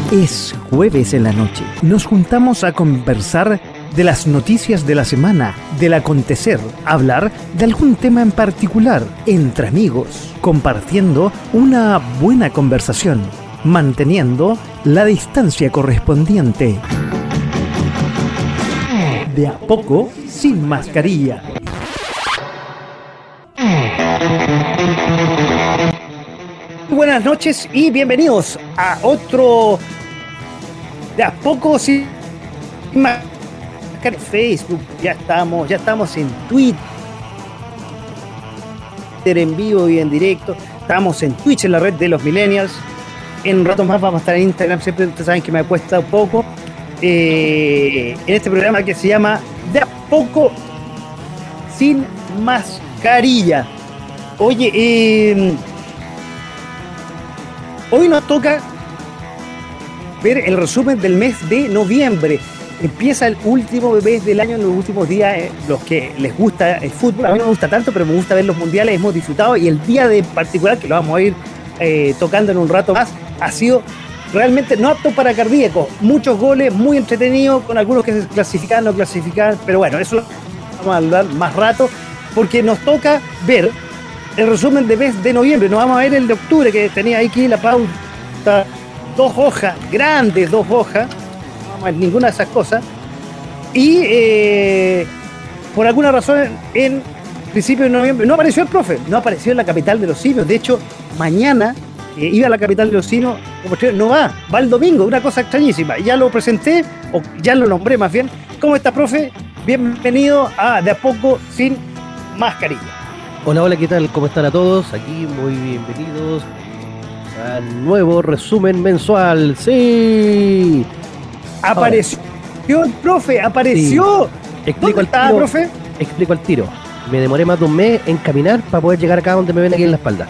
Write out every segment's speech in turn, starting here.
Es jueves en la noche. Nos juntamos a conversar de las noticias de la semana, del acontecer, hablar de algún tema en particular, entre amigos, compartiendo una buena conversación, manteniendo la distancia correspondiente. De a poco, sin mascarilla. Buenas noches y bienvenidos a otro De a poco sin mascarilla. Facebook, ya estamos en Twitter en vivo y en directo, estamos en Twitch, en la red de los millennials. En un rato más vamos a estar en Instagram, siempre ustedes saben que me cuesta un poco, en este programa que se llama De a poco sin mascarilla. Oye, hoy nos toca ver el resumen del mes de noviembre. Empieza el último mes del año, en los últimos días, los que les gusta el fútbol. A mí no me gusta tanto, pero me gusta ver los mundiales, hemos disfrutado, y el día de particular, que lo vamos a ir tocando en un rato más, ha sido realmente no apto para cardíacos. Muchos goles, muy entretenidos, con algunos que se clasifican, no clasifican, pero bueno, eso lo vamos a hablar más rato, porque nos toca ver el resumen de mes de noviembre. No vamos a ver el de octubre, que tenía aquí la pauta, 2 hojas, grandes 2 hojas, no vamos a ver ninguna de esas cosas, y por alguna razón en principio de noviembre no apareció el profe, no apareció en la capital de los simios. De hecho, mañana iba a la capital de los simios, no va el domingo, una cosa extrañísima. Ya lo presenté, o ya lo nombré más bien. ¿Cómo está, profe? Bienvenido a De a poco sin mascarilla. Hola, ¿qué tal? ¿Cómo están a todos? Aquí muy bienvenidos al nuevo resumen mensual. ¡Sí! Apareció el profe, apareció. Sí. ¿Dónde está, profe? Explico al tiro. Me demoré más de un mes en caminar para poder llegar acá donde me ven aquí en la espalda.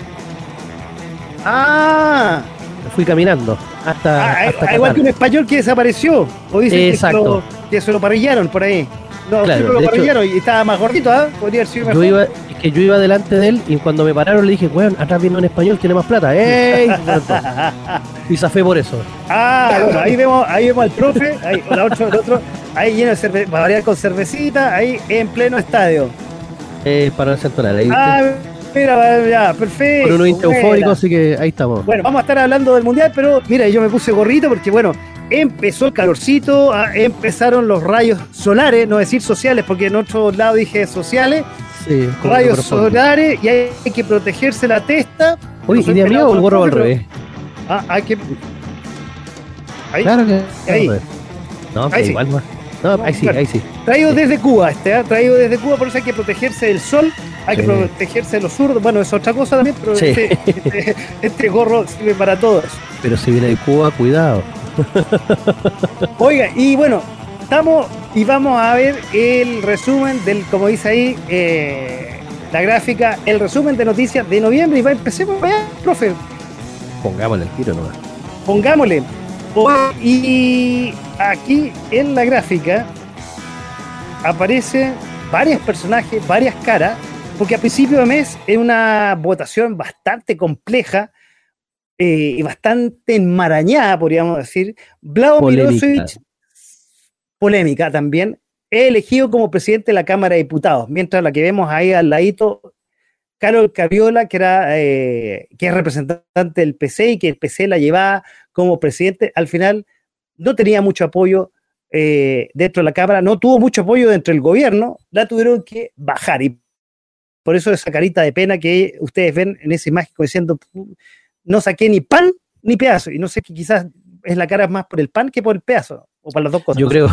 Ah, fui caminando hasta igual que un español que desapareció. O dicen exacto, que se lo parrillaron por ahí. No, claro, lo parrillaron y estaba más gordito, ¿eh? Podría haber sido mejor. Yo iba delante de él, y cuando me pararon le dije, weón, atrás viene un español, tiene más plata. ¡Ey! Y zafé por eso. Bueno, ahí vemos al profe, ahí, el otro, ahí lleno de cerveza, va a variar con cervecita, ahí en pleno estadio. Para el central, ahí. Mira, ya, perfecto. Con unos hinchas eufóricos, así que ahí estamos. Bueno, vamos a estar hablando del mundial, pero mira, yo me puse gorrito porque, bueno, empezó el calorcito, empezaron los rayos solares, no decir sociales, porque en otro lado dije sociales. Sí, rayos solares, y hay que protegerse la testa. Oye, ¿y de amigo o el gorro al revés? Hay que. Ahí. Claro que ahí. No, pero igual más. No, ahí sí. Traído desde Cuba, traído desde Cuba, por eso hay que protegerse del sol, hay que protegerse de los zurdos. Bueno, es otra cosa también, pero este gorro sirve para todo eso. Pero si viene de Cuba, cuidado. Oiga, y bueno, estamos y vamos a ver el resumen del, como dice ahí, la gráfica, el resumen de noticias de noviembre. Y empecemos allá, profe. Pongámosle el tiro nomás. Pongámosle. Y aquí en la gráfica aparecen varios personajes, varias caras, porque a principio de mes es una votación bastante compleja y bastante enmarañada, podríamos decir. Vlado Milošević, polémica también, elegido como presidente de la Cámara de Diputados, mientras la que vemos ahí al ladito, Carol Cariola, que es representante del PC y que el PC la llevaba como presidente, al final no tenía mucho apoyo dentro de la Cámara, no tuvo mucho apoyo dentro del gobierno, la tuvieron que bajar, y por eso esa carita de pena que ustedes ven en esa imagen, como diciendo, no saqué ni pan ni pedazo, y no sé, que quizás es la cara más por el pan que por el pedazo, o por las dos cosas. Yo creo.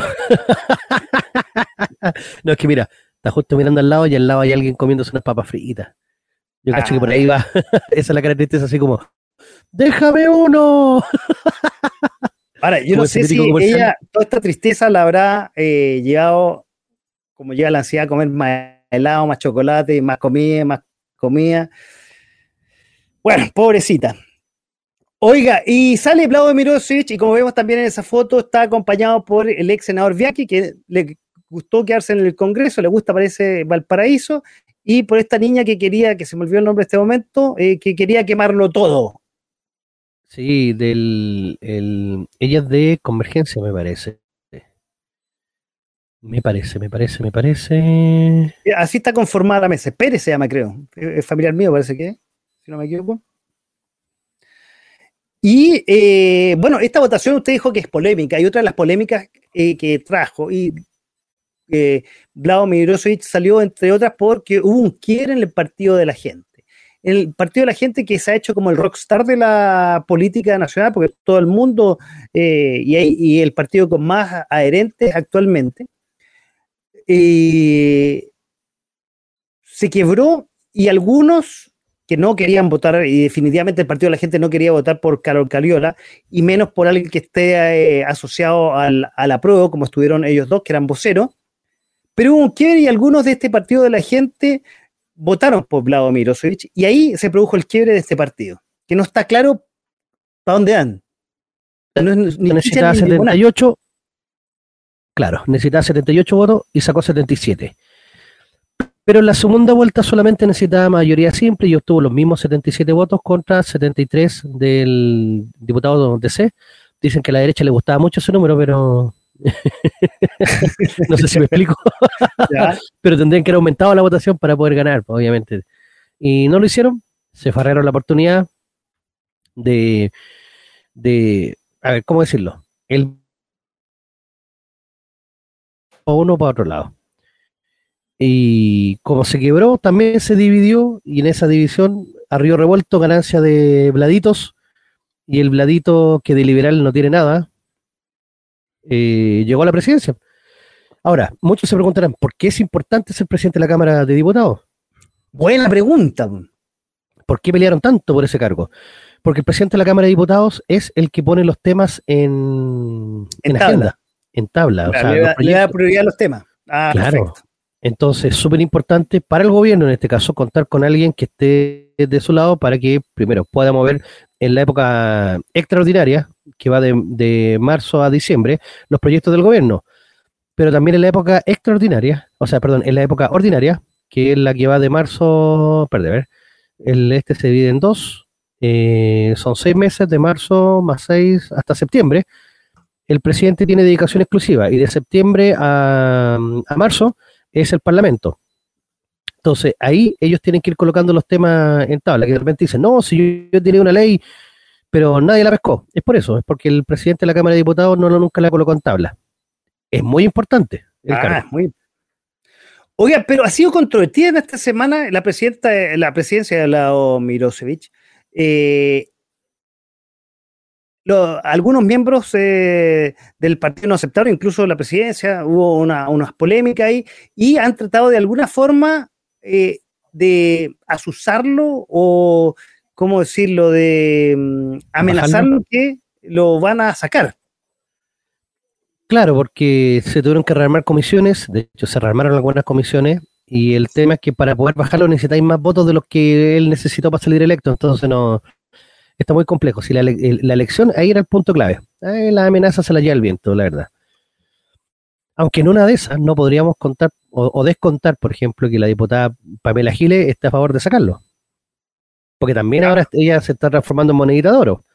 No, es que mira, está justo mirando al lado y al lado hay alguien comiéndose unas papas fritas. Yo cacho que por ahí va. Esa es la cara tristeza, así como, ¡déjame uno! Ahora, yo no sé si ella, toda esta tristeza la habrá llevado, como lleva la ansiedad, a comer más helado, más chocolate, más comida. Bueno, pobrecita. Oiga, y sale Vlado Milošević, y como vemos también en esa foto, está acompañado por el ex senador Viaki, que le gustó quedarse en el Congreso, le gusta, parece, Valparaíso, y por esta niña que quería, que se me olvidó el nombre en este momento, que quería quemarlo todo. Sí, ella es de Convergencia, me parece. Me parece. Así está conformada la mesa. Pérez se llama, creo. Es familiar mío, parece que, si no me equivoco. Y bueno, esta votación usted dijo que es polémica. Y otra de las polémicas que trajo. Y Vlado Milosevic salió, entre otras, porque hubo un quiebre en el Partido de la Gente. El Partido de la Gente, que se ha hecho como el rockstar de la política nacional, porque todo el mundo y el partido con más adherentes actualmente, se quebró, y algunos que no querían votar, y definitivamente el Partido de la Gente no quería votar por Carol Cariola, y menos por alguien que esté asociado a la PRO, como estuvieron ellos dos, que eran voceros, pero hubo un quiebre y algunos de este Partido de la Gente votaron por Vlado Milosevic, y ahí se produjo el quiebre de este partido, que no está claro para dónde van. No es, ni Necesitaba 78, claro, necesitaba 78 votos y sacó 77. Pero en la segunda vuelta solamente necesitaba mayoría simple y obtuvo los mismos 77 votos contra 73 del diputado DC. Dicen que a la derecha le gustaba mucho ese número, pero no sé si me explico. Pero tendrían que haber aumentado la votación para poder ganar, obviamente. Y no lo hicieron, se farrearon la oportunidad de a ver, ¿cómo decirlo? El uno para otro lado. Y como se quebró, también se dividió, y en esa división, a río revuelto, ganancia de Bladitos, y el Bladito, que de liberal no tiene nada, llegó a la presidencia. Ahora, muchos se preguntarán, ¿por qué es importante ser presidente de la Cámara de Diputados? Buena pregunta. ¿Por qué pelearon tanto por ese cargo? Porque el presidente de la Cámara de Diputados es el que pone los temas en agenda, en tabla. Claro, o sea, le da prioridad a los temas. Claro. Perfecto. Entonces, súper importante para el gobierno, en este caso, contar con alguien que esté de su lado para que, primero, pueda mover en la época extraordinaria, que va de marzo a diciembre, los proyectos del gobierno, pero también en la época extraordinaria, o sea, perdón, en la época ordinaria, que es la que va de marzo, perdón, a ver, este se divide en dos, son 6 meses, de marzo más 6 hasta septiembre. El presidente tiene dedicación exclusiva, y de septiembre a marzo es el Parlamento. Entonces, ahí ellos tienen que ir colocando los temas en tabla, que de repente dicen, no, si yo tenía una ley, pero nadie la pescó. Es por eso, es porque el presidente de la Cámara de Diputados nunca la colocó en tabla. Es muy importante el cargo. Oiga, pero ha sido controvertida en esta semana la presidencia de Vlado Milosevic. Algunos miembros del partido no aceptaron, incluso la presidencia, hubo unas polémicas ahí, y han tratado de alguna forma de asusarlo, o, ¿cómo decirlo?, de amenazarlo, que lo van a sacar. Claro, porque se tuvieron que rearmar comisiones, de hecho se rearmaron algunas comisiones, y el tema es que para poder bajarlo necesitáis más votos de los que él necesitó para salir electo, entonces no... Está muy complejo. Si la elección, ahí era el punto clave. La amenaza se la lleva el viento, la verdad. Aunque en una de esas no podríamos contar o descontar, por ejemplo, que la diputada Pamela Giles está a favor de sacarlo. Porque también ahora ella se está transformando en monedita de oro.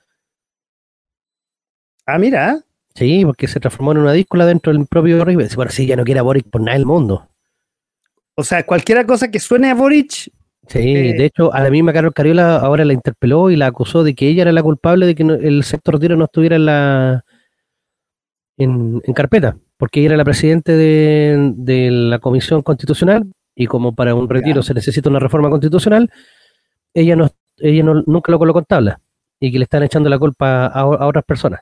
Ah, mira. Sí, porque se transformó en una díscola dentro del propio River. Bueno, sí, ya no quiere a Boric por nada del mundo. O sea, cualquier cosa que suene a Boric. Sí, de hecho, a la misma Carol Cariola ahora la interpeló y la acusó de que ella era la culpable de que el sector retiro no estuviera en carpeta, porque ella era la presidente de la Comisión Constitucional, y como para un retiro se necesita una reforma constitucional, ella nunca lo colocó en tabla, y que le están echando la culpa a otras personas.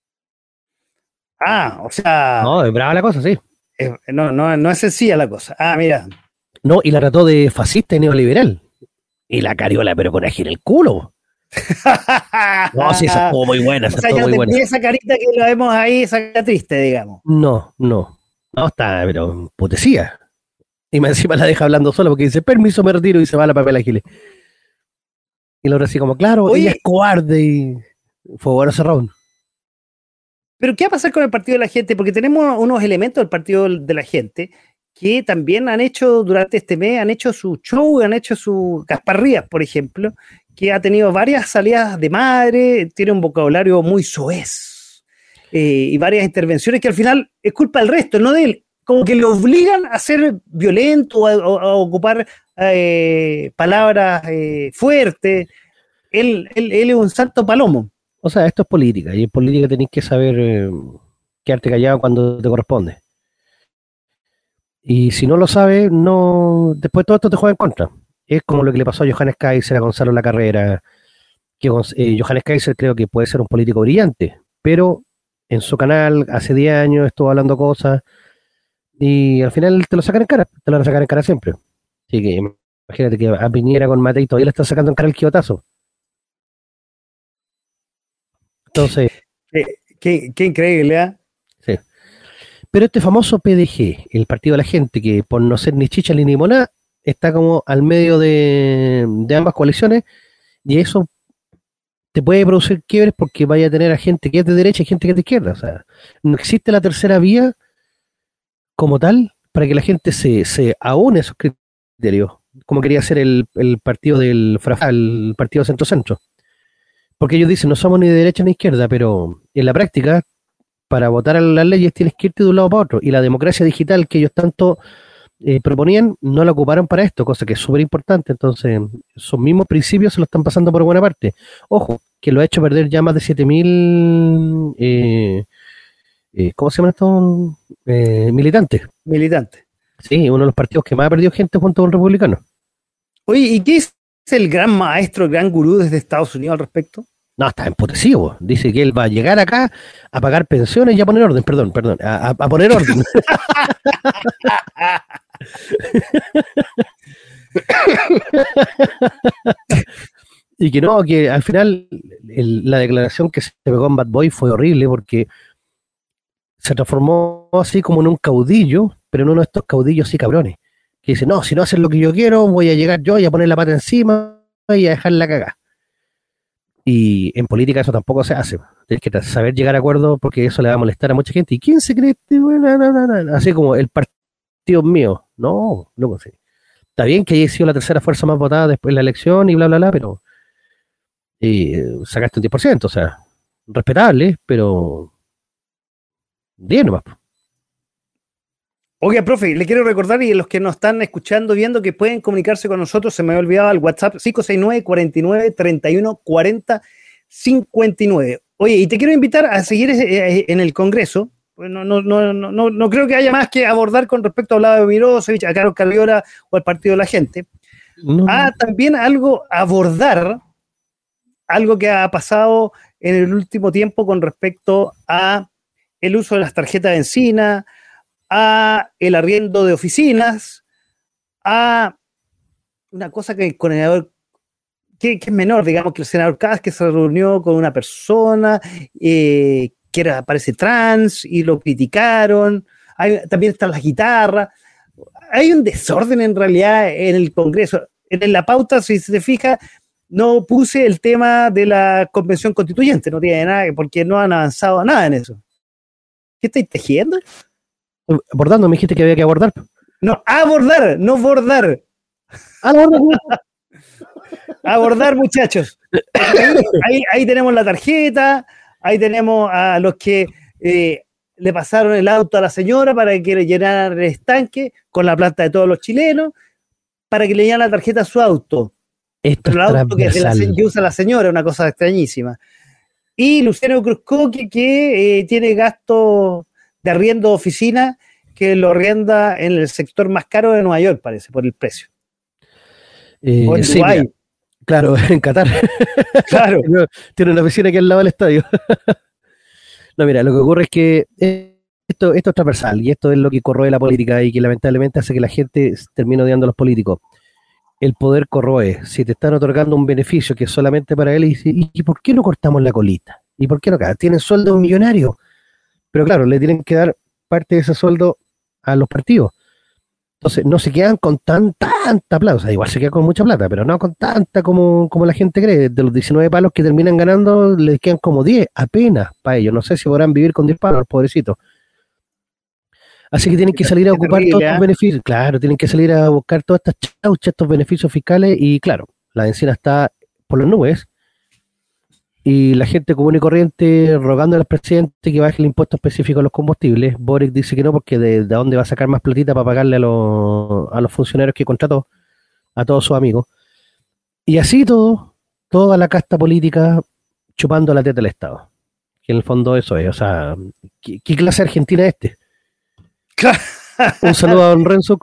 Ah, o sea... No, es brava la cosa, sí. No es sencilla la cosa. Ah, mira. No, y la trató de fascista y neoliberal. Y la Cariola, pero con ají en el culo. No, sí, esa estuvo muy buena. O sea, ya tenía esa carita que la vemos ahí, esa cara triste, digamos. No, está, pero emputecía. Y más encima la deja hablando sola porque dice, permiso, me retiro, y se va a la Pamela Giles. Y Laura así como, claro, oye, ella es cobarde, y fue bueno ese round. Pero ¿qué va a pasar con el Partido de la Gente? Porque tenemos unos elementos del Partido de la Gente que también han hecho durante este mes, han hecho su show, han hecho su Gasparrías, por ejemplo, que ha tenido varias salidas de madre, tiene un vocabulario muy soez, y varias intervenciones que al final es culpa del resto, no de él, como que lo obligan a ser violento o a ocupar palabras fuertes. Él es un santo palomo. O sea, esto es política, y en política tenés que saber quedarte callado cuando te corresponde. Y si no lo sabes, no, después todo esto te juega en contra. Es como lo que le pasó a Johannes Kaiser, a Gonzalo Lacarrera, que Johannes Kaiser creo que puede ser un político brillante, pero en su canal hace 10 años estuvo hablando cosas y al final te lo sacan en cara, te lo van a sacar en cara siempre. Así que imagínate que a Piñera con Matei todavía le está sacando en cara el quijotazo. Entonces, Qué increíble, ¿eh? sí. Pero este famoso PDG, el Partido de la Gente, que por no ser ni chicha ni limonada, está como al medio de ambas coaliciones, y eso te puede producir quiebres porque vaya a tener a gente que es de derecha y gente que es de izquierda. O sea, no existe la tercera vía como tal para que la gente se aúne a esos criterios, como quería hacer el partido del Frafra, el partido centro-centro. Porque ellos dicen, no somos ni de derecha ni de izquierda, pero en la práctica, para votar a las leyes tienes que irte de un lado para otro. Y la democracia digital que ellos tanto proponían, no la ocuparon para esto, cosa que es súper importante. Entonces, esos mismos principios se lo están pasando por buena parte. Ojo, que lo ha hecho perder ya más de 7.000, ¿cómo se llaman estos? Militantes. Militante. Sí, uno de los partidos que más ha perdido gente junto con republicanos. Oye, ¿y qué es el gran maestro, el gran gurú desde Estados Unidos al respecto? No, está emputecido. Dice que él va a llegar acá a pagar pensiones y a poner orden, perdón, a poner orden. Y que no, que al final la declaración que se pegó en Bad Boy fue horrible porque se transformó así como en un caudillo, pero en uno de estos caudillos así cabrones, que dice, no, si no hacen lo que yo quiero, voy a llegar yo y a poner la pata encima y a dejarla cagar. Y en política eso tampoco se hace. Tienes que saber llegar a acuerdos porque eso le va a molestar a mucha gente. ¿Y quién se cree este? Así como el partido mío. No, loco, sí. Está bien que haya sido la tercera fuerza más votada después de la elección y bla, bla, bla, pero sacaste un 10%, o sea, respetable, pero 10 nomás. Oiga, profe, le quiero recordar y a los que nos están escuchando, viendo, que pueden comunicarse con nosotros, se me había olvidado el WhatsApp 569-49-31-40-59. Oye, y te quiero invitar a seguir en el Congreso. No creo que haya más que abordar con respecto a Vlado Mirosevic, a Carlos Carriora o al Partido de la Gente. No. También abordar algo que ha pasado en el último tiempo con respecto a el uso de las tarjetas de encina, a el arriendo de oficinas, a una cosa que con el senador, que es menor, digamos, que el senador Kast, que se reunió con una persona que parece trans y lo criticaron. También están las guitarras. Hay un desorden en realidad en el Congreso. En la pauta, si se fija, no puse el tema de la convención constituyente, no tiene nada, porque no han avanzado nada en eso. ¿Qué estáis tejiendo? Abordando, me dijiste que había que abordar. No, abordar, no bordar. Abordar, muchachos. Ahí tenemos la tarjeta, ahí tenemos a los que le pasaron el auto a la señora para que le llenara el estanque con la plata de todos los chilenos, para que le llenara la tarjeta a su auto. Esto el auto que usa la señora, una cosa extrañísima. Y Luciano Cruzco, que tiene gasto de arriendo de oficina, que lo arrienda en el sector más caro de Nueva York, parece, por el precio. O en Dubái. Mira, claro, en Qatar. Claro. Tiene una oficina aquí al lado del estadio. No, mira, lo que ocurre es que esto es transversal y esto es lo que corroe la política y que lamentablemente hace que la gente termine odiando a los políticos. El poder corroe. Si te están otorgando un beneficio que es solamente para él, ¿y por qué no cortamos la colita? ¿Y por qué no? Tienen sueldo millonario. Pero claro, le tienen que dar parte de ese sueldo a los partidos. Entonces, no se quedan con tanta plata. O sea, igual se quedan con mucha plata, pero no con tanta como la gente cree. De los 19 palos que terminan ganando, les quedan como 10, apenas para ellos. No sé si podrán vivir con 10 palos, pobrecitos. Así que tienen que salir a ocupar terrible, todos estos beneficios. Claro, tienen que salir a buscar todas estas chauchas, estos beneficios fiscales. Y claro, la encina está por las nubes. Y la gente común y corriente rogando al presidente que baje el impuesto específico a los combustibles. Boric dice que no, porque de dónde va a sacar más platita para pagarle a los funcionarios que contrató, a todos sus amigos. Y así toda la casta política chupando la teta del Estado. Que en el fondo eso es. O sea, ¿qué clase de Argentina es este? Un saludo a don Renzo.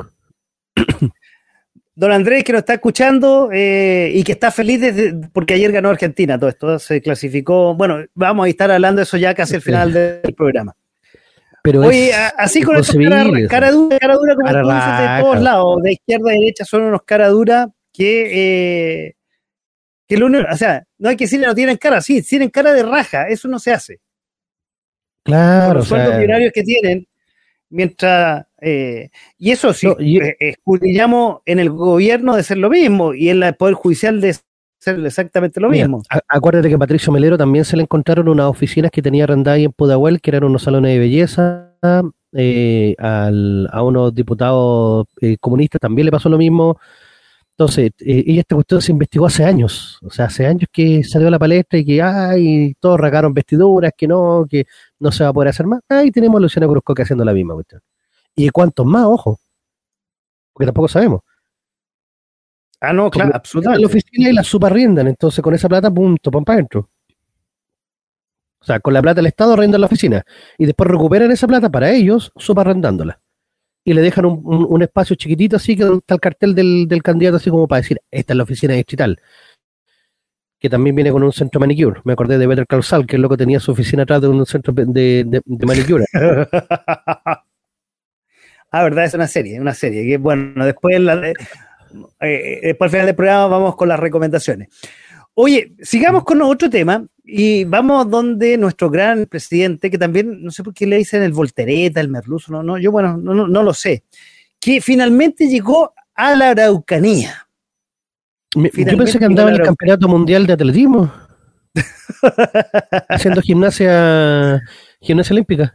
Don Andrés, que nos está escuchando y que está feliz porque ayer ganó Argentina. Todo esto se clasificó. Bueno, vamos a estar hablando de eso ya casi al final del programa. Pero oye, así con eso, cara dura como tú dices, de todos lados, de izquierda a derecha, son unos cara dura que lo único, o sea, no hay que decirle no tienen cara, sí, tienen cara de raja, eso no se hace. Claro, los sueldos millonarios que tienen, mientras y eso sí, escudriñamos en el gobierno de ser lo mismo y en el Poder Judicial de ser exactamente lo mismo. Acuérdate que a Patricio Melero también se le encontraron unas oficinas que tenía arrendadas ahí en Pudahuel, que eran unos salones de belleza. A unos diputados comunistas también le pasó lo mismo. Entonces, esta cuestión se investigó hace años. O sea, hace años que salió a la palestra y que todos rasgaron vestiduras, que no se va a poder hacer más. Ahí tenemos a Luciano Cruzcoque haciendo la misma cuestión. ¿Y cuántos más? Ojo. Porque tampoco sabemos. No, claro, absolutamente. La oficina y la subarriendan, entonces con esa plata, punto, pon para adentro. O sea, con la plata del Estado arrendan la oficina y después recuperan esa plata para ellos, subarrendándola. Y le dejan un espacio chiquitito así que está el cartel del candidato así como para decir, esta es la oficina distrital. Que también viene con un centro de manicure. Me acordé de Better Call Saul, que el loco tenía su oficina atrás de un centro de manicure. Verdad, es una serie que bueno, después al final del programa vamos con las recomendaciones. Oye, sigamos con otro tema y vamos donde nuestro gran presidente, que también, no sé por qué le dicen el voltereta, el merluzo, no, yo bueno, no lo sé, que finalmente llegó a la Araucanía. Yo pensé que andaba en el Campeonato Mundial de Atletismo, haciendo gimnasia olímpica.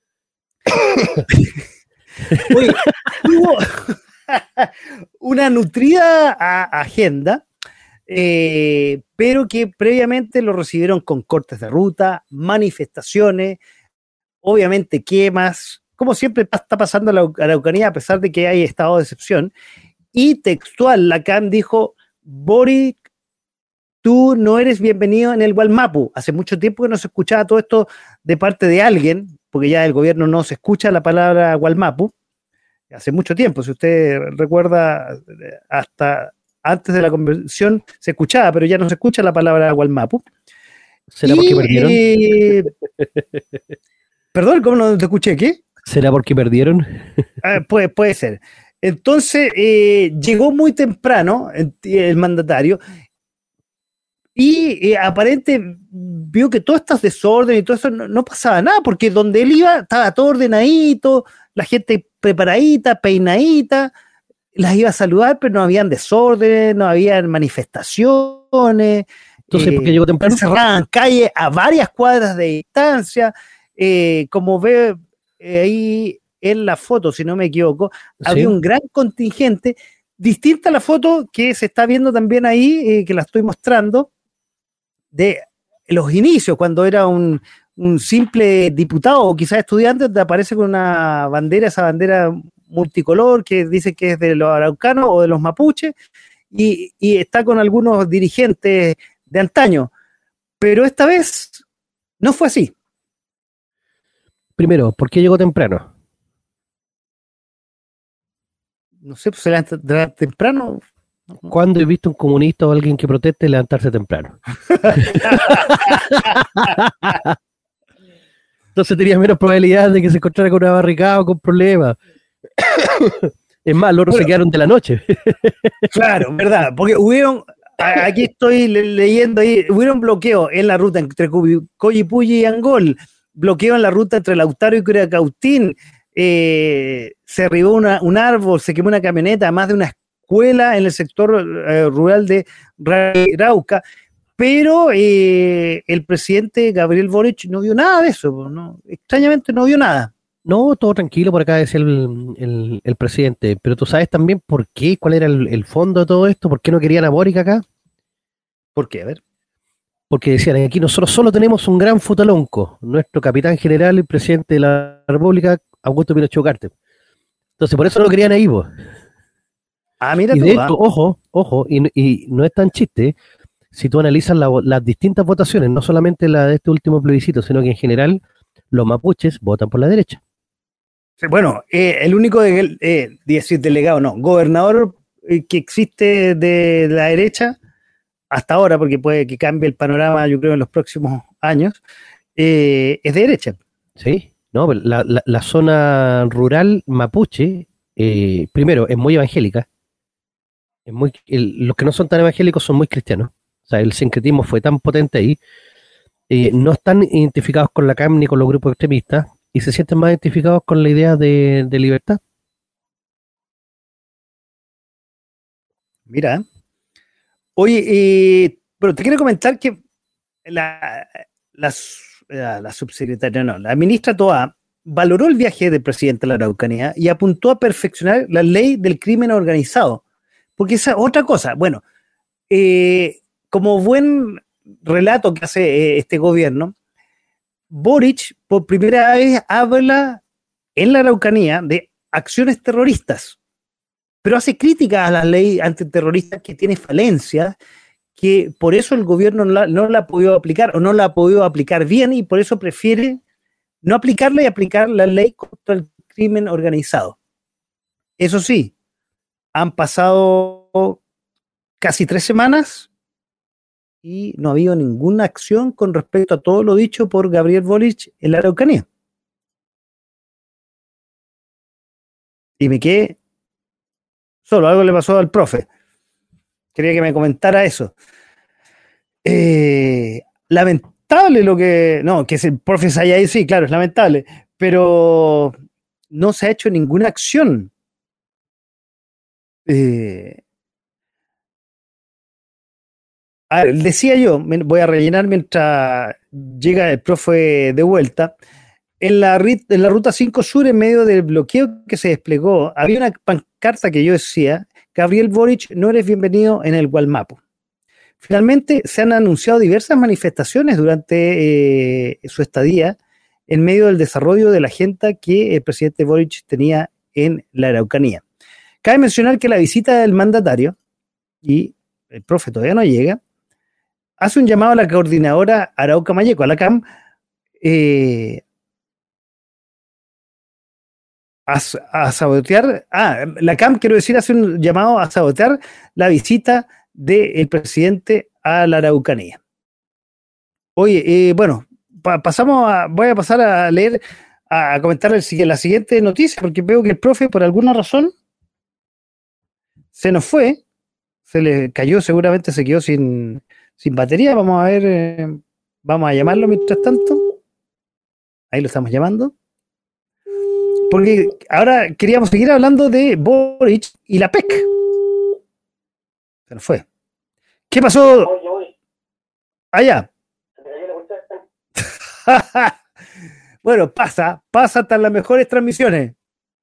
Oye, hubo una nutrida agenda, pero que previamente lo recibieron con cortes de ruta, manifestaciones, obviamente quemas, como siempre está pasando en la Araucanía, a pesar de que hay estado de excepción. Y textual, la CAM dijo: Boric, tú no eres bienvenido en el Gualmapu. Hace mucho tiempo que no se escuchaba todo esto de parte de alguien, porque ya el gobierno no se escucha la palabra Gualmapu. Hace mucho tiempo, si usted recuerda, hasta antes de la convención se escuchaba, pero ya no se escucha la palabra Gualmapu. ¿Será porque perdieron? Perdón, ¿cómo no te escuché? ¿Qué? ¿Será porque perdieron? Puede ser. Entonces, llegó muy temprano el mandatario y aparente vio que todo estos desorden y todo eso no pasaba nada, porque donde él iba estaba todo ordenadito, la gente preparadita, peinadita, las iba a saludar, pero no habían desorden, no habían manifestaciones. Entonces, ¿por qué llegó temprano? Cerraban calles a varias cuadras de distancia, como ve ahí en la foto, si no me equivoco, ¿sí? Había un gran contingente, distinta a la foto que se está viendo también ahí, que la estoy mostrando, de los inicios, cuando era un simple diputado o quizás estudiante, te aparece con una bandera, esa bandera multicolor que dice que es de los araucanos o de los mapuches, y está con algunos dirigentes de antaño, pero esta vez no fue así. Primero, ¿por qué llegó temprano? No sé, pues se levanta temprano. ¿Cuándo he visto un comunista o alguien que proteste levantarse temprano? Entonces tenía menos probabilidad de que se encontrara con una barricada o con problemas. Es más, los otros se quedaron de la noche. Claro, verdad, porque aquí estoy leyendo ahí, hubieron bloqueo en la ruta entre Coyipulli y Angol, bloqueo en la ruta entre Lautaro y Curacautín, se derribó un árbol, se quemó una camioneta, más de una escuela en el sector rural de Rauca, pero el presidente Gabriel Boric no vio nada de eso, ¿no? Extrañamente no vio nada. No, todo tranquilo por acá, decía el presidente. Pero tú sabes también por qué, cuál era el fondo de todo esto, por qué no querían a Boric acá. ¿Por qué? A ver. Porque decían, aquí nosotros solo tenemos un gran futalonco, nuestro capitán general, el presidente de la República, Augusto Pinochet Ugarte. Entonces, por eso lo querían ahí, vos. Ah, mira Y tú, de hecho, ojo, y no es tan chiste, si tú analizas las distintas votaciones, no solamente la de este último plebiscito, sino que en general los mapuches votan por la derecha. Sí, bueno, el único decir delegado, no, gobernador que existe de la derecha hasta ahora, porque puede que cambie el panorama, yo creo, en los próximos años, es de derecha. ¿Sí? No, pero la zona rural mapuche, primero, es muy evangélica. Los que no son tan evangélicos son muy cristianos. O sea, el sincretismo fue tan potente ahí. No están identificados con la CAM ni con los grupos extremistas y se sienten más identificados con la idea de libertad. Mira, oye, pero te quiero comentar que la, la subsecretaria, no, la ministra Toa valoró el viaje del presidente a la Araucanía y apuntó a perfeccionar la ley del crimen organizado. Porque esa es otra cosa. Bueno, como buen relato que hace este gobierno, Boric por primera vez habla en la Araucanía de acciones terroristas, pero hace críticas a la ley antiterrorista que tiene falencias, que por eso el gobierno no la ha podido aplicar o no la ha podido aplicar bien y por eso prefiere no aplicarla y aplicar la ley contra el crimen organizado. Eso sí, han pasado casi 3 semanas y no ha habido ninguna acción con respecto a todo lo dicho por Gabriel Boric en la Araucanía. Y me quedé solo, algo le pasó al profe. Quería que me comentara eso. Lamentable lo que... No, que el profe se haya ahí, sí, claro, es lamentable, pero no se ha hecho ninguna acción. A ver, decía yo, voy a rellenar mientras llega el profe de vuelta. En la ruta 5 Sur, en medio del bloqueo que se desplegó, había una pancarta que yo decía: Gabriel Boric, no eres bienvenido en el Gualmapu. Finalmente se han anunciado diversas manifestaciones durante su estadía en medio del desarrollo de la agenda que el presidente Boric tenía en la Araucanía. Cabe mencionar que la visita del mandatario, y el profe todavía no llega, hace un llamado a la coordinadora Arauca Mayeco, a la CAM, a sabotear, la CAM, quiero decir, hace un llamado a sabotear la visita del presidente a la Araucanía. Oye, bueno, voy a pasar a leer, a comentar la siguiente noticia, porque veo que el profe, por alguna razón, se nos fue, se le cayó, seguramente se quedó sin batería. Vamos a ver, vamos a llamarlo mientras tanto. Ahí lo estamos llamando. Porque ahora queríamos seguir hablando de Boric y la PEC. Se nos fue. ¿Qué pasó? Allá. Bueno, pasa hasta las mejores transmisiones.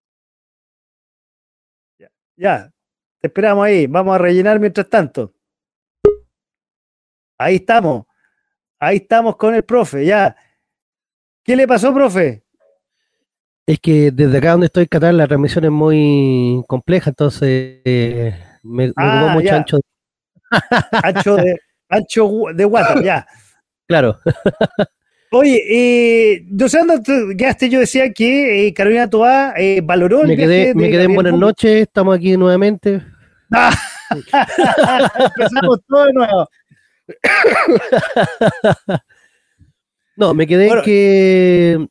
Ya, te esperamos ahí. Vamos a rellenar mientras tanto. Ahí estamos con el profe, ya. ¿Qué le pasó, profe? Es que desde acá donde estoy, Qatar, la transmisión es muy compleja, entonces me ocupó mucho ya. ancho. Ancho de guata, ya. Claro. Oye, no sé dónde quedaste. Yo decía que Carolina Toá valoró el viaje Me quedé en buenas noches, estamos aquí nuevamente. Empezamos todo de nuevo. No, me quedé en que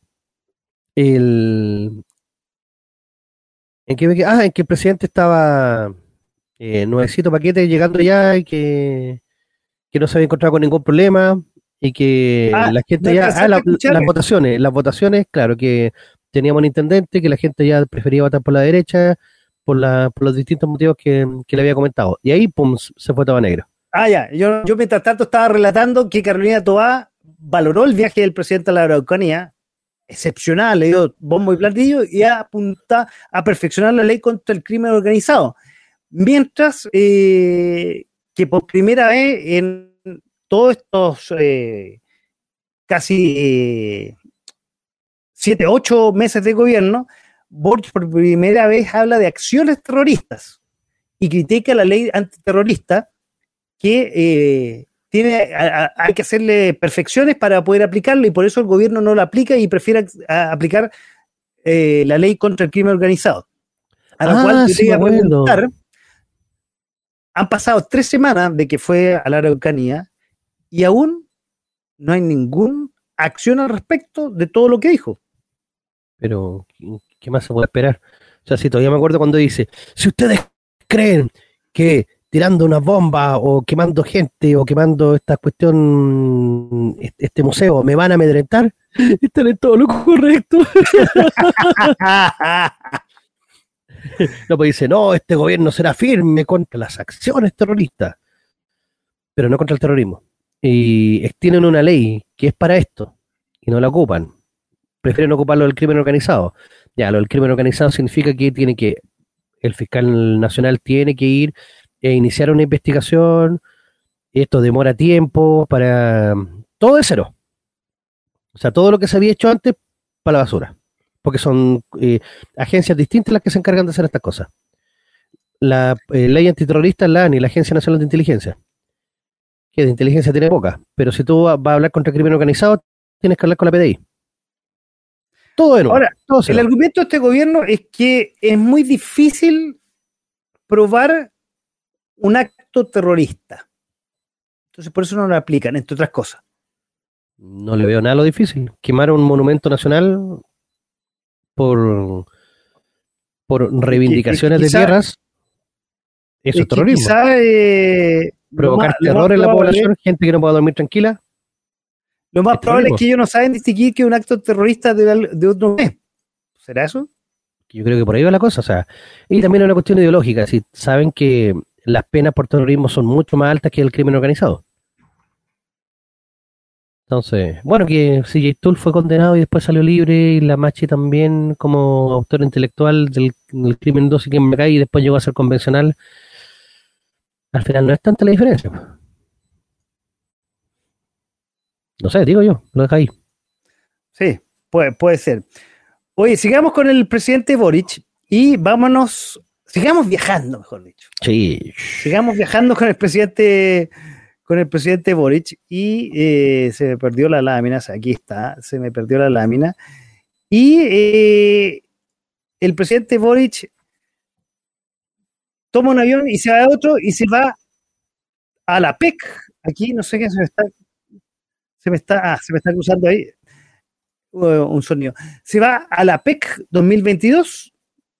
en que el presidente estaba nuevecito paquete llegando ya y que no se había encontrado con ningún problema y que la gente ya... las votaciones, claro, que teníamos un intendente, que la gente ya prefería votar por la derecha por los distintos motivos que le había comentado. Y ahí, pum, se fue todo a negro. Ya. Yo mientras tanto estaba relatando que Carolina Toá valoró el viaje del presidente a la Araucanía excepcional, le dio bombo y platillo y apunta a perfeccionar la ley contra el crimen organizado. Mientras que por primera vez en todos estos casi 7, 8 meses de gobierno, Boric por primera vez habla de acciones terroristas y critica la ley antiterrorista que hay que hacerle perfecciones para poder aplicarlo y por eso el gobierno no lo aplica y prefiere aplicar la ley contra el crimen organizado. A la cual yo te iba a preguntar, han pasado 3 semanas de que fue a la Araucanía y aún no hay ninguna acción al respecto de todo lo que dijo. Pero, ¿qué más se puede esperar? O sea, si todavía me acuerdo cuando dice, si ustedes creen que tirando unas bombas o quemando gente o quemando esta cuestión, este museo, me van a amedrentar, están en todo lo correcto. No, pues dice, no, este gobierno será firme contra las acciones terroristas, pero no contra el terrorismo. Y tienen una ley que es para esto y no la ocupan. Prefieren ocuparlo del crimen organizado. Ya, lo del crimen organizado significa que el fiscal nacional tiene que ir e iniciar una investigación. Esto demora tiempo para todo de cero. O sea, todo lo que se había hecho antes para la basura. Porque son agencias distintas las que se encargan de hacer estas cosas. La ley antiterrorista es la ANI, la Agencia Nacional de Inteligencia. Que de inteligencia tiene poca. Pero si tú vas a hablar contra el crimen organizado, tienes que hablar con la PDI. Todo de nuevo. Ahora, el argumento de este gobierno es que es muy difícil probar un acto terrorista. Entonces, por eso no lo aplican, entre otras cosas. No le veo nada a lo difícil. Quemar un monumento nacional por reivindicaciones de tierras, eso es terrorismo. Provocar terror en la población, gente que no pueda dormir tranquila. Lo más probable es que ellos no saben distinguir que un acto terrorista de otro mes. ¿Será eso? Yo creo que por ahí va la cosa. O sea, y también es una cuestión ideológica. Si saben que las penas por terrorismo son mucho más altas que el crimen organizado. Entonces, bueno, que CJ Toole fue condenado y después salió libre, y la Machi también como autor intelectual del crimen 2 y que me cae y después llegó a ser convencional. Al final no es tanta la diferencia. No sé, digo yo, lo deja ahí. Sí, puede ser. Oye, sigamos con el presidente Boric y sigamos viajando, mejor dicho. Sí. Sigamos viajando con el presidente Boric y se me perdió la lámina, o sea, aquí está, se me perdió la lámina. Y el presidente Boric toma un avión y se va a otro y se va a la PEC. Aquí no sé qué se me está cruzando ahí un sonido. Se va a la PEC 2022,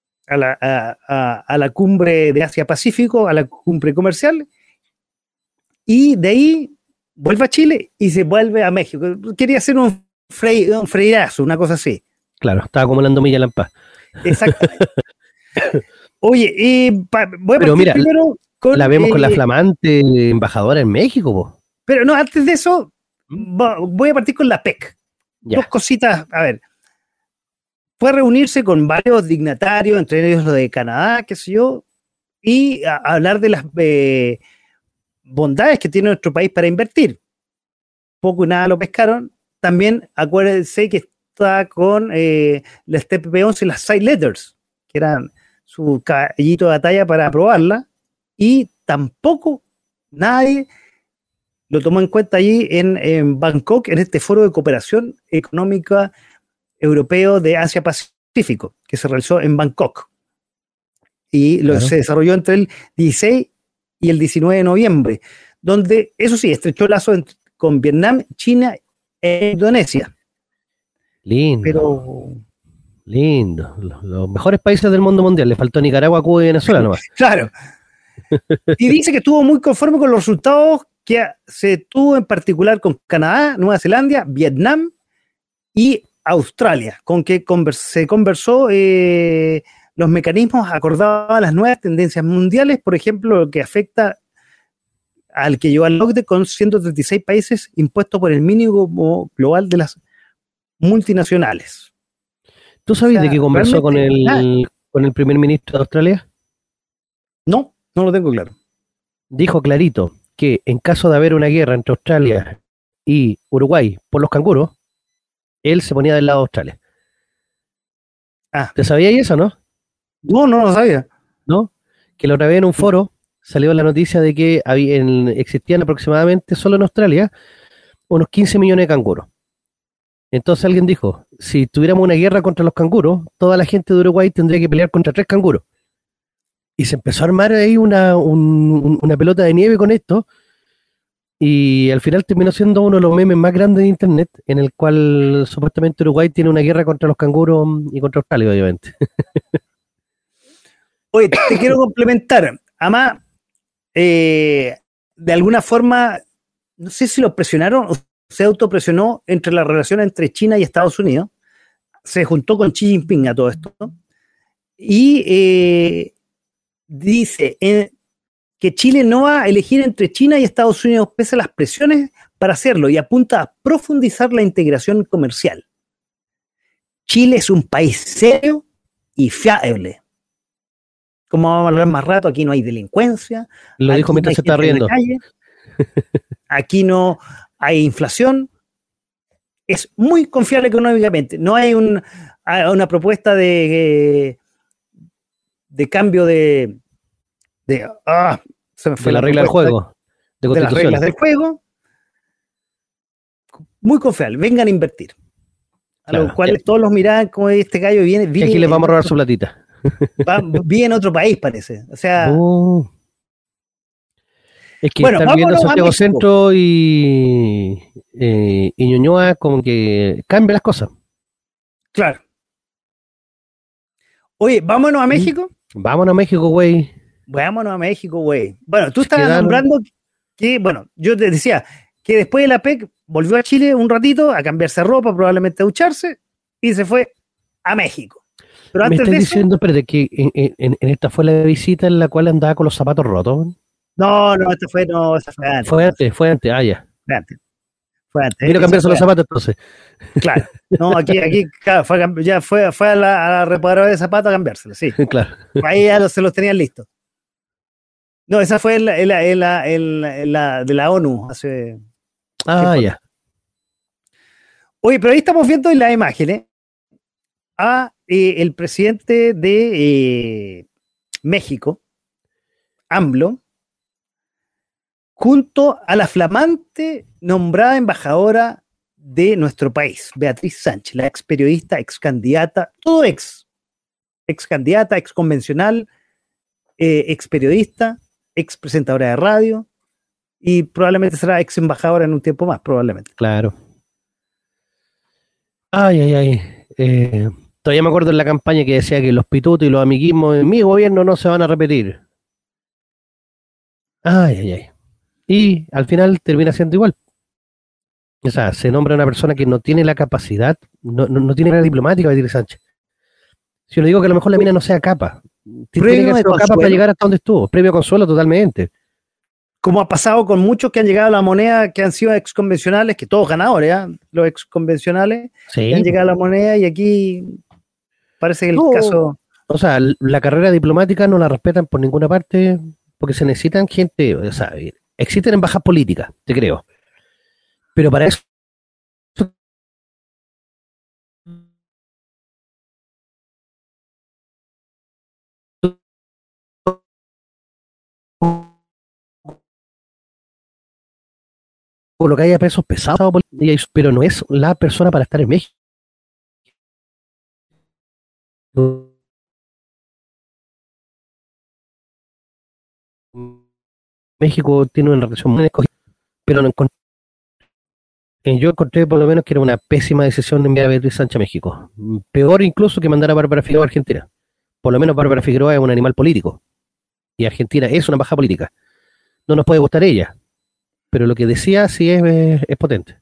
a la cumbre de Asia-Pacífico, a la cumbre comercial, y de ahí vuelve a Chile y se vuelve a México. Quería hacer un freirazo, una cosa así. Claro, estaba acumulando millas en La Paz. Exactamente. Oye, voy a pero mira, primero con... La vemos con la flamante embajadora en México, po. Pero no, antes de eso, voy a partir con la PEC. Ya. 2 cositas, a ver. Fue a reunirse con varios dignatarios, entre ellos los de Canadá, qué sé yo, y a hablar de las bondades que tiene nuestro país para invertir. Poco y nada lo pescaron. También acuérdense que está con las TPP-11 y las side letters, que eran su caballito de batalla para aprobarla, y tampoco nadie lo tomó en cuenta allí en Bangkok, en este foro de cooperación económica europeo de Asia-Pacífico, que se realizó en Bangkok. Y se desarrolló entre el 16 y el 19 de noviembre, donde, eso sí, estrechó lazos con Vietnam, China e Indonesia. Lindo. Pero... lindo. Los mejores países del mundo mundial. Le faltó Nicaragua, Cuba y Venezuela nomás. Claro. Y dice que estuvo muy conforme con los resultados que se tuvo en particular con Canadá, Nueva Zelanda, Vietnam y Australia, con que se conversó los mecanismos acordados a las nuevas tendencias mundiales, por ejemplo, lo que afecta al que llevó al OCDE con 136 países impuestos por el mínimo global de las multinacionales. ¿Tú sabías de que conversó con el primer ministro de Australia? No lo tengo claro. Dijo clarito que en caso de haber una guerra entre Australia y Uruguay por los canguros, él se ponía del lado de Australia. ¿Te sabías eso, no? No lo sabía. ¿No? Que la otra vez en un foro salió la noticia de que existían aproximadamente solo en Australia unos 15 millones de canguros. Entonces alguien dijo, si tuviéramos una guerra contra los canguros, toda la gente de Uruguay tendría que pelear contra 3 canguros. Y se empezó a armar ahí una pelota de nieve con esto, y al final terminó siendo uno de los memes más grandes de internet, en el cual supuestamente Uruguay tiene una guerra contra los canguros y contra Australia, obviamente. Oye, te quiero complementar. Además, de alguna forma, no sé si lo presionaron o se autopresionó entre la relación entre China y Estados Unidos. Se juntó con Xi Jinping a todo esto, ¿no? Y dice que Chile no va a elegir entre China y Estados Unidos pese a las presiones para hacerlo, y apunta a profundizar la integración comercial. Chile es un país serio y fiable. Como vamos a hablar más rato, aquí no hay delincuencia. Lo dijo mientras se está riendo. Aquí no hay inflación. Es muy confiable económicamente. No hay una propuesta de cambio de la regla del juego. De las reglas del juego. Muy confiable. Vengan a invertir. A lo cual todos los miraban como este gallo viene. Y aquí les vamos a robar su platita. Vive en otro país, parece. O sea. Es que están viendo Santiago Centro y Ñuñoa, como que cambia las cosas. Claro. Oye, vámonos a México. Vámonos a México, güey. Vámonos a México, güey. Bueno, tú estabas nombrando que, bueno, yo te decía que después de la PEC volvió a Chile un ratito a cambiarse de ropa, probablemente a ducharse, y se fue a México. Pero antes ¿Me estás de diciendo, espérate, que en esta fue la visita en la cual andaba con los zapatos rotos? No, esa fue antes. Fue antes, ya. Fue antes. Vino a cambiarse los zapatos entonces. Claro. No, aquí claro, fue a la reparadora de zapatos a cambiárselos, sí. Claro. Ahí ya se los tenían listos. No, esa fue la de la ONU hace. Ya. Oye, pero ahí estamos viendo en las imágenes a el presidente de México, AMLO, junto a la flamante nombrada embajadora de nuestro país, Beatriz Sánchez, la ex periodista, ex candidata, todo ex candidata, ex convencional, ex periodista, ex presentadora de radio, y probablemente será ex embajadora en un tiempo más, probablemente. Claro. Todavía me acuerdo en la campaña que decía que los pitutos y los amiguismos en mi gobierno no se van a repetir. Y al final termina siendo igual. O sea, se nombra a una persona que no tiene la capacidad, no tiene la diplomática, Beatriz Sánchez. Si yo le digo que a lo mejor la mina no sea capa, tiene que ser capa para llegar hasta donde estuvo. Premio Consuelo totalmente. Como ha pasado con muchos que han llegado a la moneda, que han sido ex convencionales, que todos ganadores, los ex convencionales, sí, que han llegado a la moneda, y aquí parece que el caso. O sea, la carrera diplomática no la respetan por ninguna parte, porque se necesitan gente. O sea, existen embajadas políticas, te creo. Pero para eso lo que haya pesos pesados, pero no es la persona para estar en México. México tiene una relación muy escogida, pero no encontré. Yo encontré por lo menos que era una pésima decisión de enviar a Beatriz Sánchez a México. Peor incluso que mandar a Bárbara Figueroa a Argentina. Por lo menos Bárbara Figueroa es un animal político. Y Argentina es una embajada política. No nos puede gustar ella. Pero lo que decía sí es potente.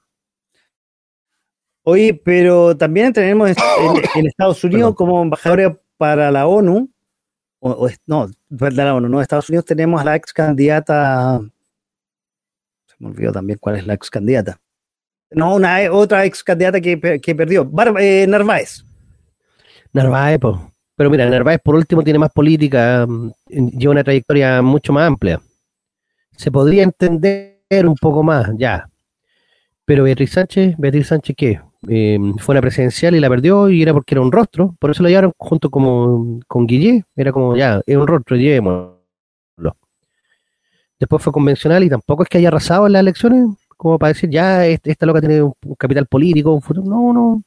Oye, pero también tenemos en Estados Unidos como embajadora para la ONU, no, de la ONU, no, de Estados Unidos tenemos a la ex candidata, se me olvidó también cuál es la ex candidata. No, otra ex candidata que perdió. Narváez. Narváez, pues. Pero mira, Narváez por último tiene más política, lleva una trayectoria mucho más amplia. Se podría entender un poco más, ya. Pero Beatriz Sánchez, ¿qué? Fue una presidencial y la perdió y era porque era un rostro, por eso la llevaron junto como con Guillé, era como, ya, es un rostro, llevémoslo. Después fue convencional y tampoco es que haya arrasado en las elecciones, como para decir, ya, esta loca tiene un capital político, un futuro. No, no.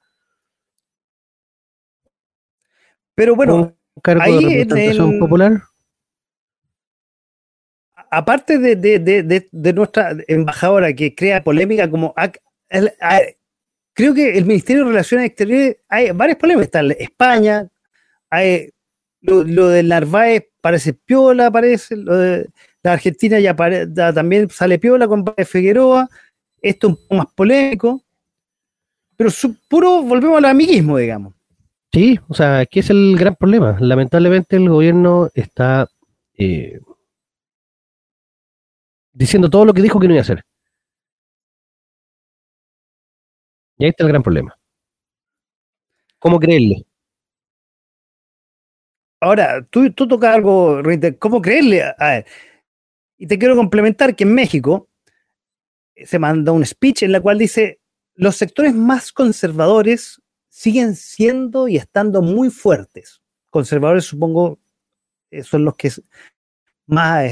Pero bueno, un cargo ahí de representación popular. Aparte de nuestra embajadora que crea polémica, como creo que el Ministerio de Relaciones Exteriores hay varias polémicas. Está España, hay lo del Narváez parece piola, parece, lo de la Argentina ya también sale piola con Figueroa, esto un poco más polémico, pero puro volvemos al amiguismo, digamos. Sí, o sea, aquí es el gran problema. Lamentablemente el gobierno está diciendo todo lo que dijo que no iba a hacer. Y ahí está el gran problema. ¿Cómo creerle? Ahora, tú tocas algo, Reiter, ¿cómo creerle? A ver, y te quiero complementar que en México se manda un speech en la cual dice, los sectores más conservadores siguen siendo y estando muy fuertes. Conservadores, supongo, son los que más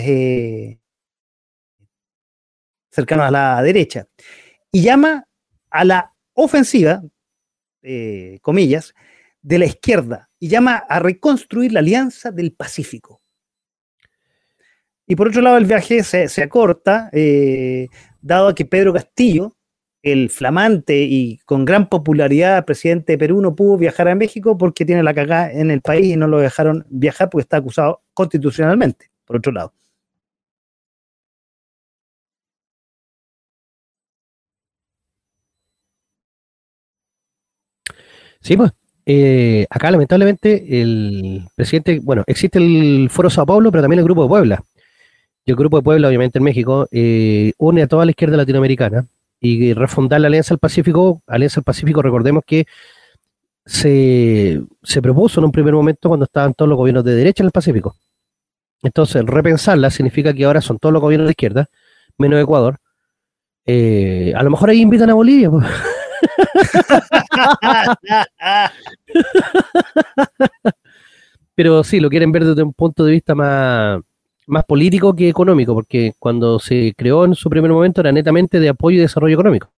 cercanos a la derecha. Y llama a la ofensiva, comillas, de la izquierda, y llama a reconstruir la Alianza del Pacífico. Y por otro lado, el viaje se acorta, dado que Pedro Castillo, el flamante y con gran popularidad presidente de Perú, no pudo viajar a México porque tiene la cagada en el país y no lo dejaron viajar porque está acusado constitucionalmente, por otro lado. Sí, pues. Acá lamentablemente el presidente, bueno, existe el Foro Sao Paulo, pero también el Grupo de Puebla. Y el Grupo de Puebla, obviamente en México, une a toda la izquierda latinoamericana y refundar la Alianza del Pacífico, recordemos que se propuso en un primer momento cuando estaban todos los gobiernos de derecha en el Pacífico. Entonces, repensarla significa que ahora son todos los gobiernos de izquierda, menos Ecuador. A lo mejor ahí invitan a Bolivia, pues. Pero sí, lo quieren ver desde un punto de vista más político que económico, porque cuando se creó en su primer momento era netamente de apoyo y desarrollo económico.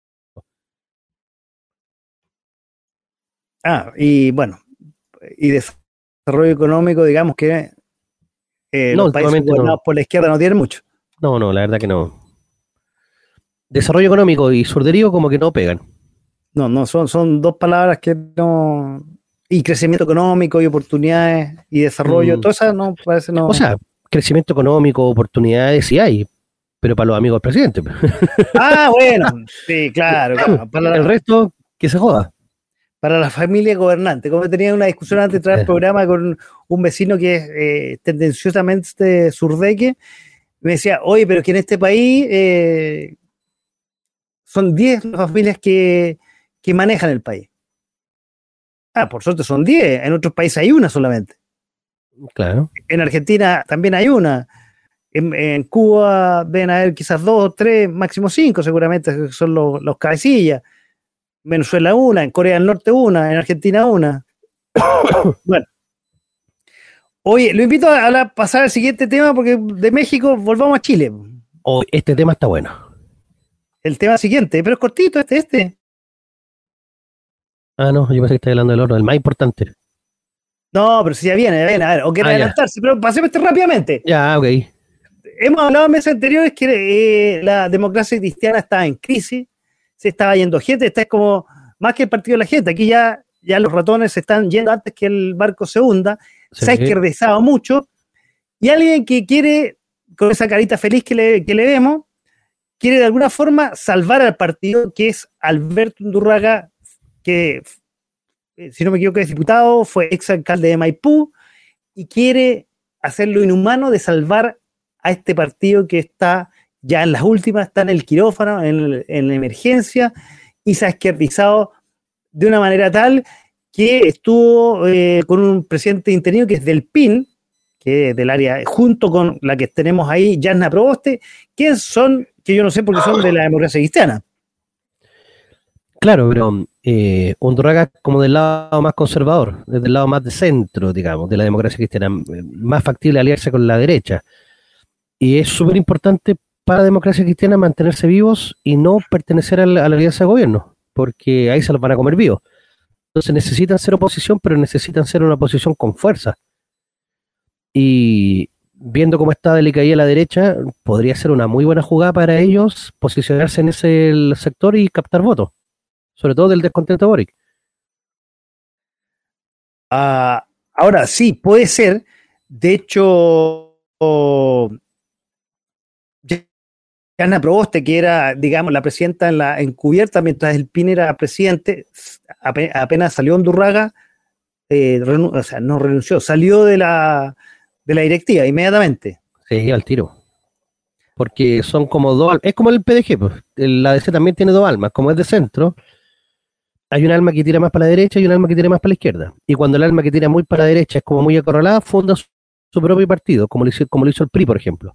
Y bueno, y desarrollo económico, digamos que No, los países gobernados por la izquierda no tienen mucho. No, la verdad que no. Desarrollo económico y surderío como que no pegan. No, son dos palabras que no... Y crecimiento económico y oportunidades y desarrollo, todo eso no parece no... O sea, crecimiento económico, oportunidades sí hay, pero para los amigos del presidente. Bueno, sí, claro. Para el resto, que se joda. Para la familia gobernante. Como tenía una discusión antes de entrar al programa con un vecino que es tendenciosamente surdeque, me decía, oye, pero que en este país son 10 las familias que manejan el país. Por suerte son 10, en otros países hay una solamente. Claro. En Argentina también hay una. En Cuba ven a haber quizás 2, 3, máximo 5 seguramente, son los cabecillas. Venezuela una, en Corea del Norte una, en Argentina una. Bueno. Oye, lo invito a pasar al siguiente tema porque de México volvamos a Chile. Este tema está bueno. El tema siguiente, pero es cortito este. No, yo pensé que estaba hablando del otro, el más importante. No, pero si ya viene, a ver, o quiere adelantarse, pero pasemos rápidamente. Ya, ok. Hemos hablado en meses anteriores que la democracia cristiana estaba en crisis, se estaba yendo gente, esta es como más que el partido de la gente, aquí ya los ratones se están yendo antes que el barco se hunda, sí. Se ha izquierdizado mucho, y alguien que quiere, con esa carita feliz que le vemos, quiere de alguna forma salvar al partido, que es Alberto Undurraga, que, si no me equivoco, es diputado, fue ex alcalde de Maipú, y quiere hacer lo inhumano de salvar a este partido que está ya en las últimas, está en el quirófano, en la emergencia, y se ha izquierdizado de una manera tal que estuvo con un presidente interino que es del PIN, que es del área, junto con la que tenemos ahí, Jasna Proboste, que yo no sé por qué son de la democracia cristiana. Claro, pero Undurraga como del lado más conservador, desde el lado más de centro, digamos, de la democracia cristiana, más factible aliarse con la derecha. Y es súper importante para la democracia cristiana mantenerse vivos y no pertenecer a la alianza de gobierno, porque ahí se los van a comer vivos. Entonces necesitan ser oposición, pero necesitan ser una oposición con fuerza. Y viendo cómo está delicada la derecha, podría ser una muy buena jugada para ellos posicionarse en ese sector y captar votos, sobre todo del descontento Boric. Ahora sí, puede ser. De hecho, Jasna Proboste, que era, digamos, la presidenta en la encubierta mientras el PIN era presidente, apenas salió Undurraga, no renunció, salió de la directiva inmediatamente. Sí, al tiro. Porque son como dos, es como el PDG, pues. La ADC también tiene dos almas, como es de centro, hay un alma que tira más para la derecha y un alma que tira más para la izquierda. Y cuando el alma que tira muy para la derecha es como muy acorralada, funda su propio partido, como lo hizo el PRI, por ejemplo.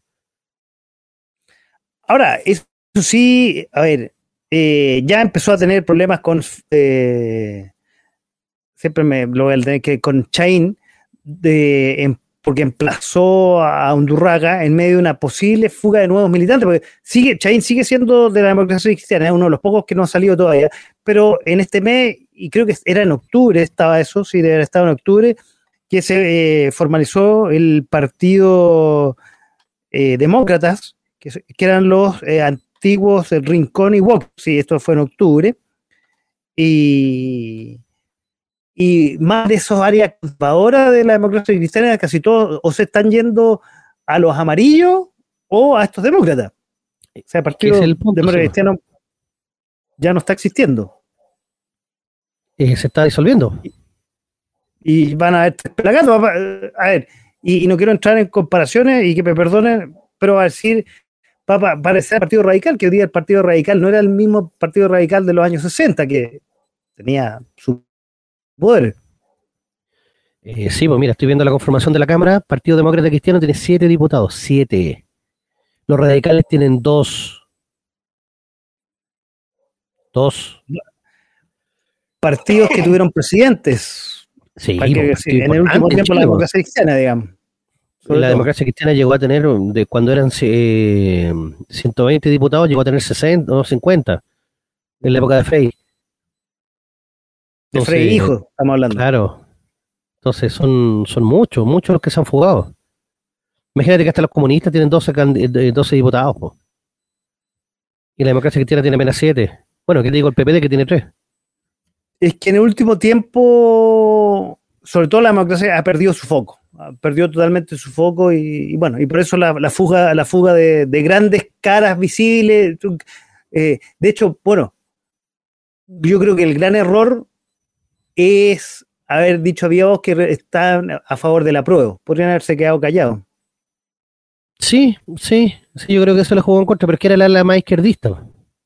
Ahora, eso sí, a ver, ya empezó a tener problemas con, siempre lo voy a tener que, con Chaín, porque emplazó a Undurraga en medio de una posible fuga de nuevos militantes, porque Chaín sigue siendo de la democracia cristiana, es uno de los pocos que no ha salido todavía, pero en este mes, y creo que era en octubre, estaba eso, sí, debe haber estado en octubre, que se formalizó el partido Demócratas, que eran los antiguos Rincón y Vox, sí, esto fue en octubre, y más de esos áreas conservadoras de la democracia cristiana, casi todos o se están yendo a los amarillos o a estos demócratas. O sea, el partido demócrata cristiano ya no está existiendo. Se está disolviendo. Y van a haber tres pelagatos. A ver, y no quiero entrar en comparaciones y que me perdonen, pero va a decir, va a parecer el Partido Radical, que hoy día el Partido Radical no era el mismo Partido Radical de los años 60, que tenía su poder. Sí, pues mira, estoy viendo la conformación de la Cámara. Partido Demócrata Cristiano tiene 7 diputados, 7. Los radicales tienen 2. Partidos que tuvieron presidentes. Sí, en el último tiempo la democracia cristiana, digamos. La democracia cristiana llegó a tener, cuando eran 120 diputados, llegó a tener 60 o 50 en la época de Frey. De Frey hijo, estamos hablando. Claro. Entonces son muchos los que se han fugado. Imagínate que hasta los comunistas tienen 12 diputados. Po. Y la democracia cristiana tiene apenas 7. Bueno, ¿qué te digo el PPD que tiene 3? Es que en el último tiempo, sobre todo la democracia ha perdido su foco. Perdió totalmente su foco y bueno, y por eso la fuga de grandes caras visibles. De hecho, bueno, yo creo que el gran error es haber dicho a viva voz que están a favor del apruebo. Podrían haberse quedado callados. Sí, yo creo que eso le jugó en contra, pero es que era la más izquierdista.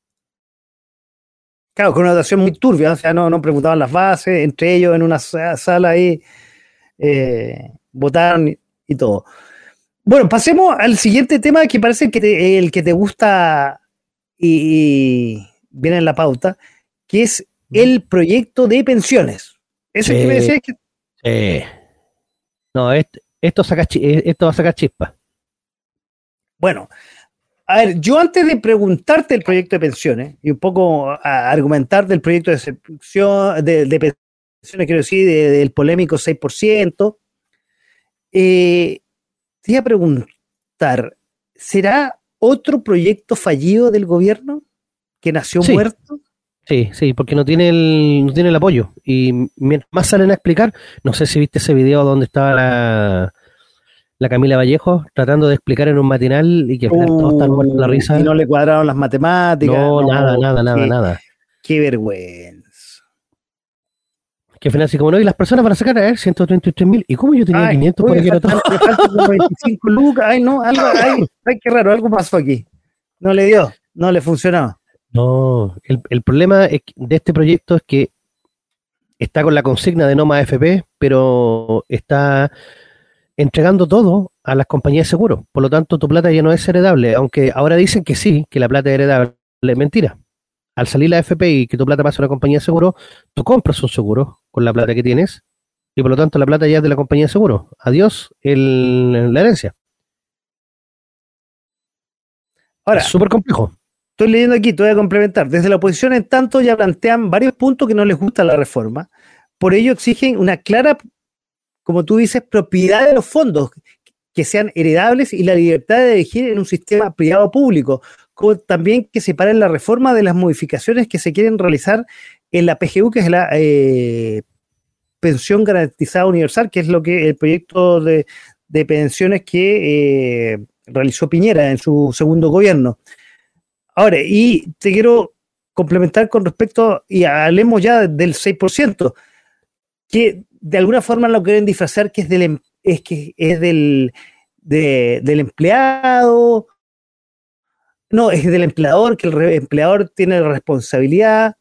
Claro, con una votación muy turbia, o sea, no preguntaban las bases, entre ellos en una sala ahí votaron y todo. Bueno, pasemos al siguiente tema que parece el que te gusta y viene en la pauta, que es el proyecto de pensiones. ¿Ese que me decías que...? No, esto va a sacar chispa. Bueno, a ver, yo antes de preguntarte el proyecto de pensiones y un poco a argumentar del proyecto de pensiones, quiero decir, del polémico 6%, te iba a preguntar, ¿será otro proyecto fallido del gobierno que nació muerto? Sí, porque no tiene el apoyo. Y mientras más salen a explicar, no sé si viste ese video donde estaba la Camila Vallejo tratando de explicar en un matinal y que al final todos están muertos de la risa. Y no le cuadraron las matemáticas. No, nada. Qué vergüenza. Que al final así como no, y las personas van a sacar 133.000. ¿Y cómo yo tenía 500 por aquí? Me faltan 25 lucas. Ay, no, ay, qué raro, algo pasó aquí. No le dio, no le funcionó. No, el problema de este proyecto es que está con la consigna de no más AFP, pero está entregando todo a las compañías de seguro. Por lo tanto, tu plata ya no es heredable, aunque ahora dicen que sí, que la plata es heredable. Mentira. Al salir la AFP y que tu plata pasa a una compañía de seguro, tú compras un seguro con la plata que tienes y por lo tanto la plata ya es de la compañía de seguro. Adiós la herencia. Ahora, Es súper complejo. estoy leyendo aquí, te voy a complementar. Desde la oposición, en tanto, ya plantean varios puntos que no les gusta la reforma. Por ello exigen una clara, como tú dices, propiedad de los fondos, que sean heredables y la libertad de elegir en un sistema privado público, como también que separen la reforma de las modificaciones que se quieren realizar en la PGU, que es la pensión garantizada universal, que es lo que el proyecto de pensiones que realizó Piñera en su segundo gobierno. Ahora, y te quiero complementar con respecto, y hablemos ya del 6%, que de alguna forma lo quieren disfrazar que es del empleado, no, es del empleador, que el empleador tiene la responsabilidad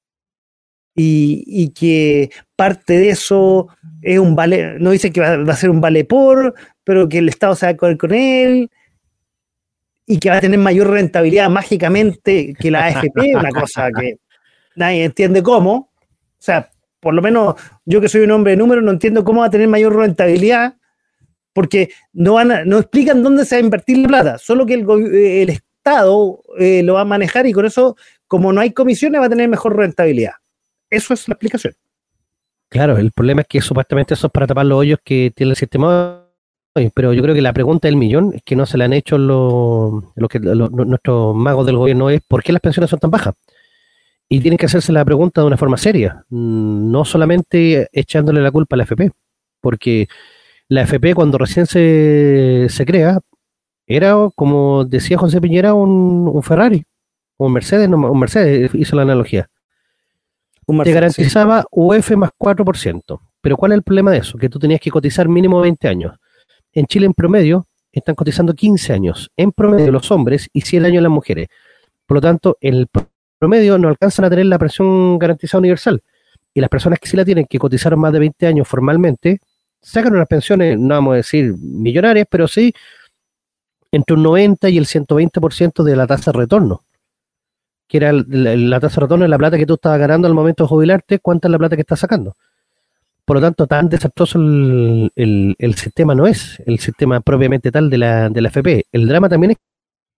y que parte de eso es un vale, no dicen que va a ser un vale por, pero que el Estado se va a correr con él y que va a tener mayor rentabilidad mágicamente que la AFP, una cosa que nadie entiende cómo. O sea, por lo menos yo que soy un hombre de números no entiendo cómo va a tener mayor rentabilidad porque no explican dónde se va a invertir la plata, solo que el Estado lo va a manejar y con eso, como no hay comisiones, va a tener mejor rentabilidad. Eso es la explicación. Claro, el problema es que supuestamente eso es para tapar los hoyos que tiene el sistema hoy, pero yo creo que la pregunta del millón es que no se la han hecho nuestros magos del gobierno es ¿por qué las pensiones son tan bajas? Y tienen que hacerse la pregunta de una forma seria, no solamente echándole la culpa a la FP, porque la FP cuando recién se crea era, como decía José Piñera, un Ferrari, un Mercedes, no, un Mercedes hizo la analogía. Te garantizaba sí. UF más 4%. Pero ¿cuál es el problema de eso? Que tú tenías que cotizar mínimo 20 años. En Chile, en promedio, están cotizando 15 años. En promedio los hombres y 100 años las mujeres. Por lo tanto, el promedio no alcanzan a tener la pensión garantizada universal. Y las personas que sí la tienen, que cotizaron más de 20 años formalmente, sacan unas pensiones, no vamos a decir millonarias, pero sí entre un 90 y el 120% de la tasa de retorno. Que era la tasa de retorno de la plata que tú estabas ganando al momento de jubilarte, cuánta es la plata que estás sacando. Por lo tanto, tan desastroso el sistema no es, el sistema propiamente tal de la FP. El drama también es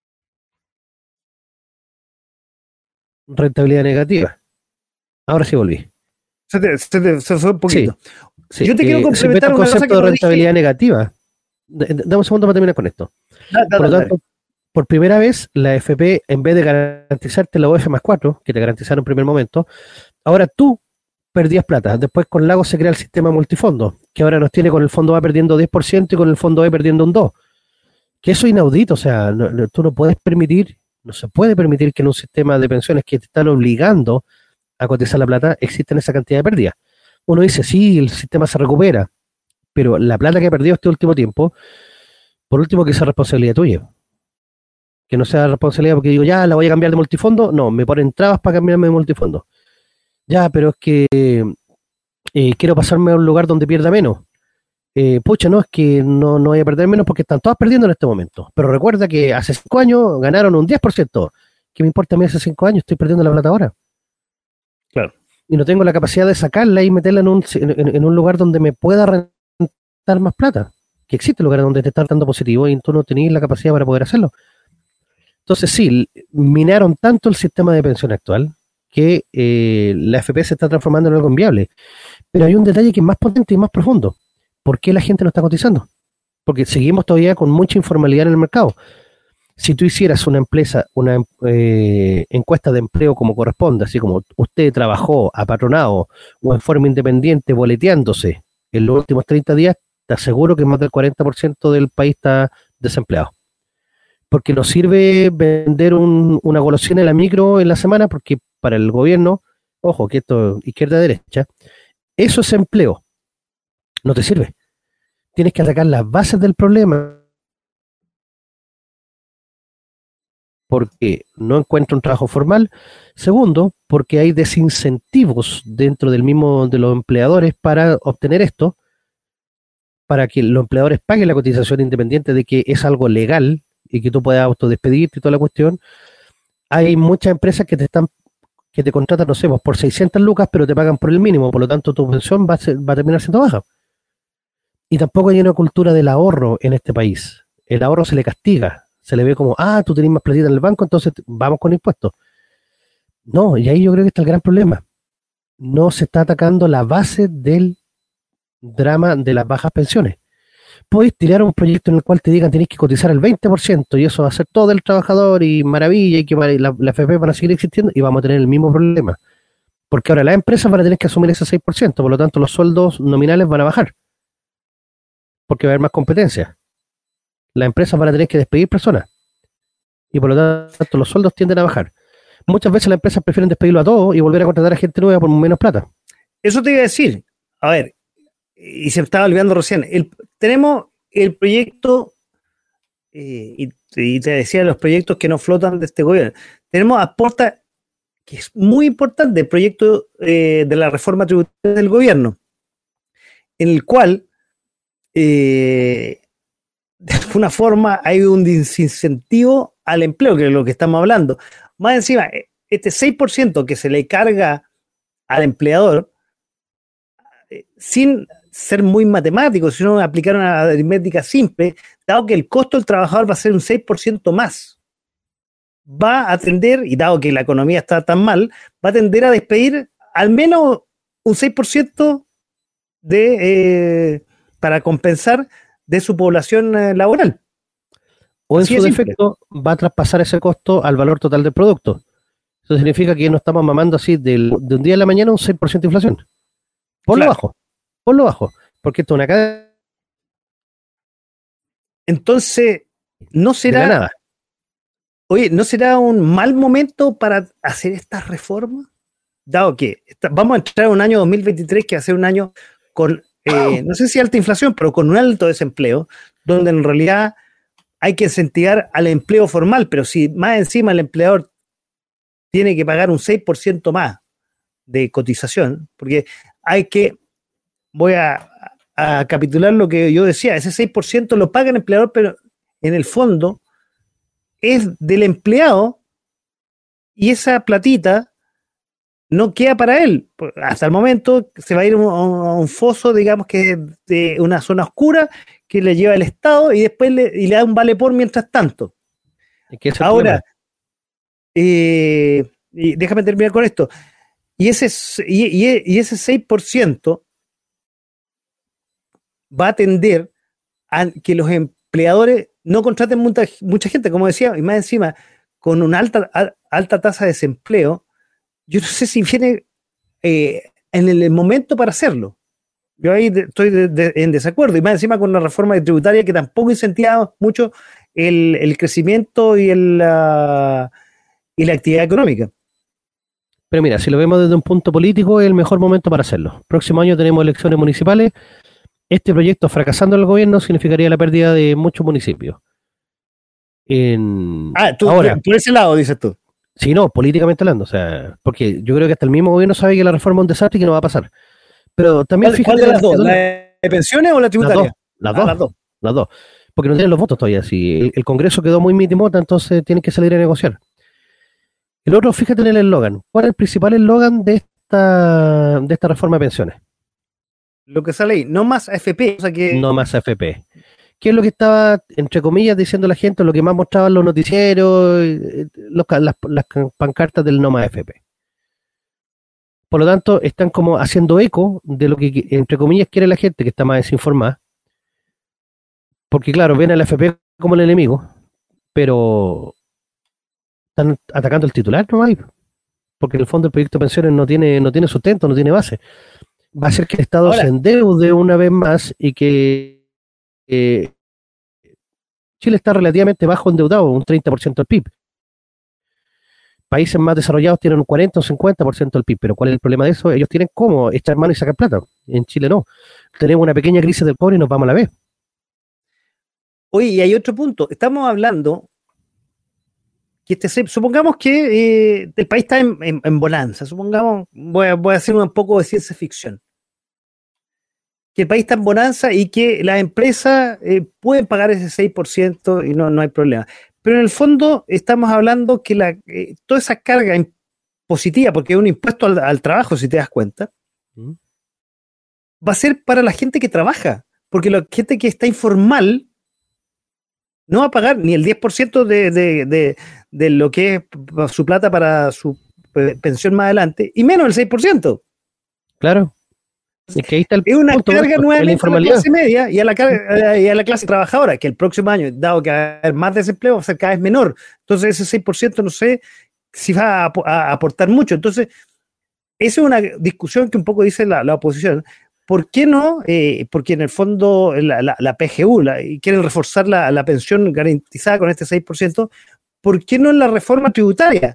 rentabilidad negativa. Ahora sí volví. Se fue un poquito. Sí. Yo te quiero complementar un concepto de rentabilidad negativa. Dame un segundo para terminar con esto. Por lo tanto, por primera vez, la FP, en vez de garantizarte la UF más 4, que te garantizaron en primer momento, ahora tú perdías plata. Después con Lagos se crea el sistema multifondo, que ahora nos tiene con el fondo A perdiendo 10% y con el fondo B perdiendo un 2%. Que eso es inaudito, o sea, tú no puedes permitir, no se puede permitir que en un sistema de pensiones que te están obligando a cotizar la plata, existen esa cantidad de pérdidas. Uno dice, sí, el sistema se recupera, pero la plata que ha perdido este último tiempo, por último que sea responsabilidad tuya. Que no sea responsabilidad porque digo, ya, la voy a cambiar de multifondo. No, me ponen trabas para cambiarme de multifondo. Ya, pero es que quiero pasarme a un lugar donde pierda menos. Pucha, no, es que no voy a perder menos porque están todas perdiendo en este momento. Pero recuerda que hace 5 años ganaron un 10%. ¿Qué me importa a mí hace 5 años? Estoy perdiendo la plata ahora. Claro. Y no tengo la capacidad de sacarla y meterla en un lugar donde me pueda rentar más plata. Que existe lugares donde te están dando positivo y tú no tenés la capacidad para poder hacerlo. Entonces sí, minaron tanto el sistema de pensión actual que la FP se está transformando en algo inviable. Pero hay un detalle que es más potente y más profundo. ¿Por qué la gente no está cotizando? Porque seguimos todavía con mucha informalidad en el mercado. Si tú hicieras una encuesta de empleo como corresponde, así como usted trabajó apatronado o en forma independiente boleteándose en los últimos 30 días, te aseguro que más del 40% del país está desempleado. Porque nos sirve vender una golosina en la micro en la semana, porque para el gobierno, ojo, que esto izquierda-derecha, eso es empleo. No te sirve. Tienes que atacar las bases del problema. porque no encuentra un trabajo formal. Segundo, porque hay desincentivos dentro del mismo de los empleadores para obtener esto, para que los empleadores paguen la cotización independiente de que es algo legal y que tú puedas autodespedirte y toda la cuestión. Hay muchas empresas que te contratan, no sé, pues, por 600 lucas, pero te pagan por el mínimo, por lo tanto tu pensión va a terminar siendo baja. Y tampoco hay una cultura del ahorro en este país. El ahorro se le castiga, se le ve como, tú tenés más platita en el banco, entonces vamos con impuestos. No, y ahí yo creo que está el gran problema. No se está atacando la base del drama de las bajas pensiones. Podéis tirar un proyecto en el cual te digan tenéis que cotizar el 20% y eso va a ser todo el trabajador y maravilla y que la FP van a seguir existiendo y vamos a tener el mismo problema. Porque ahora las empresas van a tener que asumir ese 6%, por lo tanto los sueldos nominales van a bajar. Porque va a haber más competencia. Las empresas van a tener que despedir personas y por lo tanto los sueldos tienden a bajar. Muchas veces las empresas prefieren despedirlo a todos y volver a contratar a gente nueva por menos plata. Eso te iba a decir. A ver, y se me estaba olvidando recién. Tenemos el proyecto, y te decía los proyectos que no flotan de este gobierno. Tenemos aporta, que es muy importante, el proyecto de la reforma tributaria del gobierno, en el cual, de alguna forma, hay un desincentivo al empleo, que es lo que estamos hablando. Más encima, este 6% que se le carga al empleador, sin ser muy matemático, sino aplicar una aritmética simple, dado que el costo del trabajador va a ser un 6% más, va a tender, y dado que la economía está tan mal, va a tender a despedir al menos un 6% para compensar de su población laboral. O en su defecto va a traspasar ese costo al valor total del producto. Eso significa que no estamos mamando así de un día a la mañana un 6% de inflación. Por lo bajo, porque esto es una cadena. Entonces, ¿no será nada? Oye, ¿no será un mal momento para hacer estas reformas? Dado que vamos a entrar en un año 2023 que va a ser un año con, no sé si alta inflación, pero con un alto desempleo, donde en realidad hay que incentivar al empleo formal, pero si más encima el empleador tiene que pagar un 6% más de cotización, porque voy a capitular lo que yo decía, ese 6% lo paga el empleador, pero en el fondo es del empleado y esa platita no queda para él. Hasta el momento se va a ir a un foso, digamos que es de una zona oscura que le lleva el Estado y después le da un vale por mientras tanto. Ahora, y déjame terminar con esto. Y ese 6% va a tender a que los empleadores no contraten mucha gente, como decía, y más encima, con una alta tasa de desempleo, yo no sé si viene en el momento para hacerlo. Yo ahí estoy en desacuerdo, y más encima con una reforma tributaria que tampoco incentiva mucho el crecimiento y la actividad económica. Pero mira, si lo vemos desde un punto político, es el mejor momento para hacerlo. Próximo año tenemos elecciones municipales. Este proyecto, fracasando en el gobierno, significaría la pérdida de muchos municipios. Ahora, por ese lado, dices tú. Sí, no, políticamente hablando, o sea, porque yo creo que hasta el mismo gobierno sabe que la reforma es un desastre y que no va a pasar. Pero también ¿Cuál de las dos? ¿La de pensiones o la tributaria? Las dos. Porque no tienen los votos todavía. Si el Congreso quedó muy mitimota, entonces tienen que salir a negociar. El otro, fíjate en el eslogan. ¿Cuál es el principal eslogan de esta reforma de pensiones? Lo que sale ahí, no más AFP. O sea que... No más AFP. ¿Qué es lo que estaba, entre comillas, diciendo la gente, lo que más mostraban los noticieros, las pancartas del no más AFP? Por lo tanto, están como haciendo eco de lo que, entre comillas, quiere la gente que está más desinformada. Porque, claro, ven al AFP como el enemigo, pero están atacando el titular, ¿no hay? Porque en el fondo el proyecto de pensiones no tiene sustento, no tiene base. Va a ser que el Estado se endeude una vez más y que Chile está relativamente bajo endeudado, un 30% del PIB. Países más desarrollados tienen un 40 o 50% del PIB, pero ¿cuál es el problema de eso? Ellos tienen cómo echar mano y sacar plata. En Chile no. Tenemos una pequeña crisis del cobre y nos vamos a la vez. Oye, y hay otro punto. Estamos hablando supongamos que el país está en bonanza, supongamos, voy a hacer un poco de ciencia ficción, que el país está en bonanza y que las empresas pueden pagar ese 6% y no hay problema. Pero en el fondo estamos hablando que toda esa carga positiva, porque es un impuesto al trabajo, si te das cuenta, va a ser para la gente que trabaja, porque la gente que está informal no va a pagar ni el 10% de lo que es su plata para su pensión más adelante, y menos el 6%. Claro. Es que ahí está es una carga nuevamente a la clase media y a la clase trabajadora, que el próximo año, dado que va a haber más desempleo, va a ser cada vez menor. Entonces ese 6% no sé si va a aportar mucho. Entonces, esa es una discusión que un poco dice la oposición. ¿Por qué no? Porque en el fondo la PGU quieren reforzar la pensión garantizada con este 6%. ¿Por qué no en la reforma tributaria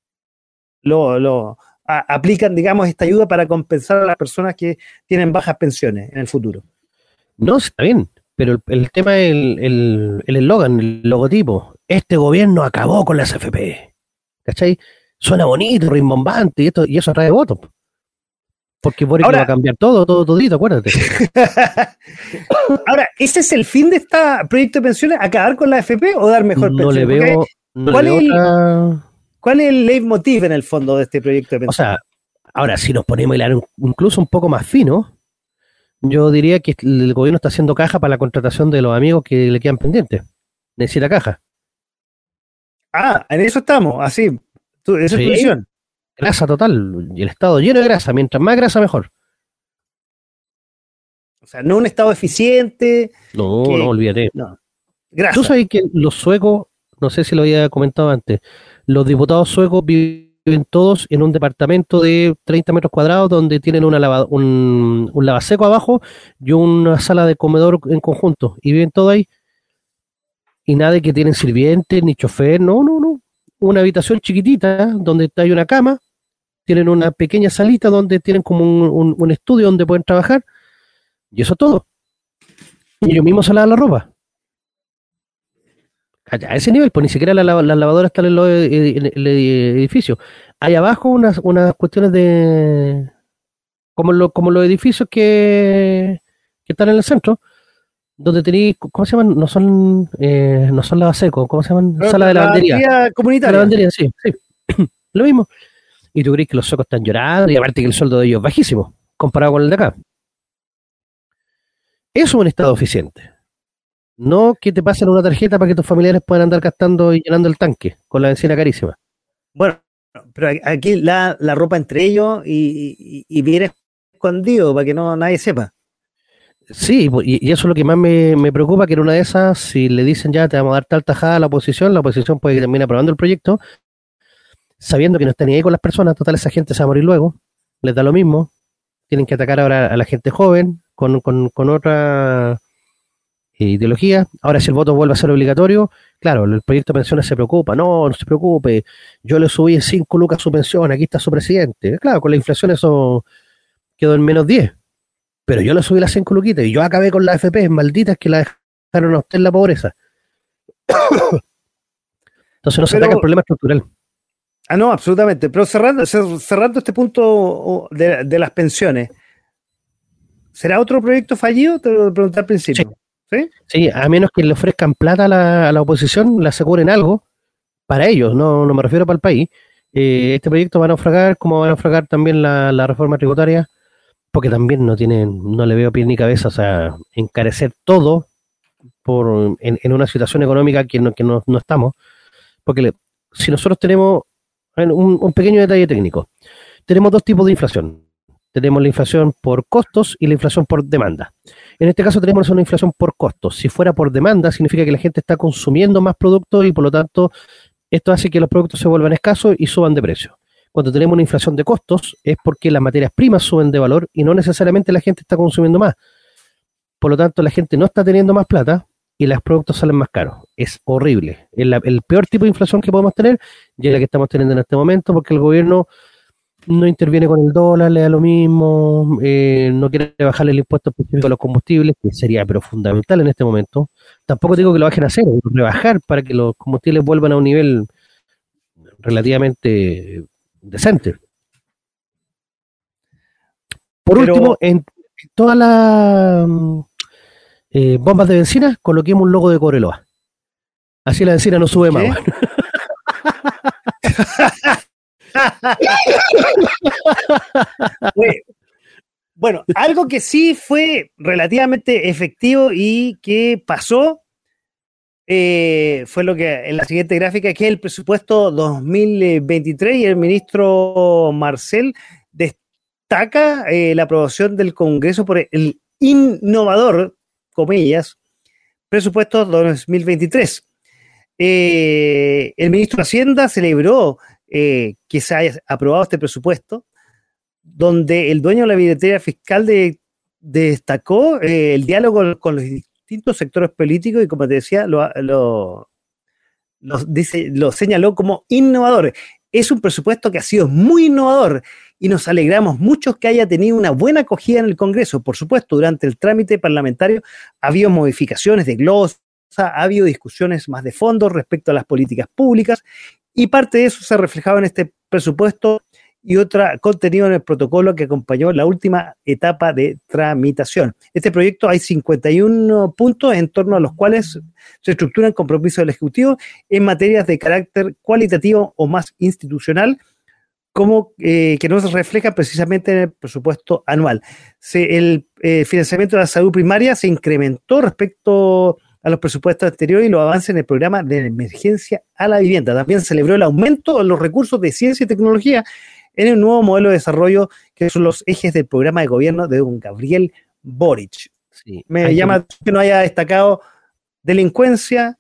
aplican, digamos, esta ayuda para compensar a las personas que tienen bajas pensiones en el futuro? No, está bien, pero el tema es el eslogan, el logotipo. Este gobierno acabó con las AFP. ¿Cachai? Suena bonito, rimbombante, y eso atrae votos. Porque Boric va a cambiar todito, acuérdate. Ahora, ¿ese es el fin de este proyecto de pensiones? ¿Acabar con la AFP o dar mejor pensión? ¿Cuál es el leitmotiv en el fondo de este proyecto de pensiones? O sea, ahora, si nos ponemos a hilar incluso un poco más fino, yo diría que el gobierno está haciendo caja para la contratación de los amigos que le quedan pendientes. Necesita caja. En eso estamos, así. Esa es tu visión. Grasa total, y el estado lleno de grasa, mientras más grasa mejor. O sea, no un estado eficiente. No, olvídate. No. Grasa. Tú sabes que los suecos, no sé si lo había comentado antes, los diputados suecos viven todos en un departamento de 30 metros cuadrados donde tienen un lavaseco abajo y una sala de comedor en conjunto, y viven todos ahí. Y nada de que tienen sirvientes ni chofer, no. Una habitación chiquitita donde hay una cama, tienen una pequeña salita donde tienen como un estudio donde pueden trabajar, y eso es todo. Y ellos mismos se lavan la ropa. A ese nivel, pues ni siquiera las lavadoras están en el edificio. Hay abajo unas cuestiones de... como los edificios que están en el centro, donde tenéis, ¿cómo se llaman? No son lavasecos, ¿cómo se llaman? Sala de lavandería. Comunitaria. La lavandería, sí. Lo mismo. Y tú crees que los suecos están llorando, y aparte que el sueldo de ellos es bajísimo, comparado con el de acá. Eso es un estado eficiente. No que te pasen una tarjeta para que tus familiares puedan andar gastando y llenando el tanque con la benzina carísima. Bueno, pero aquí la ropa entre ellos y bien escondido para que nadie sepa. Sí, y eso es lo que más me preocupa, que en una de esas, si le dicen ya te vamos a dar tal tajada a la oposición puede que termine aprobando el proyecto, sabiendo que no está ni ahí con las personas. Total, esa gente se va a morir luego, les da lo mismo, tienen que atacar ahora a la gente joven con otra ideología. Ahora, si el voto vuelve a ser obligatorio, claro, el proyecto de pensiones se preocupa. No se preocupe, yo le subí en 5 lucas su pensión, aquí está su presidente. Claro, con la inflación eso quedó en menos 10. Pero yo le subí las 5 luquitas y yo acabé con las AFP, malditas que la dejaron a usted en la pobreza. Entonces no se ataca el problema estructural. No, absolutamente. Pero cerrando este punto de las pensiones, ¿será otro proyecto fallido? Te lo pregunté al principio. Sí, a menos que le ofrezcan plata a la oposición, le aseguren algo para ellos, no me refiero para el país. Este proyecto va a naufragar, como va a naufragar también la reforma tributaria, porque también no le veo pie ni cabeza. O sea, encarecer todo en una situación económica que no estamos, porque si nosotros tenemos un pequeño detalle técnico, tenemos dos tipos de inflación. Tenemos la inflación por costos y la inflación por demanda. En este caso tenemos una inflación por costos. Si fuera por demanda, significa que la gente está consumiendo más productos y por lo tanto esto hace que los productos se vuelvan escasos y suban de precio. Cuando tenemos una inflación de costos es porque las materias primas suben de valor y no necesariamente la gente está consumiendo más. Por lo tanto, la gente no está teniendo más plata y los productos salen más caros. Es horrible. Es el peor tipo de inflación que podemos tener y es la que estamos teniendo en este momento, porque el gobierno no interviene con el dólar, le da lo mismo, no quiere bajarle el impuesto específico a los combustibles, que sería pero fundamental en este momento. Tampoco digo que lo bajen a cero, rebajar para que los combustibles vuelvan a un nivel relativamente decente. Por último, en todas las bombas de bencina coloquemos un logo de Cobreloa. Así la bencina no sube más. Bueno, algo que sí fue relativamente efectivo y que pasó fue lo que en la siguiente gráfica, que es el presupuesto 2023, y el ministro Marcel destaca la aprobación del Congreso por el innovador, comillas, presupuesto 2023. El ministro de Hacienda celebró que se haya aprobado este presupuesto, donde el dueño de la billetera fiscal destacó el diálogo con los distintos sectores políticos y, como te decía, lo señaló como innovador. Es un presupuesto que ha sido muy innovador y nos alegramos mucho que haya tenido una buena acogida en el Congreso. Por supuesto, durante el trámite parlamentario ha habido modificaciones de glosa, ha habido discusiones más de fondo respecto a las políticas públicas, y parte de eso se reflejaba en este presupuesto y otro contenido en el protocolo que acompañó la última etapa de tramitación. Este proyecto hay 51 puntos en torno a los cuales se estructuran compromisos del Ejecutivo en materias de carácter cualitativo o más institucional, como que no se refleja precisamente en el presupuesto anual. El financiamiento de la salud primaria se incrementó respecto a los presupuestos anteriores y los avances en el programa de emergencia a la vivienda. También celebró el aumento en los recursos de ciencia y tecnología en el nuevo modelo de desarrollo, que son los ejes del programa de gobierno de don Gabriel Boric. Sí, me llama que no haya destacado delincuencia,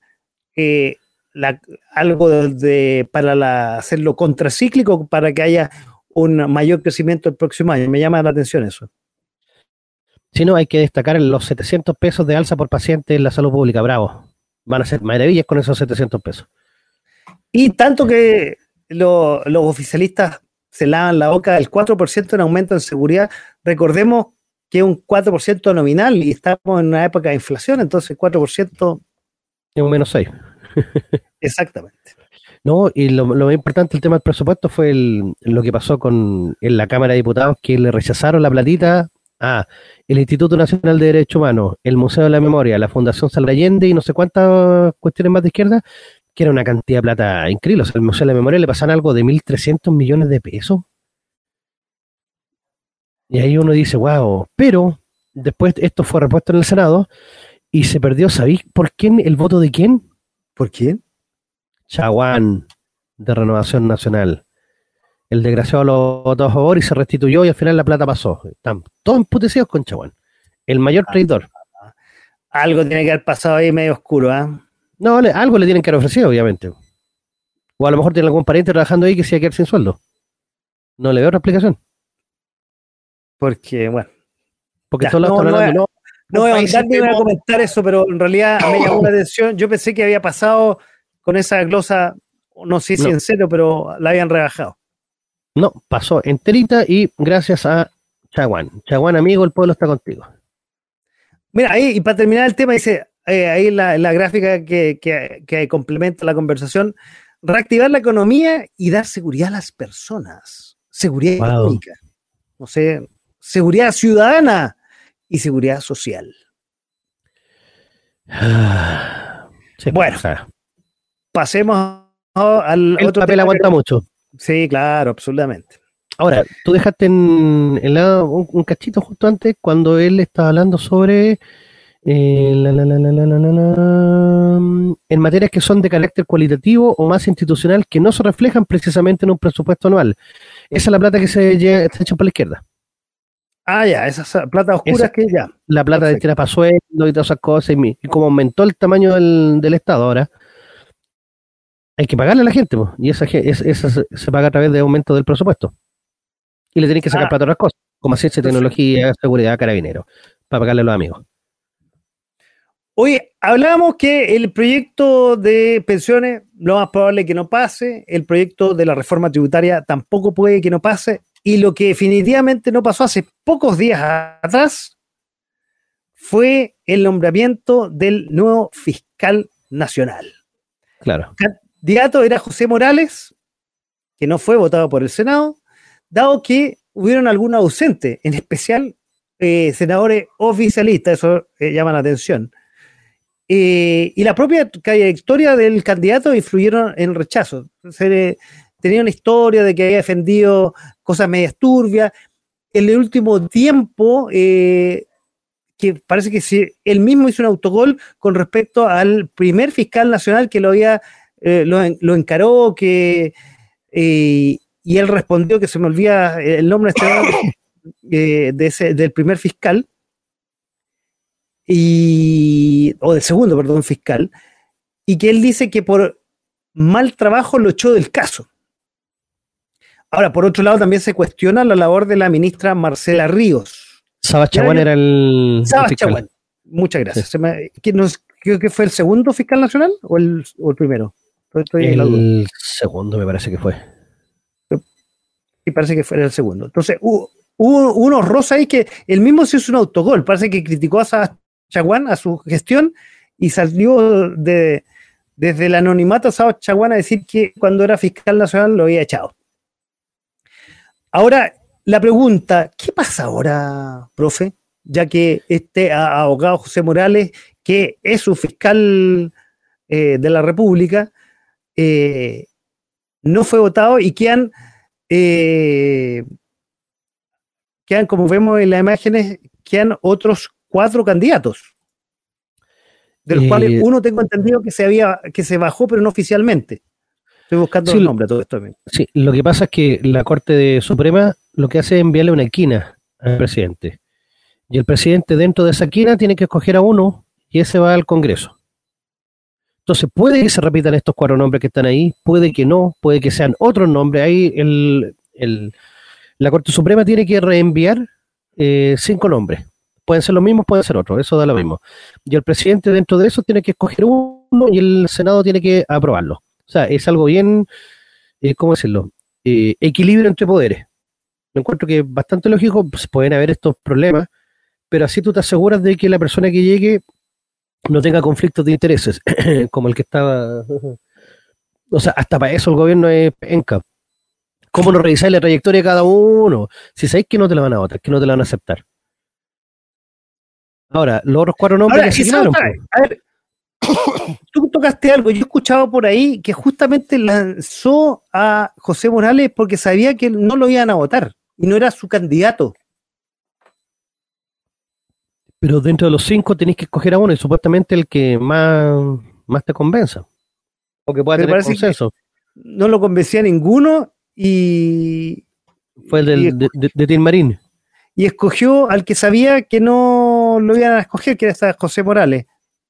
algo para hacerlo contracíclico, para que haya un mayor crecimiento el próximo año. Me llama la atención eso. Si no, hay que destacar los 700 pesos de alza por paciente en la salud pública. Bravo. Van a ser maravillas con esos 700 pesos. Y tanto que los oficialistas se lavan la boca, el 4% en aumento en seguridad. Recordemos que es un 4% nominal y estamos en una época de inflación, entonces el 4% es un menos 6. Exactamente. No, y lo más importante, el tema del presupuesto, fue lo que pasó en la Cámara de Diputados, que le rechazaron la platita a el Instituto Nacional de Derechos Humanos, el Museo de la Memoria, la Fundación Salvador Allende y no sé cuántas cuestiones más de izquierda, que era una cantidad de plata increíble. O sea, al Museo de la Memoria le pasan algo de 1.300 millones de pesos. Y ahí uno dice, wow, pero después esto fue repuesto en el Senado y se perdió. ¿Sabéis por quién? ¿El voto de quién? ¿Por quién? Chaguán, de Renovación Nacional. El desgraciado lo votó a favor y se restituyó y al final la plata pasó. Están todos emputecidos con Chaguán, el mayor traidor. Algo tiene que haber pasado ahí medio oscuro, ¿ah? No, algo le tienen que haber ofrecido, obviamente. O a lo mejor tiene algún pariente trabajando ahí que se va a quedar sin sueldo. No le veo otra explicación. Porque, bueno. Porque todos lados están hablando, no voy a ahondar ni voy a comentar eso, pero en realidad me llamó la atención. Yo pensé que había pasado con esa glosa, no sé si en serio, pero la habían rebajado. No, pasó enterita y gracias a Chaguán. Chaguán, amigo, el pueblo está contigo. Mira, ahí, y para terminar el tema, dice ahí la gráfica que complementa la conversación: reactivar la economía y dar seguridad a las personas. Seguridad económica. No sé, seguridad ciudadana y seguridad social. Sí, bueno, pasemos al otro papel tema. Aguanta mucho. Sí, claro, absolutamente. Ahora, tú dejaste en lado un cachito justo antes cuando él estaba hablando sobre en materias que son de carácter cualitativo o más institucional que no se reflejan precisamente en un presupuesto anual. Esa es la plata que está hecha por la izquierda. Ah, ya, esas plata oscuras que ya. La plata de tira para sueldo y todas esas cosas. Y como aumentó el tamaño del Estado ahora, hay que pagarle a la gente, pues, y esa se paga a través de aumento del presupuesto. Y le tienen que sacar plata a otras cosas, como ciencia, tecnología, seguridad, carabineros, para pagarle a los amigos. Oye, hablábamos que el proyecto de pensiones, lo más probable es que no pase, el proyecto de la reforma tributaria tampoco puede que no pase, y lo que definitivamente no pasó hace pocos días atrás fue el nombramiento del nuevo fiscal nacional. Claro. El candidato era José Morales, que no fue votado por el Senado, dado que hubieron algunos ausentes, en especial senadores oficialistas, eso llama la atención. Y la propia trayectoria del candidato influyeron en el rechazo. Tenía una historia de que había defendido cosas medias turbias. En el último tiempo, que parece que él mismo hizo un autogol con respecto al primer fiscal nacional que lo encaró, y él respondió, que se me olvida el nombre del primer fiscal, o del segundo, perdón, fiscal, y que él dice que por mal trabajo lo echó del caso. Ahora, por otro lado, también se cuestiona la labor de la ministra Marcela Ríos. Sabas Chaguán era el Sabas Chaguán. Muchas gracias. Sí. Creo que fue el segundo fiscal nacional o el primero. El segundo me parece que fue. Y parece que fue el segundo. Entonces, hubo unos rosas ahí que él mismo se hizo un autogol. Parece que criticó a Sabas Chaguán, a su gestión, y salió desde el anonimato a Sabas Chaguán a decir que cuando era fiscal nacional lo había echado. Ahora, la pregunta, ¿qué pasa ahora, profe? Ya que este abogado José Morales, que es su fiscal de la República, no fue votado y quedan, como vemos en las imágenes, quedan otros 4 candidatos, de los cuales uno tengo entendido que se bajó, pero no oficialmente. Estoy buscando el nombre de todo esto. Sí, lo que pasa es que la Corte Suprema lo que hace es enviarle una quina al presidente. Y el presidente dentro de esa quina tiene que escoger a uno y ese va al Congreso. Entonces puede que se repitan estos 4 nombres que están ahí, puede que no, puede que sean otros nombres. Ahí la Corte Suprema tiene que reenviar 5 nombres. Pueden ser los mismos, pueden ser otros, eso da lo mismo. Y el presidente dentro de eso tiene que escoger uno y el Senado tiene que aprobarlo. O sea, es algo bien, ¿cómo decirlo? Equilibrio entre poderes. Me encuentro que es bastante lógico, pues pueden haber estos problemas, pero así tú te aseguras de que la persona que llegue no tenga conflictos de intereses, como el que estaba. O sea, hasta para eso el gobierno es penca. ¿Cómo no revisáis la trayectoria de cada uno? Si sabéis que no te la van a votar, que no te la van a aceptar. Ahora, los otros 4 nombres que se quemaron. A ver, tú tocaste algo. Yo he escuchado por ahí que justamente lanzó a José Morales porque sabía que no lo iban a votar y no era su candidato. Pero dentro de los 5 tenéis que escoger a uno y supuestamente el que más te convenza. O que pueda tener consenso. No lo convencía a ninguno y... Fue el de Tim Marín. Y escogió al que sabía que no lo iban a escoger, que era José Morales.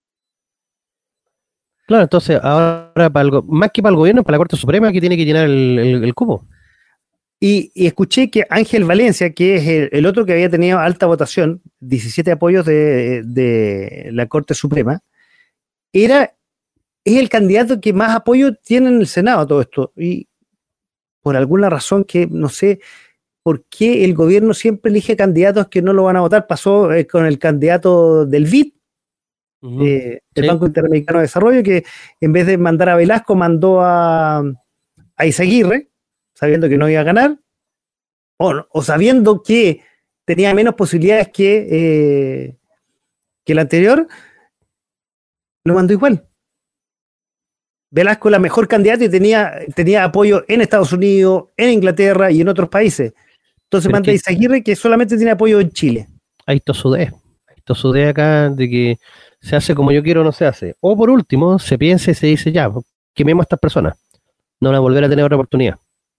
Claro, entonces ahora más que para el gobierno, para la Corte Suprema que tiene que llenar el cupo. Y escuché que Ángel Valencia, que es el otro que había tenido alta votación, 17 apoyos de la Corte Suprema, es el candidato que más apoyo tiene en el Senado a todo esto. Y por alguna razón que no sé por qué el gobierno siempre elige candidatos que no lo van a votar. Pasó con el candidato del BID, del Banco Interamericano de Desarrollo, que en vez de mandar a Velasco, mandó a Izaguirre, sabiendo que no iba a ganar, o sabiendo que tenía menos posibilidades que el anterior, lo mandó igual. Velasco la mejor candidata y tenía apoyo en Estados Unidos, en Inglaterra y en otros países. Entonces manda a Izaguirre, que solamente tiene apoyo en Chile. Hay tosudez acá de que se hace como yo quiero, no se hace. O por último, se piensa y se dice ya, quememos a estas personas. No van a volver a tener otra oportunidad.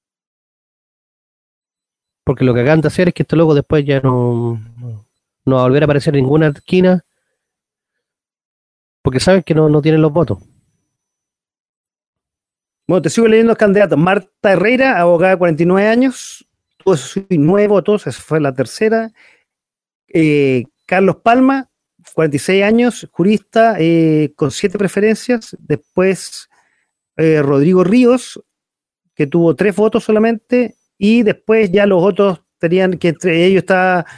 Porque lo que acaban de hacer es que este loco después ya no va a volver a aparecer en ninguna esquina porque saben que no tienen los votos. Bueno, te sigo leyendo los candidatos. Marta Herrera, abogada de 49 años, tuvo 9 votos, esa fue la tercera. Carlos Palma, 46 años, jurista, con 7 preferencias. Después Rodrigo Ríos, que tuvo 3 votos solamente. Y después ya los otros tenían que, entre ellos está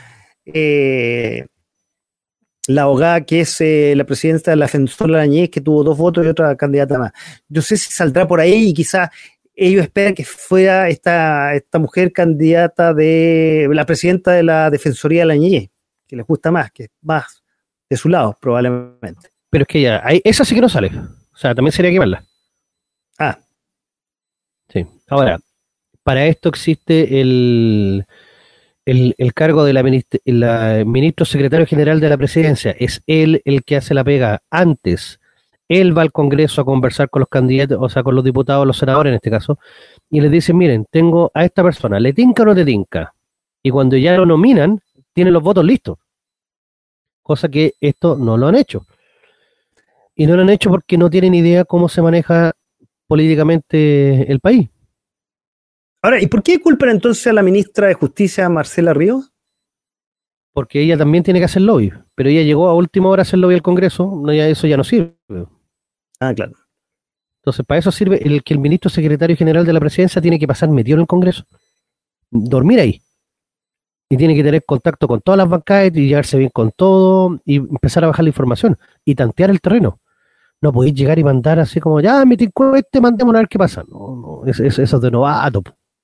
la abogada que es la presidenta de la Defensora Arañez, que tuvo 2 votos y otra candidata más. Yo sé si saldrá por ahí y quizás ellos esperan que fuera esta mujer candidata de la presidenta de la Defensoría de la Niñez, que les gusta más, que es más de su lado, probablemente. Pero es que ya, esa sí que no sale. O sea, también sería quemarla. Ah. Sí. Ahora, para esto existe el cargo de la ministro secretario general de la presidencia. Es él el que hace la pega antes. Él va al Congreso a conversar con los candidatos, o sea, con los diputados, los senadores en este caso, y les dice, miren, tengo a esta persona, ¿le tinca o no te tinca? Y cuando ya lo nominan, tienen los votos listos. Cosa que esto no lo han hecho. Y no lo han hecho porque no tienen idea cómo se maneja políticamente el país. Ahora, ¿y por qué culpan entonces a la ministra de Justicia, Marcela Ríos? Porque ella también tiene que hacer lobby, pero ella llegó a última hora a hacer lobby al Congreso, no, ya eso ya no sirve. Ah, claro. Entonces, para eso sirve que el ministro secretario general de la presidencia tiene que pasar metido en el Congreso, dormir ahí, y tiene que tener contacto con todas las bancadas y llevarse bien con todo, y empezar a bajar la información, y tantear el terreno. No podéis llegar y mandar así como, ya, mi este, mandémonos a ver qué pasa. No, eso es de novato.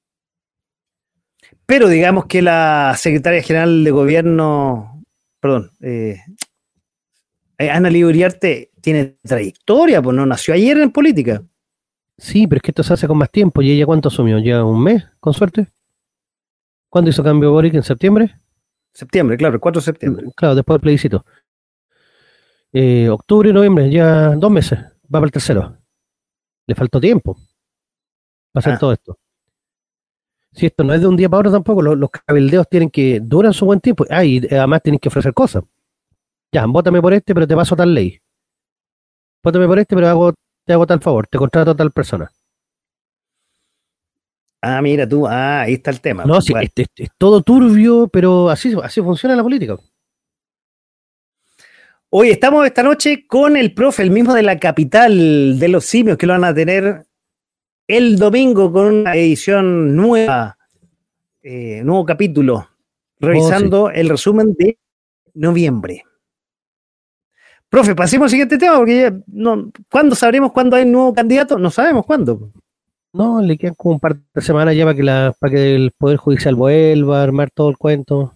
Pero digamos que la secretaria general de gobierno, perdón, Ana Lidia Uriarte tiene trayectoria, pues no nació ayer en política. Sí, pero es que esto se hace con más tiempo. ¿Y ella cuánto asumió? ¿Ya un mes, con suerte? ¿Cuándo hizo cambio Boric? ¿En septiembre? Septiembre, claro, el 4 de septiembre. Claro, después del plebiscito. Octubre y noviembre, ya 2 meses. Va para el tercero. Le faltó tiempo para hacer todo esto. Si esto no es de un día para otro tampoco, los cabildeos duran su buen tiempo. Y además tienen que ofrecer cosas. Ya, vótame por este, pero te paso tal ley. Vótame por este, pero te hago tal favor, te contrato a tal persona. Ah, mira tú, ahí está el tema. No, sí, bueno. Es todo turbio, pero así funciona la política. Hoy estamos esta noche con el profe, el mismo de la capital de los simios, que lo van a tener el domingo con una edición nueva, nuevo capítulo, revisando el resumen de noviembre. Profe, pasemos al siguiente tema, porque ya ¿cuándo sabremos cuándo hay nuevo candidato? No sabemos cuándo. No, le quedan como un par de semanas ya para que el Poder Judicial vuelva a armar todo el cuento.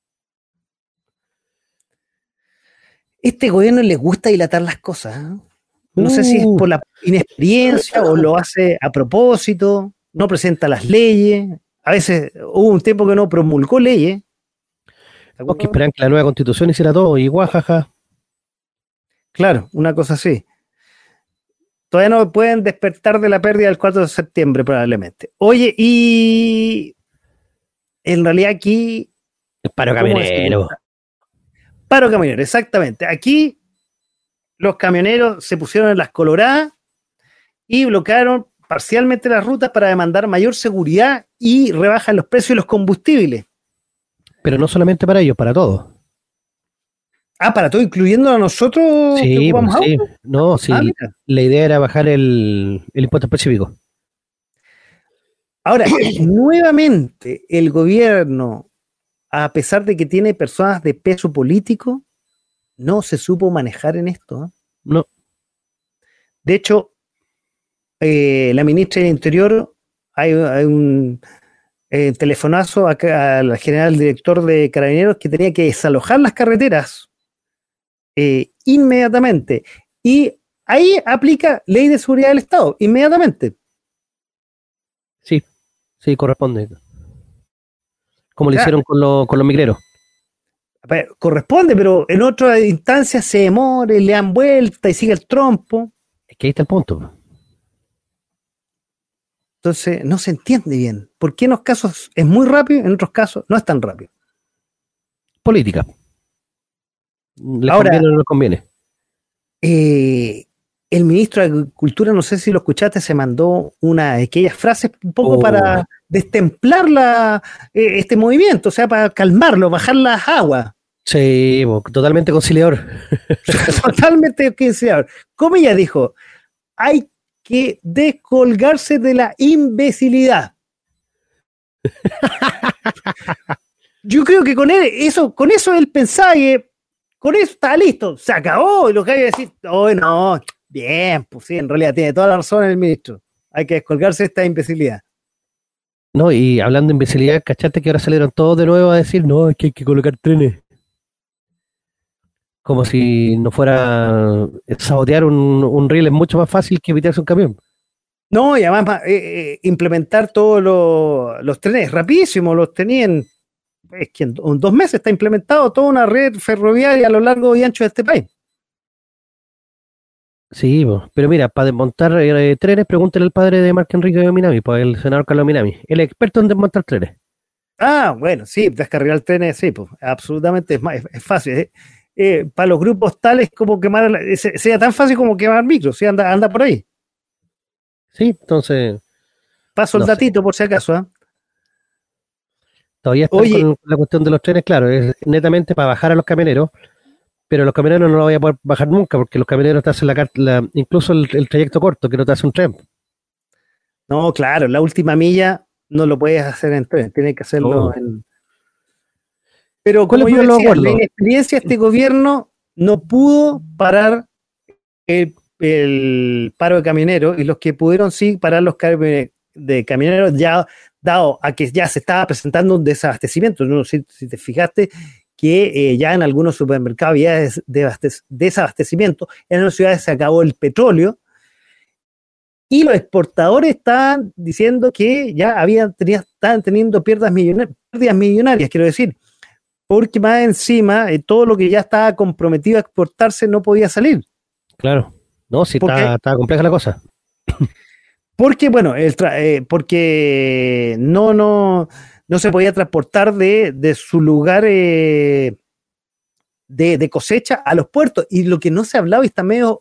Este gobierno le gusta dilatar las cosas. No sé si es por la inexperiencia o lo hace a propósito, no presenta las leyes. A veces hubo un tiempo que no promulgó leyes. Los que esperan que la nueva constitución hiciera todo y guajaja. Claro, una cosa así. Todavía no pueden despertar de la pérdida del 4 de septiembre probablemente. Oye, y en realidad aquí... El paro camionero. Paro camionero, exactamente. Aquí los camioneros se pusieron en las coloradas y bloquearon parcialmente las rutas para demandar mayor seguridad y rebaja en los precios de los combustibles. Pero no solamente para ellos, para todos. Para todo, incluyendo a nosotros. Sí, que ocupamos sí. auto. No, sí. La idea era bajar el impuesto específico. Ahora, nuevamente, el gobierno, a pesar de que tiene personas de peso político, no se supo manejar en esto. No. De hecho, la ministra del Interior, hay un telefonazo al general director de Carabineros que tenía que desalojar las carreteras inmediatamente. Y ahí aplica ley de seguridad del Estado, inmediatamente. Sí, corresponde. Como lo hicieron con los migreros. Corresponde, pero en otras instancias se demora, le dan vuelta y sigue el trompo. Es que ahí está el punto. Entonces no se entiende bien. ¿Por qué en unos casos es muy rápido, en otros casos no es tan rápido? Política. ¿Les Ahora, conviene o no les conviene? El ministro de Agricultura, no sé si lo escuchaste, se mandó una de aquellas frases un poco para destemplar este movimiento, o sea, para calmarlo, bajar las aguas. Sí, totalmente conciliador. Totalmente conciliador. Como ella dijo, hay que descolgarse de la imbecilidad. Yo creo que con eso él pensaba que con eso está listo, se acabó, y lo que hay que decir, no, bien, pues sí, en realidad tiene toda la razón el ministro. Hay que descolgarse de esta imbecilidad. No, y hablando de imbecilidad, ¿cachaste que ahora salieron todos de nuevo a decir, no, es que hay que colocar trenes? Como si no fuera sabotear un riel es mucho más fácil que evitarse un camión. No, y además implementar todos los trenes rapidísimo, los tenían, es que en 2 meses está implementado toda una red ferroviaria a lo largo y ancho de este país. Sí, pero mira, para desmontar trenes, pregúntale al padre de Marco Enrique Minami, pues el senador Carlos Minami, el experto en desmontar trenes. Ah, bueno, sí, descarrilar trenes, sí, pues absolutamente es fácil. Para los grupos tales como quemar, sea tan fácil como quemar micros, sí, anda por ahí. Sí, entonces, Paso el no sé. datito por si acaso, ¿eh? Todavía están con la cuestión de los trenes, claro, es netamente para bajar a los camioneros, pero los camioneros no lo voy a poder bajar nunca, porque los camioneros te hacen incluso el trayecto corto, que no te hace un tren. No, claro, la última milla no lo puedes hacer en tren, tienes que hacerlo en... Pero como yo decía, la inexperiencia de este gobierno no pudo parar el paro de camioneros, y los que pudieron sí parar los de camioneros, ya dado a que ya se estaba presentando un desabastecimiento. No sé si te fijaste que ya en algunos supermercados había desabastecimiento, en algunas ciudades se acabó el petróleo, y los exportadores estaban diciendo que ya estaban teniendo pérdidas millonarias, quiero decir, porque más encima todo lo que ya estaba comprometido a exportarse no podía salir. Claro, no, sí, está compleja la cosa. Porque, bueno, porque no se podía transportar de su lugar de cosecha a los puertos. Y lo que no se hablaba y está medio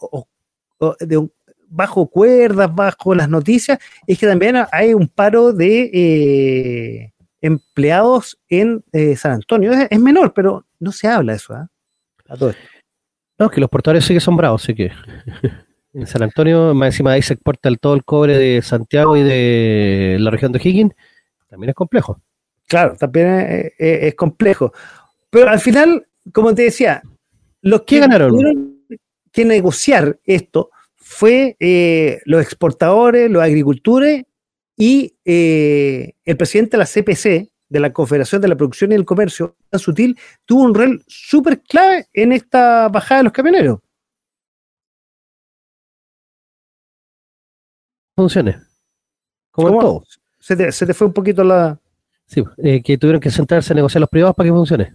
bajo cuerdas, bajo las noticias, es que también hay un paro de empleados en San Antonio. Es menor, pero no se habla de eso, ¿eh? A todo esto. No, que los portadores sí que son bravos, sí que... En San Antonio, más encima de ahí se exporta todo el cobre de Santiago y de la región de O'Higgins, también es complejo. Claro, también es complejo. Pero al final, como te decía, los que tuvieron que negociar esto fue los exportadores, los agricultores y el presidente de la CPC, de la Confederación de la Producción y el Comercio, tan sutil, tuvo un rol súper clave en esta bajada de los camioneros. Funcione. Como todo. Se te fue un poquito la... Sí, que tuvieron que sentarse a negociar los privados para que funcione.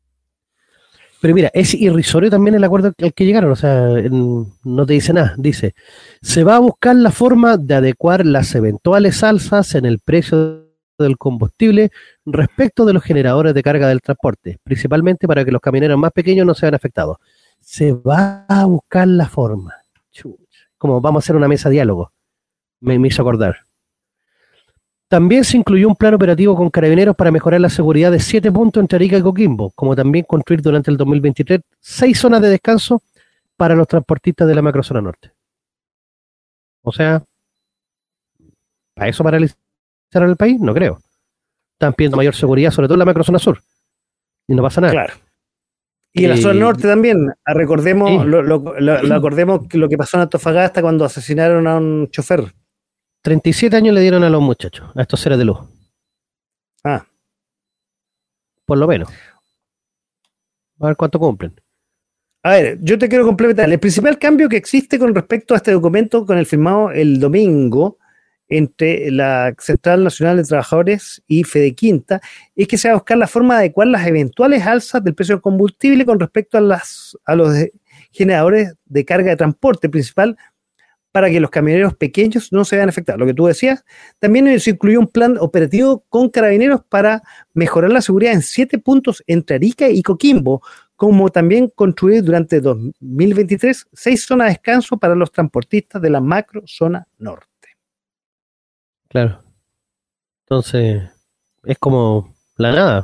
Pero mira, es irrisorio también el acuerdo al que llegaron, o sea, no te dice nada, dice, se va a buscar la forma de adecuar las eventuales alzas en el precio del combustible respecto de los generadores de carga del transporte, principalmente para que los camioneros más pequeños no sean afectados. Se va a buscar la forma. Como vamos a hacer una mesa de diálogo. Me hizo acordar. También se incluyó un plan operativo con carabineros para mejorar la seguridad de 7 puntos entre Arica y Coquimbo, como también construir durante el 2023 6 zonas de descanso para los transportistas de la macrozona norte. O sea, ¿para eso paralizaron el país? No creo. Están pidiendo mayor seguridad, sobre todo en la macrozona sur. Y no pasa nada. Claro. Y en la zona norte también, recordemos, acordemos lo que pasó en Antofagasta cuando asesinaron a un chofer. 37 años le dieron a los muchachos, a estos seres de luz. Ah. Por lo menos. A ver cuánto cumplen. A ver, yo te quiero complementar. El principal cambio que existe con respecto a este documento con el firmado el domingo entre la Central Nacional de Trabajadores y Fede Quinta es que se va a buscar la forma de adecuar las eventuales alzas del precio del combustible con respecto a los generadores de carga de transporte principal, para que los camioneros pequeños no se vean afectados. Lo que tú decías, también se incluyó un plan operativo con carabineros para mejorar la seguridad en 7 puntos entre Arica y Coquimbo, como también construir durante 2023 6 zonas de descanso para los transportistas de la macro zona norte. Claro. Entonces, es como la nada.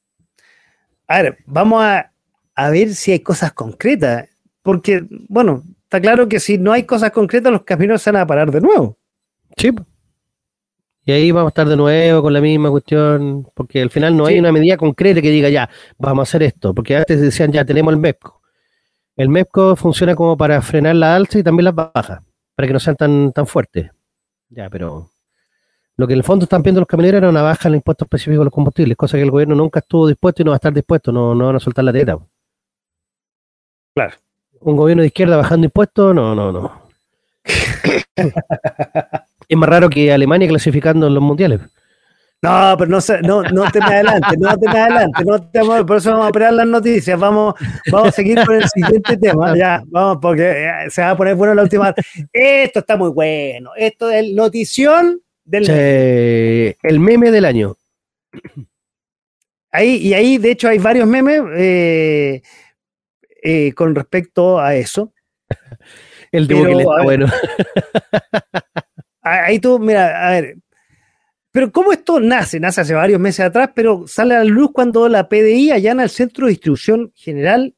A ver, vamos a ver si hay cosas concretas, porque, bueno, está claro que si no hay cosas concretas, los camioneros se van a parar de nuevo. Sí. Y ahí vamos a estar de nuevo con la misma cuestión, porque al final no hay una medida concreta que diga ya, vamos a hacer esto, porque antes decían ya tenemos el MEPCO. El MEPCO funciona como para frenar la alza y también las bajas, para que no sean tan fuertes. Ya, pero lo que en el fondo están pidiendo los camioneros era una baja en el impuesto específico a los combustibles, cosa que el gobierno nunca estuvo dispuesto y no va a estar dispuesto, no van a soltar la teta. Claro. Un gobierno de izquierda bajando impuestos, no. Es más raro que Alemania clasificando en los mundiales. No, pero no te me adelante, por eso vamos a esperar las noticias, vamos a seguir con el siguiente tema, ya, vamos, porque se va a poner bueno la última. Esto está muy bueno, esto es el notición del el meme del año. Ahí, de hecho, hay varios memes con respecto a eso. El de Bukele está bueno. Ahí tú, mira, a ver. Pero ¿cómo esto nace? Nace hace varios meses atrás, pero sale a la luz cuando la PDI allana el Centro de Distribución General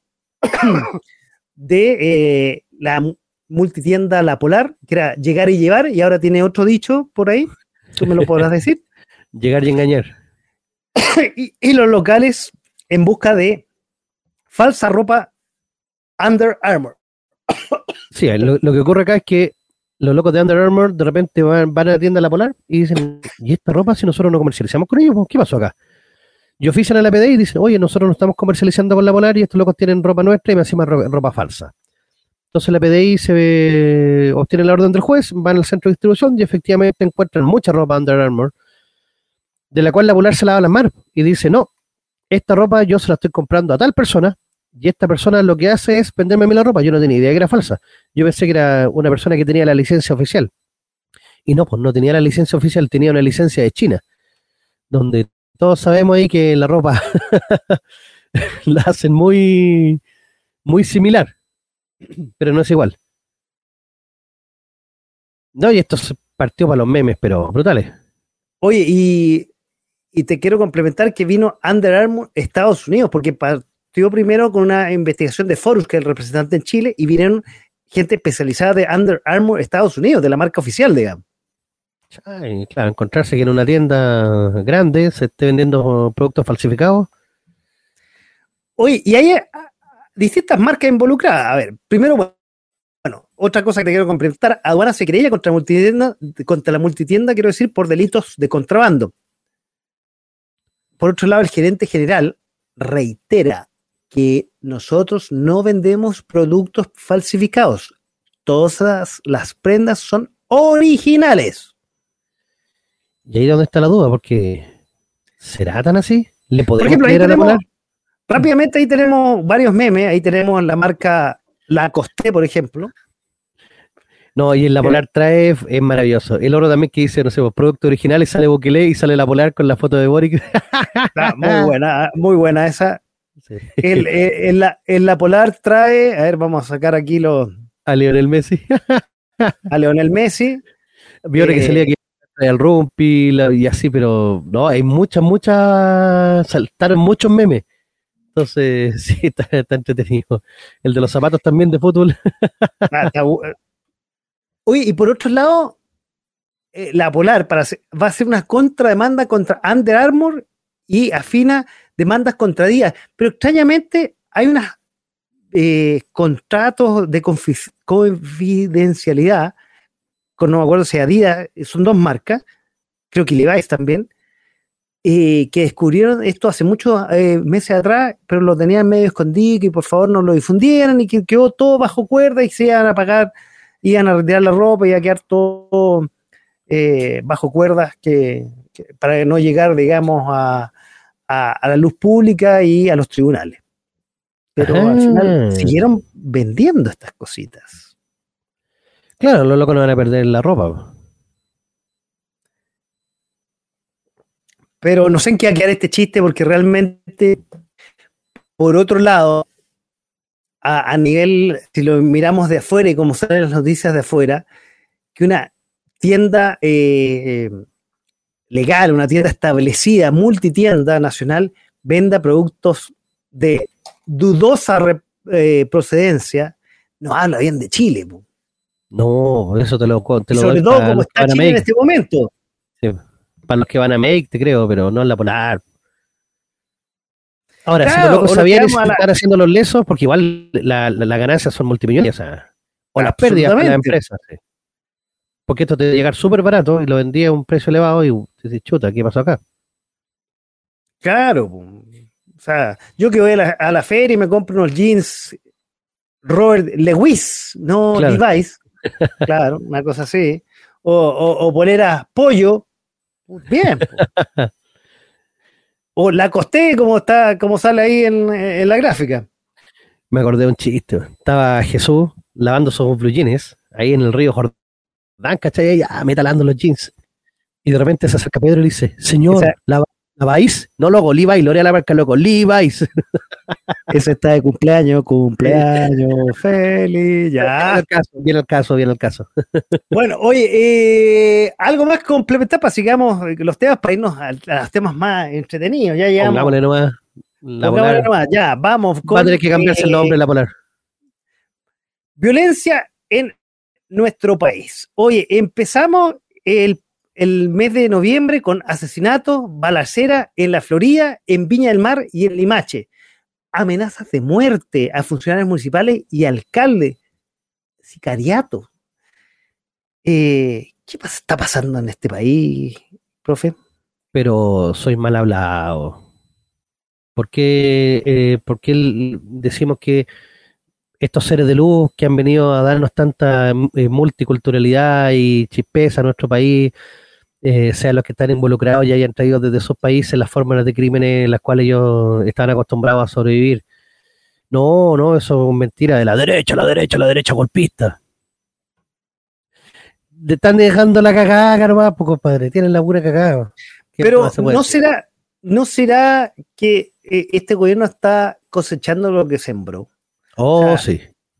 de la multitienda La Polar, que era llegar y llevar, y ahora tiene otro dicho por ahí. ¿Tú me lo podrás decir? Llegar y engañar. y los locales en busca de falsa ropa Under Armour. Sí, lo que ocurre acá es que los locos de Under Armour de repente van a la tienda La Polar y dicen, ¿y esta ropa si nosotros no comercializamos con ellos? ¿Qué pasó acá? Y ofician a la PDI y dicen, oye, nosotros no estamos comercializando con La Polar y estos locos tienen ropa nuestra y encima ropa falsa. Entonces la PDI obtiene la orden del juez, van al centro de distribución y efectivamente encuentran mucha ropa Under Armour, de la cual La Polar se lava las manos y dice, no, esta ropa yo se la estoy comprando a tal persona, y esta persona lo que hace es venderme la ropa. Yo no tenía idea que era falsa. Yo pensé que era una persona que tenía la licencia oficial. Y no, pues no tenía la licencia oficial, tenía una licencia de China, donde todos sabemos ahí que la ropa la hacen muy, muy similar, pero no es igual. No, y esto se partió para los memes, pero brutales. Oye, y te quiero complementar que vino Under Armour Estados Unidos, porque partió primero con una investigación de Forus, que es el representante en Chile, y vinieron gente especializada de Under Armour Estados Unidos, de la marca oficial, digamos. Ay, claro, encontrarse que en una tienda grande se esté vendiendo productos falsificados. Oye, y hay distintas marcas involucradas. A ver, primero, bueno, otra cosa que te quiero complementar, aduana se querella contra la multitienda, quiero decir, por delitos de contrabando. Por otro lado, el gerente general reitera que nosotros no vendemos productos falsificados. Todas las prendas son originales. Y ahí es donde está la duda, porque ¿será tan así? ¿Le podemos Por ejemplo, ahí creer a La tenemos, Polar? rápidamente ahí tenemos varios memes. Ahí tenemos la marca Lacoste, por ejemplo. No, y en La Polar trae, es maravilloso. El oro también que dice, no sé, pues, producto original y sale Bukele y sale La Polar con la foto de Boric. Muy buena esa. Sí. En la Polar trae, a ver, vamos a sacar aquí A Lionel Messi. a Lionel Messi. Vio que salía aquí al Rumpi y así, pero no, hay muchas, saltaron muchos memes. Entonces, sí, está entretenido. El de los zapatos también de fútbol. Oye, y por otro lado, la Polar va a hacer una contrademanda contra Under Armour y afina demandas contra Adidas. Pero extrañamente hay unos contratos de confidencialidad no me acuerdo si Adidas, son dos marcas, creo que Levi's también, que descubrieron esto hace muchos meses atrás, pero lo tenían medio escondido, que por favor no lo difundieran y que quedó todo bajo cuerda y se iban a pagar, iban a retirar la ropa y iba a quedar todo bajo cuerdas para no llegar, digamos, a la luz pública y a los tribunales. Pero al final siguieron vendiendo estas cositas. Claro, los locos no van a perder la ropa. Pero no sé en qué va a quedar este chiste, porque realmente, por otro lado, a nivel, si lo miramos de afuera y como salen las noticias de afuera, que una tienda legal, una tienda establecida, multitienda nacional, venda productos de dudosa procedencia, no habla bien de Chile. No, eso te lo sobre todo como está Chile en este momento. Sí, para los que van a Make, te creo, pero no en La Polar. Ahora, claro, si los locos sabían estar haciendo los lesos, porque igual las ganancias son multimillonarias, o las pérdidas de las empresas. Sí. Porque esto te debe llegar súper barato y lo vendía a un precio elevado y te dices, chuta, ¿qué pasó acá? Claro, po. O sea, yo que voy a la feria y me compro unos jeans Robert Lewis, no Claro, Levi's, claro, una cosa así, o poleras pollo, bien, po. O la costé como está, como sale ahí en la gráfica. me acordé de un chiste. Estaba Jesús lavando sus blue jeans ahí en el río Jordán, ¿cachai? Ahí, me talando los jeans. Y de repente se acerca Pedro y le dice, Esa, señor, ¿Levi's? No, loco, Levi's, Lorea la marca, loco, Levi's. ese está de cumpleaños feliz, Viene ya. el caso, viene el caso, viene el caso. Bueno, oye, algo más complementar para sigamos los temas para irnos a los temas más entretenidos. Ya llegamos. Pongámosle nomás la Pongámosle Polar. nomás, ya, vamos Va a con tener que cambiarse el nombre de la Polar. violencia en nuestro país. Oye, empezamos el mes de noviembre con asesinatos, balacera en la Florida, en Viña del Mar y en Limache. Amenazas de muerte a funcionarios municipales y alcaldes. Sicariato. ¿Qué está pasando en este país, profe? Pero soy mal hablado. ¿Por qué decimos que estos seres de luz que han venido a darnos tanta multiculturalidad y chispeza a nuestro país, sean los que están involucrados y hayan traído desde esos países las fórmulas de crímenes en las cuales ellos estaban acostumbrados a sobrevivir? No, no, eso es mentira de la derecha, la derecha, la derecha golpista. Te están dejando la cagada, nomás, pues, compadre, tienen la pura cagada. Pero ¿no será que este gobierno está cosechando lo que sembró? Oh, O sea, sí.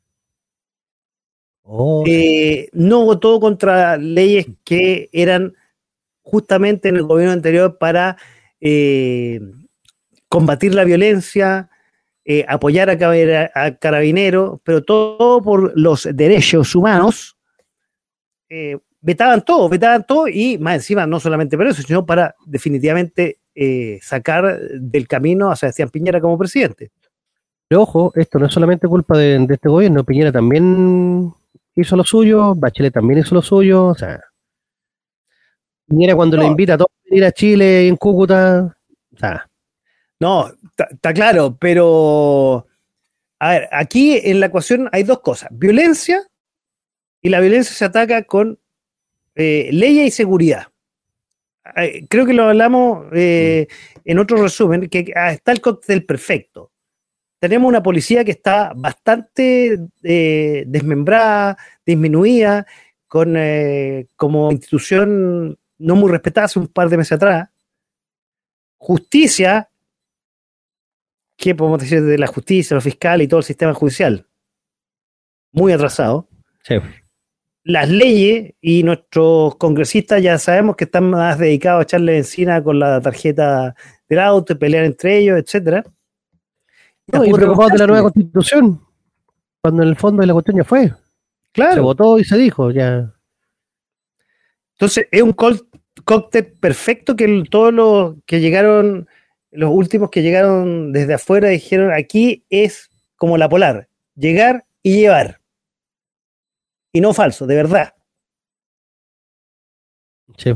Oh, sí. no votó contra leyes que eran justamente en el gobierno anterior para combatir la violencia, apoyar a carabineros, pero todo por los derechos humanos. Vetaban todo y más encima no solamente por eso, sino para definitivamente sacar del camino a Sebastián Piñera como presidente. Pero ojo, esto no es solamente culpa de este gobierno, Piñera también hizo lo suyo, Bachelet también hizo lo suyo, o sea, Piñera cuando le No, invita a todos a venir a Chile en Cúcuta, o sea, no, está claro, pero a ver, aquí en la ecuación hay dos cosas, violencia, y la violencia se ataca con leyes y seguridad. Creo que lo hablamos en otro resumen, que está el cóctel perfecto. Tenemos una policía que está bastante desmembrada, disminuida, con como institución no muy respetada hace un par de meses atrás. Justicia, ¿qué podemos decir de la justicia, los fiscales y todo el sistema judicial? Muy atrasado. sí. Las leyes y nuestros congresistas ya sabemos que están más dedicados a echarle encima con la tarjeta del auto y pelear entre ellos, etcétera. No, y preocupados de la nueva constitución, cuando en el fondo de la cuestión ya fue, claro. se votó y se dijo, ya. Entonces, es un cóctel perfecto que todos los que llegaron, los últimos que llegaron desde afuera dijeron, aquí es como la Polar, llegar y llevar. Y no falso, de verdad. Sí.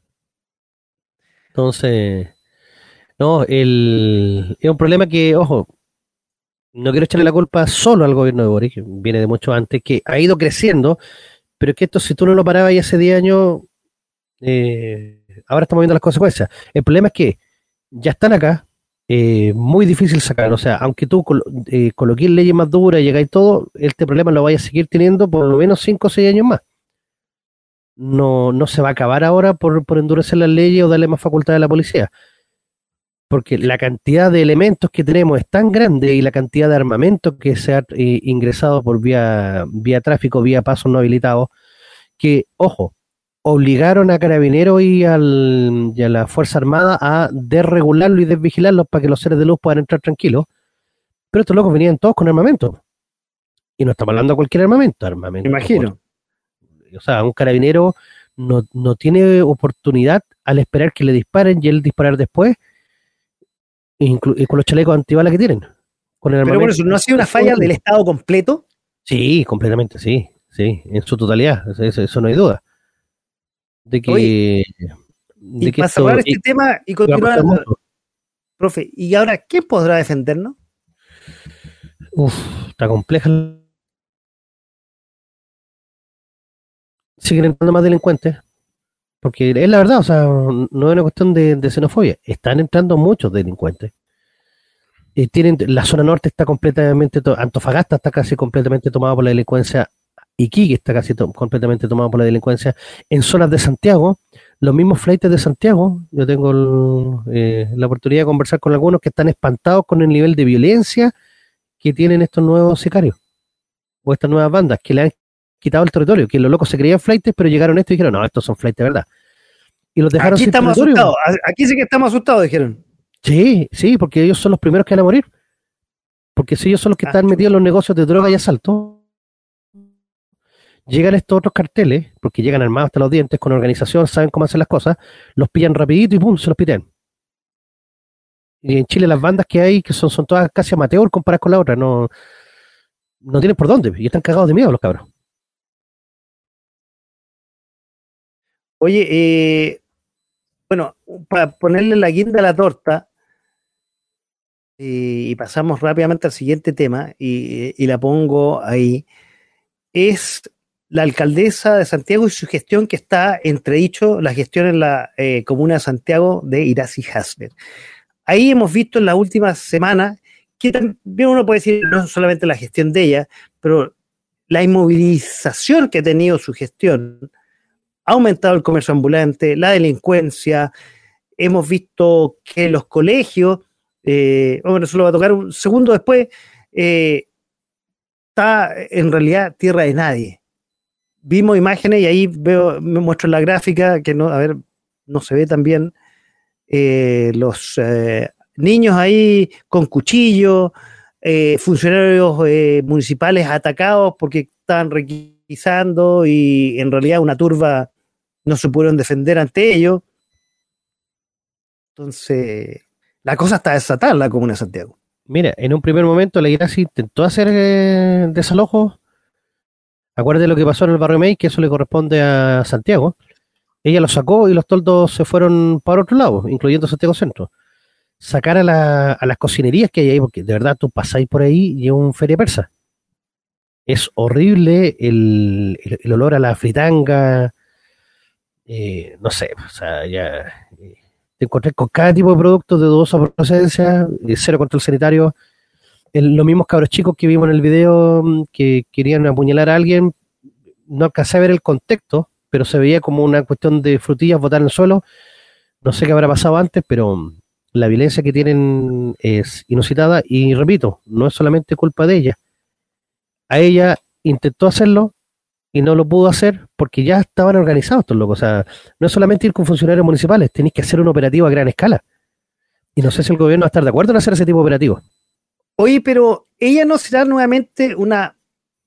Entonces, no, es un problema que, ojo, no quiero echarle la culpa solo al gobierno de Boric, que viene de mucho antes, que ha ido creciendo, pero es que esto, si tú no lo parabas ya hace 10 años, ahora estamos viendo las consecuencias. El problema es que ya están acá, muy difícil sacar, o sea, aunque tú coloques leyes más duras y llegáis todo, este problema lo vayas a seguir teniendo por lo menos 5 o 6 años más. No, no se va a acabar ahora por endurecer las leyes o darle más facultad a la policía. Porque la cantidad de elementos que tenemos es tan grande y la cantidad de armamento que se ha ingresado por vía tráfico, vía pasos no habilitados, que, ojo, obligaron a Carabineros y a la Fuerza Armada a desregularlo y desvigilarlos para que los seres de luz puedan entrar tranquilos. Pero estos locos venían todos con armamento. Y no estamos hablando de cualquier armamento. Me imagino. O sea, un carabinero no tiene oportunidad al esperar que le disparen y él disparar después, y con los chalecos antibalas que tienen. Con el Pero por eso, ¿no ha sido una falla del Estado completo? Sí, completamente, sí, en su totalidad, eso no hay duda. de que... Oye, de y que para esto cerrar este tema y va a pasar continuar, mucho. profe, ¿y ahora quién podrá defendernos? Uf, está compleja. Siguen entrando más delincuentes, porque es la verdad, o sea, no es una cuestión de xenofobia, están entrando muchos delincuentes. La zona norte está completamente, Antofagasta está casi completamente tomada por la delincuencia, Iquique está casi completamente tomado por la delincuencia. En zonas de Santiago, los mismos flaites de Santiago, yo tengo la oportunidad de conversar con algunos que están espantados con el nivel de violencia que tienen estos nuevos sicarios, o estas nuevas bandas, que le han quitado el territorio, que los locos se creían flaites, pero llegaron esto y dijeron, no, estos son flaites de verdad. Y los dejaron Aquí sin estamos territorio. asustados, aquí sí que estamos asustados, dijeron. Sí, sí, porque ellos son los primeros que van a morir. Porque si ellos son los que están metidos en los negocios de droga y asalto, llegan estos otros carteles, porque llegan armados hasta los dientes, con organización, saben cómo hacer las cosas, los pillan rapidito y pum, se los pitean. Y en Chile las bandas que hay, que son todas casi amateur comparadas con la otra, no tienen por dónde, y están cagados de miedo los cabros. Oye, bueno, para ponerle la guinda a la torta, y pasamos rápidamente al siguiente tema, y la pongo ahí, es la alcaldesa de Santiago y su gestión que está entredicho, la gestión en la comuna de Santiago de Iracy Hasler. Ahí hemos visto en las últimas semanas que también uno puede decir, no solamente la gestión de ella, pero la inmovilización que ha tenido su gestión, ha aumentado el comercio ambulante, la delincuencia, hemos visto que los colegios, bueno, eso lo va a tocar un segundo después, está en realidad tierra de nadie. Vimos imágenes y ahí me muestro la gráfica, que no, a ver, no se ve tan bien, los niños ahí con cuchillos, funcionarios municipales atacados porque estaban requisando y en realidad una turba no se pudieron defender ante ellos. Entonces, la cosa está desatada en la comuna de Santiago. Mira, en un primer momento la Iracy intentó hacer desalojos. Acuérdate lo que pasó en el barrio May, que eso le corresponde a Santiago. Ella los sacó y los toldos se fueron para otro lado, incluyendo Santiago Centro. Sacar a las cocinerías que hay ahí, porque de verdad tú pasáis por ahí y es un feria persa. Es horrible el olor a la fritanga, no sé, o sea, ya te encontré con cada tipo de productos de dudosa procedencia, cero control sanitario. Los mismos cabros chicos que vimos en el video que querían apuñalar a alguien, no alcancé a ver el contexto, pero se veía como una cuestión de frutillas botar en el suelo. No sé qué habrá pasado antes, pero la violencia que tienen es inusitada y repito, no es solamente culpa de ella. A ella intentó hacerlo y no lo pudo hacer porque ya estaban organizados estos locos. O sea, no es solamente ir con funcionarios municipales, tenéis que hacer un operativo a gran escala. Y no sé si el gobierno va a estar de acuerdo en hacer ese tipo de operativo. Oye, pero ella no será nuevamente una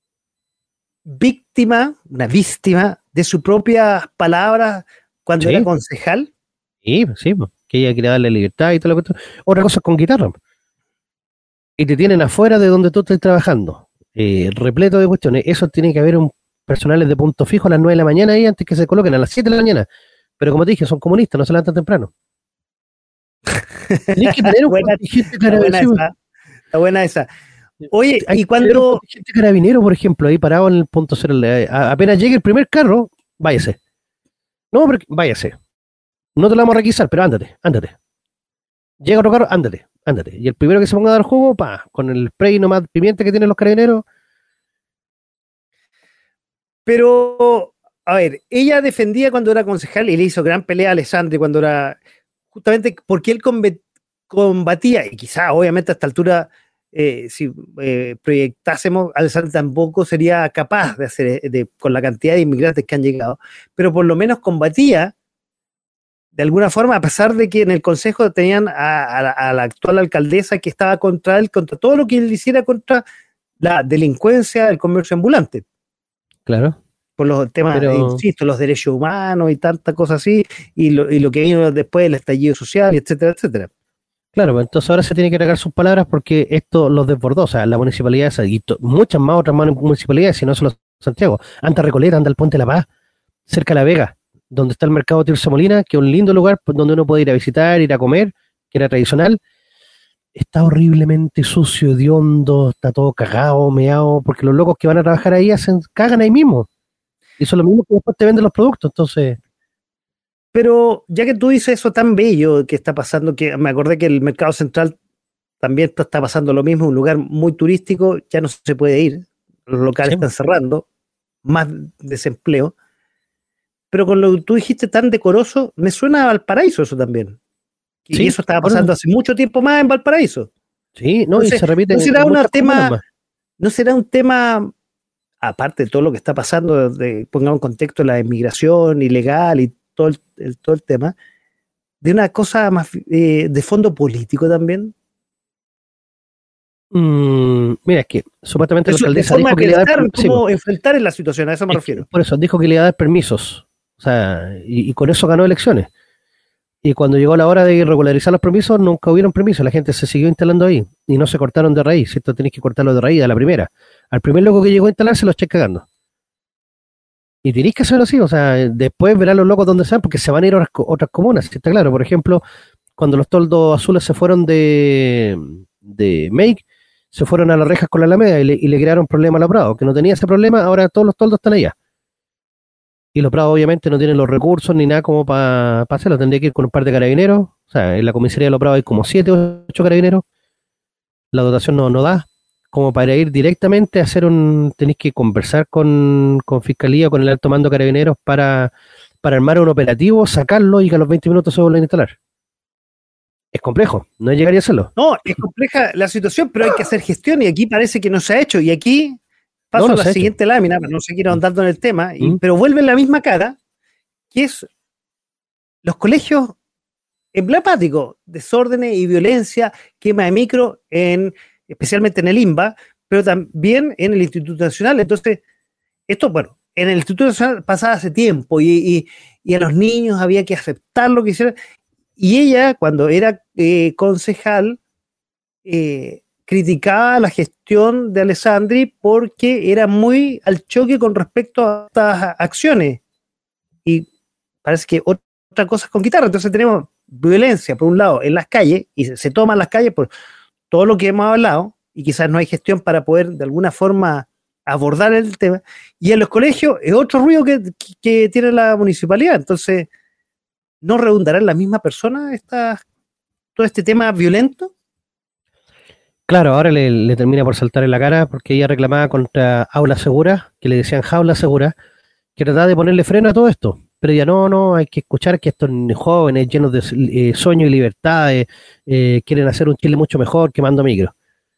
víctima de sus propias palabras cuando era concejal. Sí, sí, que ella quiere darle libertad y todo lo que... Otra cosa es con guitarra. Y te tienen afuera de donde tú estás trabajando. Repleto de cuestiones. Eso tiene que haber un personales de punto fijo a las 9 de la mañana ahí antes que se coloquen a las 7 de la mañana. Pero como te dije, son comunistas, no se levantan temprano. Tienes que tener un contingente carabinero. Está buena esa. Oye, hay y cuando... un contingente carabinero, por ejemplo, ahí parado en el punto cero, apenas llegue el primer carro, váyase. No, pero váyase. No te lo vamos a requisar, pero ándate. Llega otro carro, ándate. Y el primero que se ponga a dar jugo, con el spray nomás pimienta que tienen los carabineros. Pero, a ver, ella defendía cuando era concejal y le hizo gran pelea a Alessandri cuando era... Justamente porque él combatía, y quizá obviamente a esta altura, si proyectásemos, Alessandri tampoco sería capaz de hacer, con la cantidad de inmigrantes que han llegado, pero por lo menos combatía de alguna forma, a pesar de que en el consejo tenían a la actual alcaldesa que estaba contra él, contra todo lo que él hiciera contra la delincuencia, el comercio ambulante. Claro. Por los temas, insisto, los derechos humanos y tantas cosas así, y lo que vino después del estallido social, etcétera, etcétera. Claro, entonces ahora se tiene que cargar sus palabras porque esto los desbordó, o sea, la municipalidad esa y muchas más otras municipalidades, si no solo Santiago, anda Recoleta, anda el Puente de la Paz, cerca de La Vega, donde está el mercado Tirso Molina, que es un lindo lugar donde uno puede ir a visitar, ir a comer, que era tradicional. Está horriblemente sucio, hediondo, está todo cagado, meado, porque los locos que van a trabajar ahí cagan ahí mismo. Y eso es lo mismo que después te venden los productos, entonces... Pero ya que tú dices eso tan bello que está pasando, que me acordé que el Mercado Central también está pasando lo mismo, un lugar muy turístico, ya no se puede ir, los locales están cerrando, más desempleo. Pero con lo que tú dijiste tan decoroso, me suena a Valparaíso eso también. Y eso estaba pasando hace mucho tiempo más en Valparaíso. Sí, no, entonces, y se repite. ¿No será un tema, aparte de todo lo que está pasando, pongamos en contexto la inmigración ilegal y todo el tema, de una cosa más de fondo político también? Mira, es que supuestamente la alcaldesa dijo que le iba a dar cómo enfrentar en la situación, a eso me refiero. Por eso dijo que le iba a dar permisos, o sea, y con eso ganó elecciones. Y cuando llegó la hora de regularizar los permisos, nunca hubieron permisos, la gente se siguió instalando ahí y no se cortaron de raíz. Esto tenés que cortarlo de raíz a la primera. Al primer loco que llegó a instalarse lo eché cagando. Y tenéis que hacerlo así, o sea, después verán los locos donde sean, porque se van a ir a otras comunas, está claro. Por ejemplo, cuando los toldos azules se fueron de Make, se fueron a las rejas con la Alameda y le crearon problema a la Prado, que no tenía ese problema, ahora todos los toldos están allá. Y los Prados obviamente no tienen los recursos ni nada como para hacerlo, tendría que ir con un par de carabineros, o sea, en la comisaría de los Prados hay como 7 o 8 carabineros, la dotación no da, como para ir directamente a hacer tenéis que conversar con Fiscalía o con el alto mando de carabineros para armar un operativo, sacarlo y que a los 20 minutos se vuelvan a instalar. Es complejo, no llegaría a hacerlo. No, es compleja la situación, pero hay que hacer gestión y aquí parece que no se ha hecho. Y aquí paso a la siguiente lámina, no sé quiero andando en el tema, pero vuelve la misma cara, que es los colegios emblemáticos, desórdenes y violencia, quema de micro, especialmente en el INBA, pero también en el Instituto Nacional. Entonces, esto, bueno, en el Instituto Nacional pasaba hace tiempo y a los niños había que aceptar lo que hicieran. Y ella, cuando era concejal, criticaba la gestión de Alessandri porque era muy al choque con respecto a estas acciones. Y parece que otra cosa es con guitarra. Entonces tenemos violencia, por un lado, en las calles, y se toman las calles por todo lo que hemos hablado, y quizás no hay gestión para poder de alguna forma abordar el tema. Y en los colegios es otro ruido que tiene la municipalidad. Entonces, ¿no redundará en la misma persona todo este tema violento? Claro, ahora le termina por saltar en la cara porque ella reclamaba contra Aula Segura, que le decían Jaula Segura, que trataba de ponerle freno a todo esto. Pero ya no, hay que escuchar que estos jóvenes llenos de sueños y libertades quieren hacer un Chile mucho mejor quemando micro.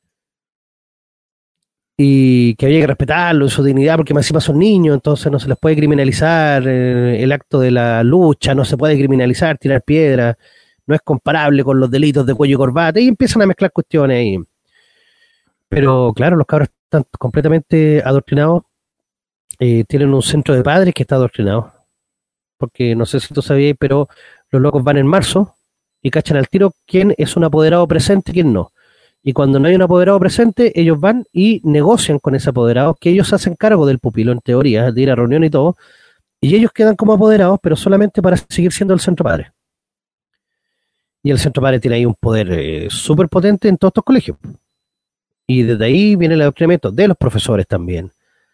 Y que había que respetarlo en su dignidad porque más encima son niños, entonces no se les puede criminalizar el acto de la lucha, no se puede criminalizar tirar piedras, no es comparable con los delitos de cuello y corbata, y empiezan a mezclar cuestiones ahí. Pero claro, los cabros están completamente adoctrinados, tienen un centro de padres que está adoctrinado, porque no sé si tú sabías, pero los locos van en marzo y cachan al tiro quién es un apoderado presente y quién no. Y cuando no hay un apoderado presente, ellos van y negocian con ese apoderado, que ellos hacen cargo del pupilo, en teoría, de ir a reunión y todo, y ellos quedan como apoderados, pero solamente para seguir siendo el centro padre. Y el centro padre tiene ahí un poder súper potente en todos estos colegios. Y desde ahí viene el adoctrinamiento de los profesores también.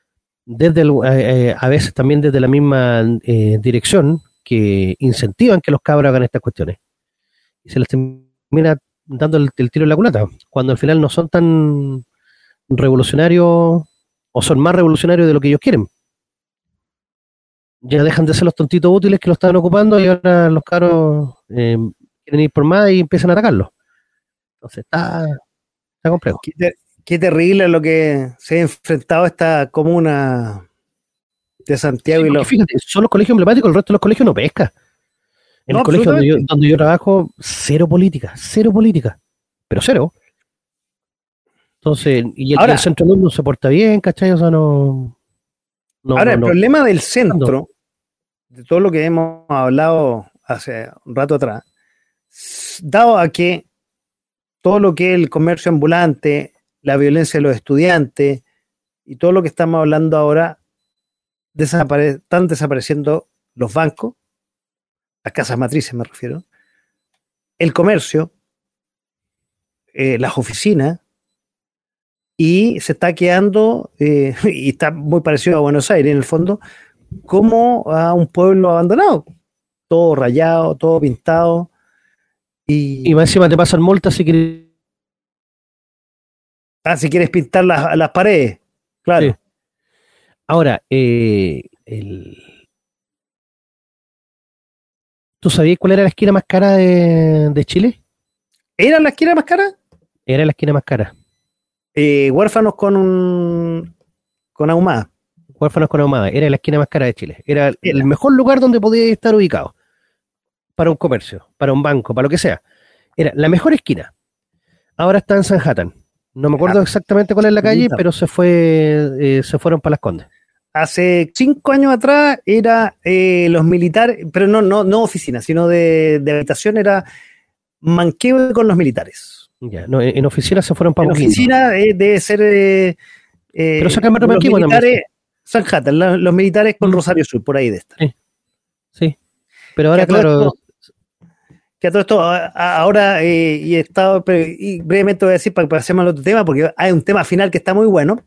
A veces también desde la misma dirección que incentivan que los cabros hagan estas cuestiones. Y se les termina dando el tiro en la culata, cuando al final no son tan revolucionarios o son más revolucionarios de lo que ellos quieren. Ya dejan de ser los tontitos útiles que lo estaban ocupando y ahora los cabros quieren ir por más y empiezan a atacarlos. Entonces está complejo. Qué terrible lo que se ha enfrentado esta comuna de Santiago. Sí, fíjate, son los colegios emblemáticos, el resto de los colegios no pesca. En el colegio donde yo trabajo, cero política, pero cero. Entonces, el centro alumno se porta bien, ¿cachai? O sea, el problema del centro, de todo lo que hemos hablado hace un rato atrás, dado a que todo lo que es el comercio ambulante, la violencia de los estudiantes y todo lo que estamos hablando ahora, están desapareciendo los bancos, las casas matrices me refiero, el comercio, las oficinas, y se está quedando, y está muy parecido a Buenos Aires en el fondo, como a un pueblo abandonado, todo rayado, todo pintado. Y más encima te pasan multas si quieres. Si quieres pintar las paredes, claro. Sí. Ahora, ¿tú sabías cuál era la esquina más cara de Chile? ¿Era la esquina más cara? Era la esquina más cara. Huérfanos con Ahumada. Huérfanos con Ahumada. Era la esquina más cara de Chile. Era el mejor lugar donde podía estar ubicado. Para un comercio, para un banco, para lo que sea. Era la mejor esquina. Ahora está en Sanhattan. No me acuerdo exactamente cuál es la calle, pero se fueron para Las Condes. Hace 5 años atrás era los militares, pero no oficina, sino de habitación, era manqueo con los militares. Ya, no, en oficina se fueron para En oficina debe ser pero sacan metro los Manquehue militares, Sanhattan, los militares con Rosario Sur, por ahí de esta. Sí. Pero ahora, claro. Que a todo esto, ahora, y he estado, y brevemente voy a decir para pasemos al otro tema, porque hay un tema final que está muy bueno.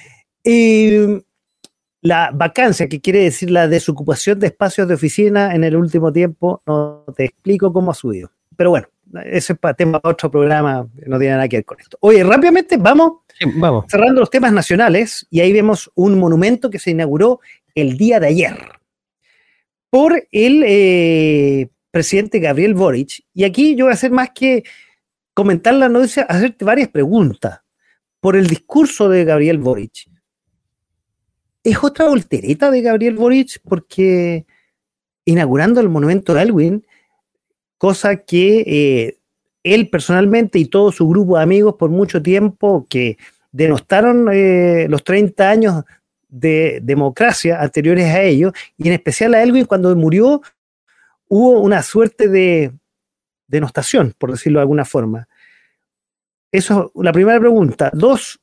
La vacancia, que quiere decir la desocupación de espacios de oficina en el último tiempo, no te explico cómo ha subido. Pero bueno, ese es tema para otro programa, no tiene nada que ver con esto. Oye, rápidamente vamos cerrando los temas nacionales, y ahí vemos un monumento que se inauguró el día de ayer por el presidente Gabriel Boric. Y aquí yo voy a hacer más que comentar la noticia, hacerte varias preguntas por el discurso de Gabriel Boric. ¿Es otra voltereta de Gabriel Boric? Porque inaugurando el monumento de Elwin, cosa que él personalmente y todo su grupo de amigos por mucho tiempo que denostaron los 30 años de democracia anteriores a ellos, y en especial a Elwin, cuando murió hubo una suerte de denostación, por decirlo de alguna forma. Eso es la primera pregunta. 2,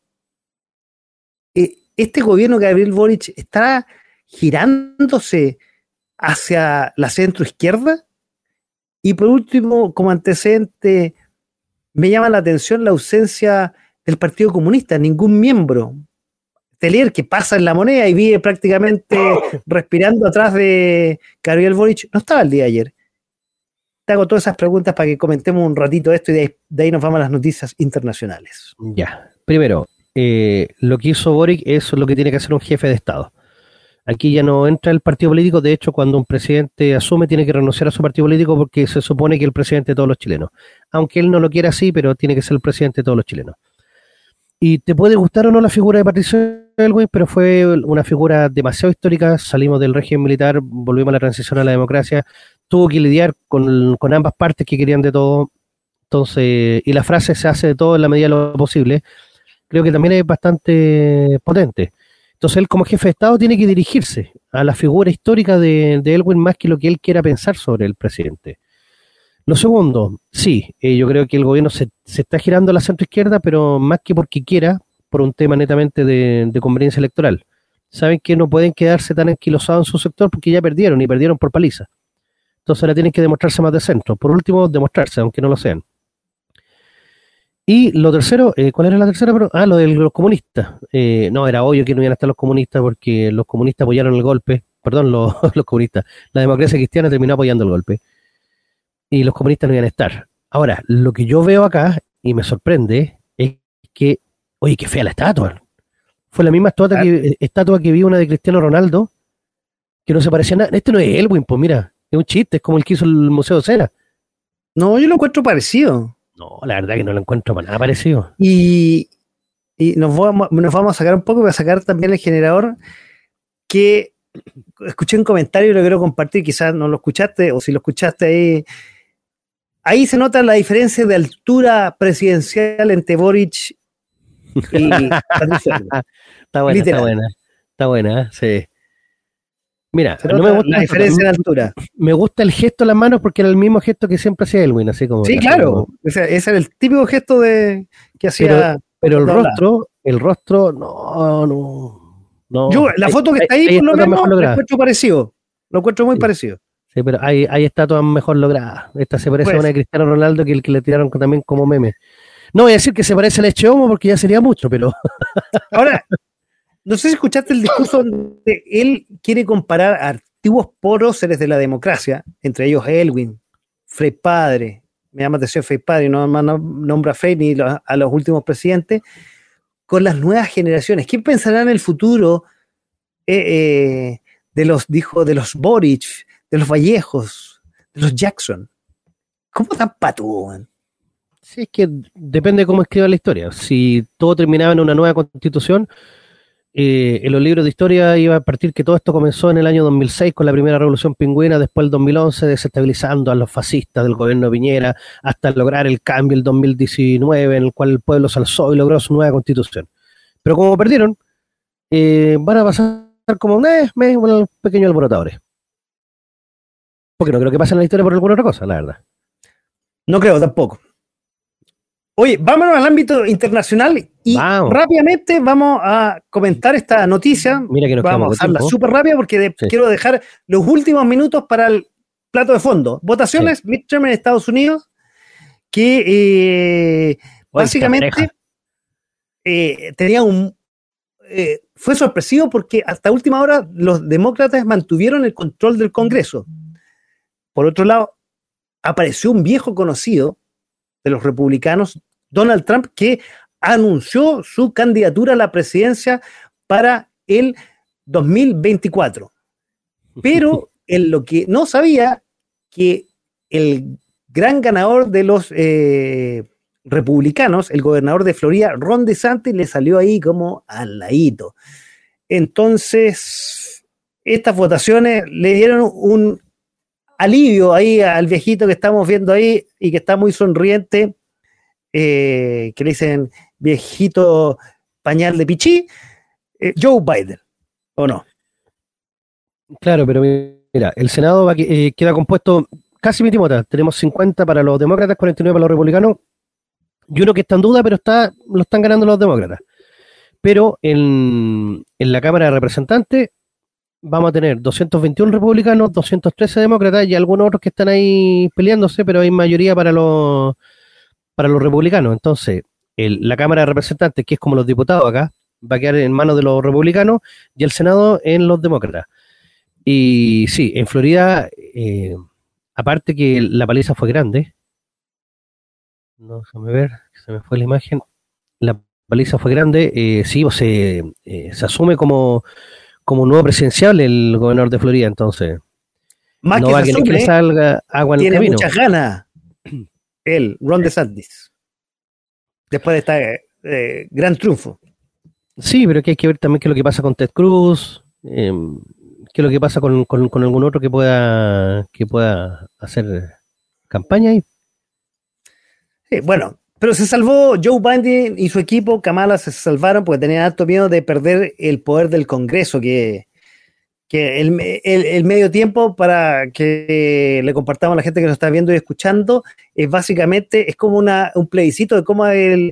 ¿este gobierno de Gabriel Boric está girándose hacia la centroizquierda? Y por último, como antecedente, me llama la atención la ausencia del Partido Comunista, ningún miembro. Telier, que pasa en La Moneda y vive prácticamente respirando atrás de Gabriel Boric, no estaba el día de ayer. Te hago todas esas preguntas para que comentemos un ratito esto, y de ahí nos vamos a las noticias internacionales. Ya, primero, lo que hizo Boric es lo que tiene que hacer un jefe de Estado. Aquí ya no entra el partido político. De hecho, cuando un presidente asume, tiene que renunciar a su partido político, porque se supone que es el presidente de todos los chilenos. Aunque él no lo quiera así, pero tiene que ser el presidente de todos los chilenos. Y te puede gustar o no la figura de Patricio Aylwin, pero fue una figura demasiado histórica. Salimos del régimen militar, volvimos a la transición a la democracia. Tuvo que lidiar con ambas partes que querían de todo. Entonces, y la frase "se hace de todo en la medida de lo posible", creo que también es bastante potente. Entonces él, como jefe de Estado, tiene que dirigirse a la figura histórica de Aylwin más que lo que él quiera pensar sobre el presidente. Lo segundo, sí, yo creo que el gobierno se está girando a la centroizquierda, pero más que porque quiera, por un tema netamente de conveniencia electoral. Saben que no pueden quedarse tan anquilosados en su sector porque ya perdieron, y perdieron por paliza. Entonces ahora tienen que demostrarse más de centro. Por último, demostrarse, aunque no lo sean. Y lo tercero, ¿cuál era la tercera? Lo de los comunistas. No, era obvio que no iban a estar los comunistas, porque los comunistas apoyaron el golpe. Perdón, los comunistas. La democracia cristiana terminó apoyando el golpe. Y los comunistas no iban a estar. Ahora, lo que yo veo acá, y me sorprende, es que, oye, qué fea la estatua. Fue la misma estatua que vi, una de Cristiano Ronaldo, que no se parecía a nada. Este no es Elwin, pues mira, es un chiste, es como el que hizo el Museo de Cera. No, yo lo encuentro parecido. No, la verdad que no lo encuentro para nada parecido. Y nos vamos a sacar un poco, voy a sacar también el generador, que escuché un comentario y lo quiero compartir, quizás no lo escuchaste, o si lo escuchaste ahí se nota la diferencia de altura presidencial entre Boric y Patricio. Está buena, sí. Mira, no me gusta la diferencia de altura. Me gusta el gesto de las manos, porque era el mismo gesto que siempre hacía Elwin, así como. Sí, claro. Ese era el típico gesto que hacía. Pero el rostro, no. Yo, la foto que está ahí por lo menos, lo encuentro parecido. Lo encuentro muy parecido. Sí, pero hay estatuas mejor logradas. Esta se parece a Pues, una de Cristiano Ronaldo que el que le tiraron también como meme. No voy a decir que se parece al Leche Homo porque ya sería mucho, pero ahora, no sé si escuchaste el discurso donde él quiere comparar a antiguos próceres de la democracia, entre ellos Elwin, Frei Padre, me llama atención Frei Padre, no nombra a Frei ni a los últimos presidentes, con las nuevas generaciones. ¿Quién pensará en el futuro de los Boric, de los Vallejos, de los Jackson? ¿Cómo tan patúo, man? sí, es que depende de cómo escriba la historia. Si todo terminaba en una nueva constitución, en los libros de historia iba a partir que todo esto comenzó en el año 2006 con la primera revolución pingüina, después el 2011 desestabilizando a los fascistas del gobierno de Piñera, hasta lograr el cambio el 2019 en el cual el pueblo se alzó y logró su nueva constitución. Pero como perdieron, van a pasar como unos pequeños alborotadores. Porque no creo que pasen en la historia por alguna otra cosa, la verdad. No creo tampoco. Oye, vámonos al ámbito internacional y rápidamente vamos a comentar esta noticia. Mira que nos vamos a hacerla súper rápida porque quiero dejar los últimos minutos para el plato de fondo. Votaciones midterm en Estados Unidos que básicamente tenía fue sorpresivo porque hasta última hora los demócratas mantuvieron el control del Congreso. Por otro lado, apareció un viejo conocido de los republicanos, Donald Trump, que anunció su candidatura a la presidencia para el 2024. Pero en lo que no sabía, que el gran ganador de los republicanos, el gobernador de Florida, Ron DeSantis, le salió ahí como al ladito. Entonces, estas votaciones le dieron un alivio ahí al viejito que estamos viendo ahí y que está muy sonriente, que le dicen viejito pañal de pichí, Joe Biden, ¿o no? Claro, pero mira, el Senado queda compuesto casi mitimota. Tenemos 50 para los demócratas, 49 para los republicanos, y uno que está en duda, pero lo están ganando los demócratas. Pero en la Cámara de Representantes vamos a tener 221 republicanos, 213 demócratas y algunos otros que están ahí peleándose, pero hay mayoría para los republicanos. Entonces, la Cámara de Representantes, que es como los diputados acá, va a quedar en manos de los republicanos y el Senado en los demócratas. Y sí, en Florida, aparte que la paliza fue grande, no, déjame ver, se me fue la imagen, la paliza fue grande, sí, se asume como nuevo presidencial el gobernador de Florida, entonces más no que va a querer que le salga agua en el camino. Tiene muchas ganas Ron DeSantis, después de este gran triunfo. Sí, pero que hay que ver también qué es lo que pasa con Ted Cruz, qué es lo que pasa con algún otro que pueda hacer campaña ahí. Sí, bueno, pero se salvó Joe Biden y su equipo, Kamala se salvaron porque tenían alto miedo de perder el poder del Congreso, que el medio tiempo, para que le compartamos a la gente que nos está viendo y escuchando, es básicamente, es como un plebiscito de cómo el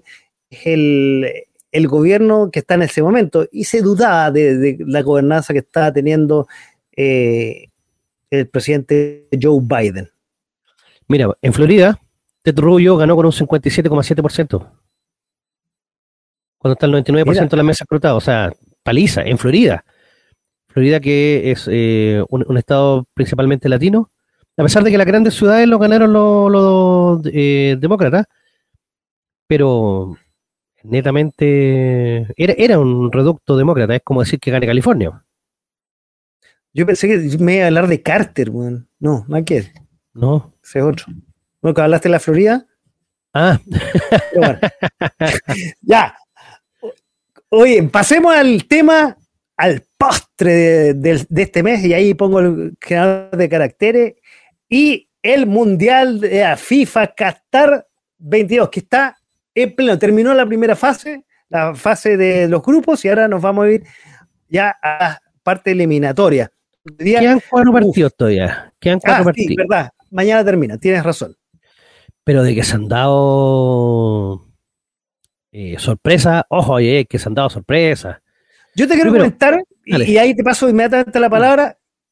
gobierno que está en ese momento, y se dudaba de la gobernanza que estaba teniendo el presidente Joe Biden. Mira, en Florida, Ted Rubio ganó con un 57,7%. Cuando está el 99% de la mesa escrutada, o sea, paliza, en Florida. Florida, que es un estado principalmente latino, a pesar de que las grandes ciudades lo ganaron los demócratas, pero netamente era un reducto demócrata, es como decir que gane California. Yo pensé que me iba a hablar de Carter, weón. No, no hay que. No. Ese es otro. Bueno, que hablaste de la Florida. Ah. Bueno. Ya. Oye, pasemos al tema, al postre de este mes, y ahí pongo el generador de caracteres, y el Mundial de la FIFA Qatar 22, que está en pleno. Terminó la primera fase, la fase de los grupos, y ahora nos vamos a ir ya a la parte eliminatoria. Quedan 4 partidos todavía. Quedan 4 partidos. Sí, verdad. Mañana termina, tienes razón. Pero de que se han dado sorpresa, ojo, que se han dado sorpresa. Yo te quiero comentar, y ahí te paso inmediatamente la palabra,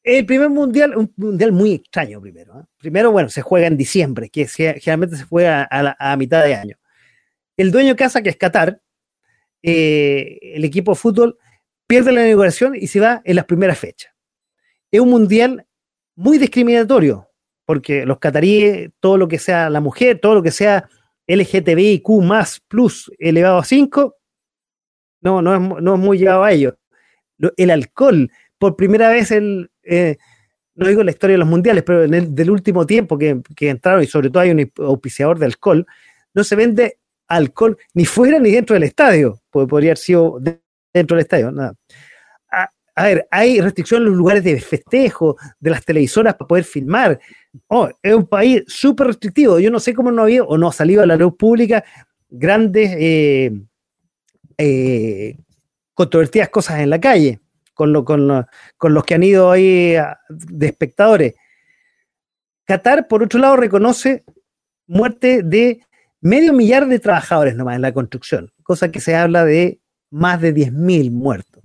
El primer mundial, un mundial muy extraño primero. Primero, bueno, se juega en diciembre, que generalmente se juega a mitad de año. El dueño de casa, que es Qatar, el equipo de fútbol, pierde la inauguración y se va en las primeras fechas. Es un mundial muy discriminatorio, porque los cataríes, todo lo que sea la mujer, todo lo que sea LGTBIQ más plus elevado a 5, no es muy llevado a ello. El alcohol, por primera vez, no digo la historia de los mundiales, pero del último tiempo que entraron, y sobre todo hay un auspiciador de alcohol, no se vende alcohol ni fuera ni dentro del estadio, porque podría haber sido dentro del estadio, nada. A ver, hay restricciones en los lugares de festejo, de las televisoras para poder filmar. Es un país súper restrictivo. Yo no sé cómo no había o no ha salido a la luz pública grandes controvertidas cosas en la calle con los que han ido ahí de espectadores. Qatar, por otro lado, reconoce muerte de 500.000 de trabajadores nomás en la construcción, cosa que se habla de más de 10.000 muertos.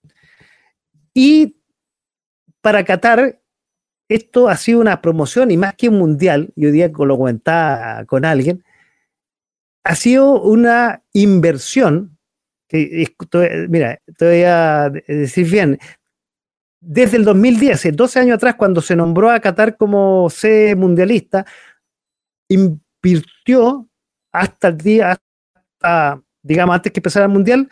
Y para Qatar, esto ha sido una promoción y más que un mundial, y hoy día lo comentaba con alguien, ha sido una inversión, mira, te voy a decir bien, desde el 2010, 12 años atrás, cuando se nombró a Qatar como sede mundialista, invirtió hasta el día, digamos, antes que empezara el mundial,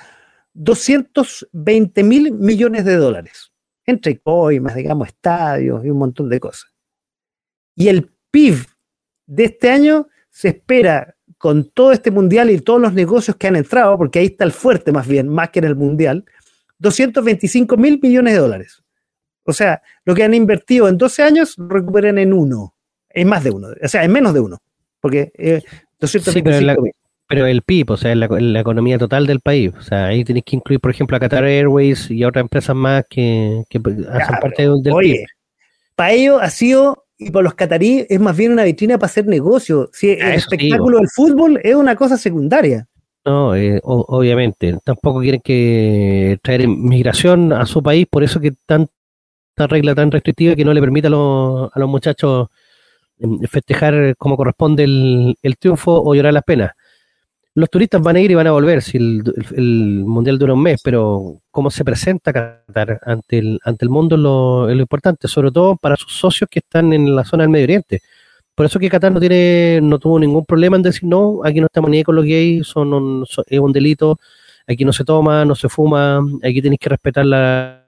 220.000 millones de dólares, entre coimas, digamos, estadios y un montón de cosas. Y el PIB de este año se espera, con todo este mundial y todos los negocios que han entrado, porque ahí está el fuerte más bien, más que en el mundial, 225.000 millones de dólares. O sea, lo que han invertido en 12 años lo recuperan en uno, en más de uno, o sea, en menos de uno, porque 225.000. Pero el PIB, o sea, la economía total del país. O sea, ahí tenés que incluir, por ejemplo, a Qatar Airways y a otras empresas más que hacen parte del PIB. Para ellos ha sido, y para los cataríes, es más bien una vitrina para hacer negocio. Si el espectáculo del fútbol es una cosa secundaria. No, obviamente. Tampoco quieren que traer migración a su país, por eso que tanta regla tan restrictiva que no le permite a los muchachos festejar como corresponde el triunfo o llorar las penas. Los turistas van a ir y van a volver si el mundial dura un mes, pero cómo se presenta Qatar ante el mundo es lo importante, sobre todo para sus socios que están en la zona del Medio Oriente. Por eso que Qatar no tuvo ningún problema en decir no, aquí no estamos ni con los gays, es un delito, aquí no se toma, no se fuma, aquí tenéis que respetar la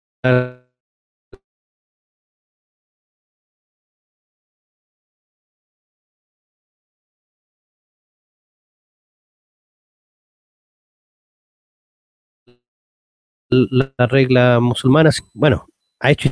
regla musulmana. Bueno, ha hecho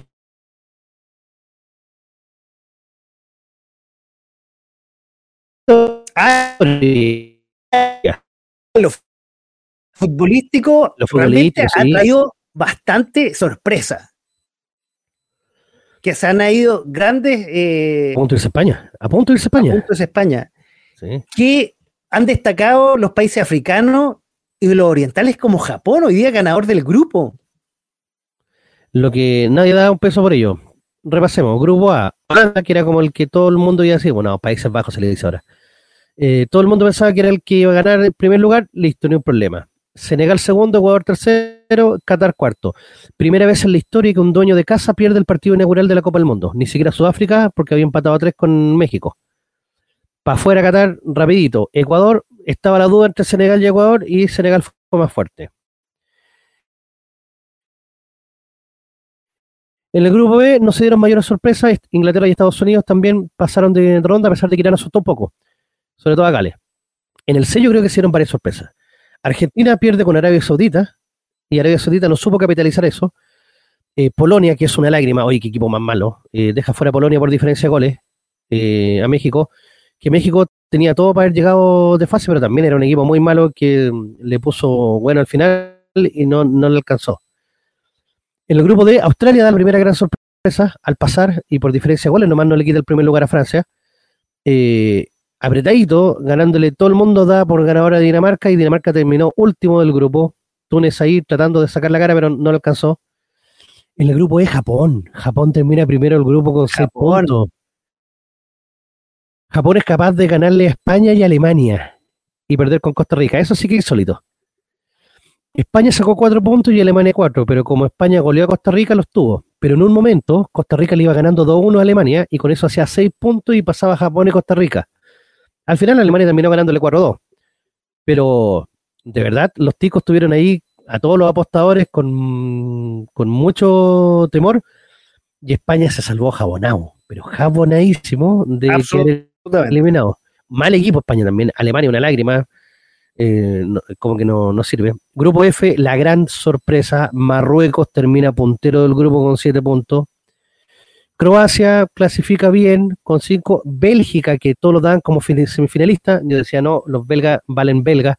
lo futbolístico realmente sí. Ha traído bastante sorpresa. Que se han ido grandes a punto de irse a España. Sí. Que han destacado los países africanos y los orientales como Japón, hoy día ganador del grupo. Lo que nadie da un peso por ello. Repasemos, grupo A, Holanda, que era como el que todo el mundo iba a decir, bueno, Países Bajos se le dice ahora. Todo el mundo pensaba que era el que iba a ganar el primer lugar, listo, ni un problema. Senegal segundo, Ecuador tercero, Qatar cuarto. Primera vez en la historia que un dueño de casa pierde el partido inaugural de la Copa del Mundo. Ni siquiera Sudáfrica, porque había empatado a 3 con México. Para afuera Qatar, rapidito. Ecuador, estaba la duda entre Senegal y Ecuador, y Senegal fue más fuerte. En el grupo B no se dieron mayores sorpresas. Inglaterra y Estados Unidos también pasaron de ronda, a pesar de que Irán asustó un poco, sobre todo a Gales. En el C yo creo que se dieron varias sorpresas. Argentina pierde con Arabia Saudita, y Arabia Saudita no supo capitalizar eso. Polonia, que es una lágrima, oye, qué equipo más malo, deja fuera a Polonia por diferencia de goles a México, que México tenía todo para haber llegado de fase, pero también era un equipo muy malo que le puso bueno al final y no le alcanzó. En el grupo D, Australia da la primera gran sorpresa al pasar, y por diferencia de goles nomás no le quita el primer lugar a Francia. Apretadito, ganándole, todo el mundo da por ganadora a Dinamarca, y Dinamarca terminó último del grupo. Túnez ahí tratando de sacar la cara, pero no lo alcanzó. En el grupo E, Japón. Japón termina primero el grupo con 6 puntos. Japón es capaz de ganarle a España y a Alemania y perder con Costa Rica. Eso sí que es insólito. España sacó 4 puntos y Alemania 4, pero como España goleó a Costa Rica, los tuvo. Pero en un momento, Costa Rica le iba ganando 2-1 a Alemania y con eso hacía 6 puntos y pasaba a Japón y Costa Rica. Al final Alemania terminó ganándole 4-2. Pero, de verdad, los ticos tuvieron ahí a todos los apostadores con mucho temor y España se salvó jabonado, pero jabonadísimo de quedar eliminado. Mal equipo España también, Alemania una lágrima, como que no sirve. Grupo F, la gran sorpresa, Marruecos termina puntero del grupo con 7 puntos. Croacia clasifica bien con 5. Bélgica, que todos lo dan como semifinalista, yo decía no, los belgas valen belga.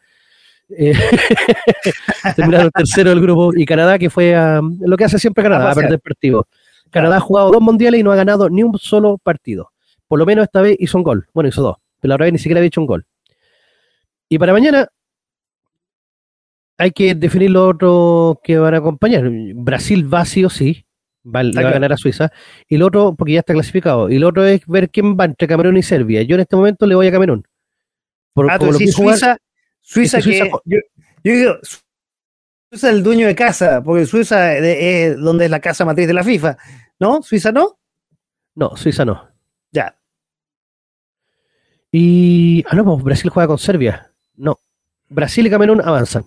Terminaron tercero del grupo. Y Canadá, que fue lo que hace siempre Canadá, a perder partido. Canadá ha jugado 2 mundiales y no ha ganado ni un solo partido. Por lo menos esta vez hizo un gol. Bueno, hizo 2, pero la otra vez ni siquiera había hecho un gol. Y para mañana hay que definir lo otro que van a acompañar. Brasil va sí o sí. Le va a ganar a Suiza. Y lo otro, porque ya está clasificado. Y lo otro es ver quién va entre Camerún y Serbia. Yo en este momento le voy a Camerún. Tú decís Suiza que... Yo digo, Suiza es el dueño de casa, porque Suiza es donde es la casa matriz de la FIFA. ¿No? ¿Suiza no? No, Suiza no. Ya. Y... no, pues Brasil juega con Serbia. No. Brasil y Camerún avanzan.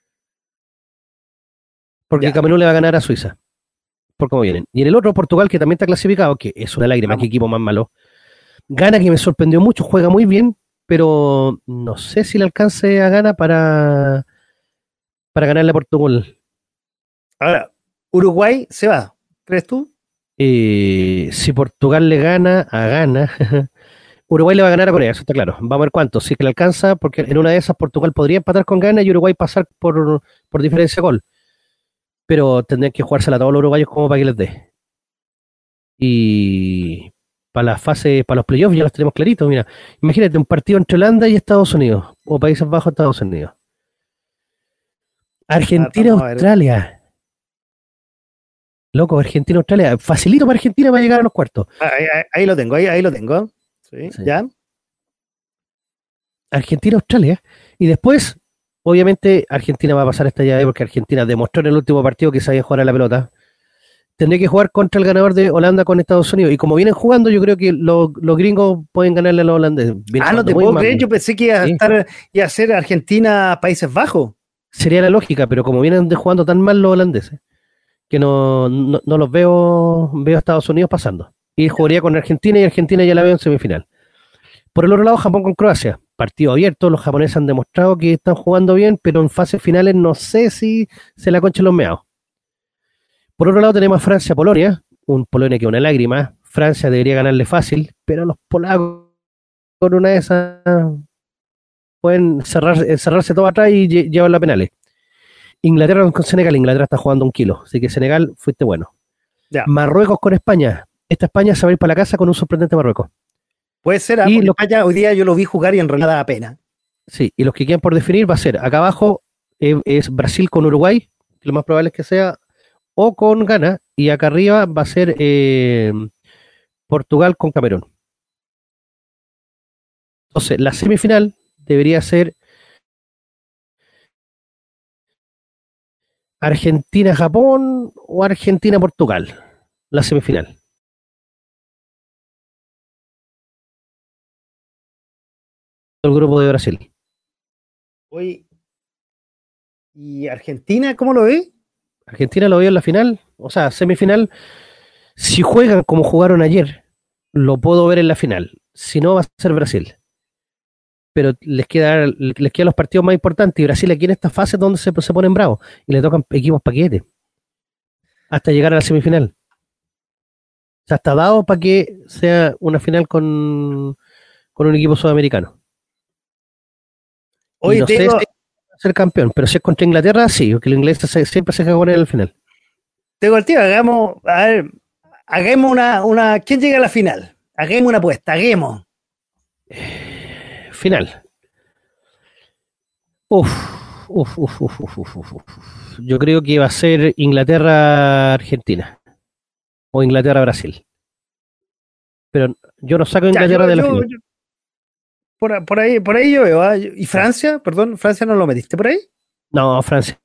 Porque Camerún le va a ganar a Suiza. Por cómo vienen. Y en el otro, Portugal, que también está clasificado, que es una lágrima, qué equipo más malo. Gana, que me sorprendió mucho, juega muy bien, pero no sé si le alcance a Gana para ganarle a Portugal. Ahora, Uruguay se va, ¿crees tú? Si Portugal le gana a Gana, Uruguay le va a ganar a Corea, eso está claro. Vamos a ver cuánto, si que le alcanza, porque en una de esas Portugal podría empatar con Gana y Uruguay pasar por diferencia de gol. Pero tendrían que jugársela a todos los uruguayos como para que les dé. Y para las fases, para los playoffs ya los tenemos claritos. Mira, imagínate un partido entre Holanda y Estados Unidos, o Países Bajos, Estados Unidos. Argentina-Australia. Loco, Argentina-Australia. Facilito para Argentina para llegar a los cuartos. Ahí lo tengo, ahí lo tengo. Sí. ¿Ya? Argentina-Australia. Y después, obviamente, Argentina va a pasar esta llave porque Argentina demostró en el último partido que sabía jugar a la pelota. Tendría que jugar contra el ganador de Holanda con Estados Unidos. Y como vienen jugando, yo creo que los gringos pueden ganarle a los holandeses. No te puedo creer. Yo pensé que iba a ser Argentina-Países Bajos. Sería la lógica, pero como vienen jugando tan mal los holandeses, que no los veo a Estados Unidos pasando. Y jugaría con Argentina y Argentina ya la veo en semifinal. Por el otro lado, Japón con Croacia. Partido abierto, los japoneses han demostrado que están jugando bien, pero en fases finales no sé si se la conchen los meados. Por otro lado tenemos a Francia-Polonia, un Polonia que es una lágrima. Francia debería ganarle fácil, pero los polacos con una de esas pueden encerrarse todo atrás y llevar la penales. Inglaterra con Senegal, Inglaterra está jugando 1 kilo, así que Senegal fuiste bueno. Ya. Marruecos con España. Esta España se va a ir para la casa con un sorprendente Marruecos. Puede ser, España hoy día yo lo vi jugar y en realidad da pena. Sí, y los que quedan por definir va a ser, acá abajo es Brasil con Uruguay, que lo más probable es que sea, o con Ghana, y acá arriba va a ser Portugal con Camerún. Entonces, la semifinal debería ser Argentina-Japón o Argentina-Portugal, la semifinal. El grupo de Brasil. Oye, ¿y Argentina cómo lo ve? Argentina lo veo en la final, o sea, semifinal. Si juegan como jugaron ayer, lo puedo ver en la final. Si no, va a ser Brasil. Pero les quedan los partidos más importantes y Brasil aquí en esta fase es donde se ponen bravos y le tocan equipos paquetes hasta llegar a la semifinal. O sea, está dado para que sea una final con un equipo sudamericano. Oye, no sé si va a ser campeón, pero si es contra Inglaterra, sí, porque el inglés siempre se caga con él al final. Tengo el tío, hagamos una. ¿Quién llega a la final? Hagamos una apuesta, Final. Uf. Yo creo que va a ser Inglaterra-Argentina o Inglaterra-Brasil. Pero yo no saco Inglaterra de la final. Por ahí yo veo. ¿Ah? ¿Y Francia? Perdón, ¿Francia no lo metiste por ahí? No, Francia.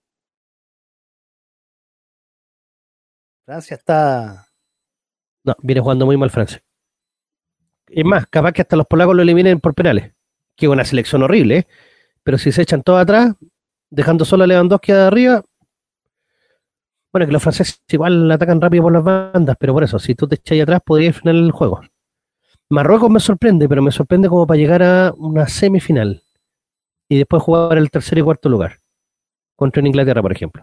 Francia está... No, viene jugando muy mal Francia. Es más, capaz que hasta los polacos lo eliminen por penales. Que es una selección horrible, ¿eh? Pero si se echan todos atrás, dejando solo a Lewandowski de arriba. Bueno, que los franceses igual atacan rápido por las bandas, pero por eso, si tú te echas atrás, podrías frenar el juego. Marruecos me sorprende, pero me sorprende como para llegar a una semifinal y después jugar el tercer y cuarto lugar contra Inglaterra, por ejemplo.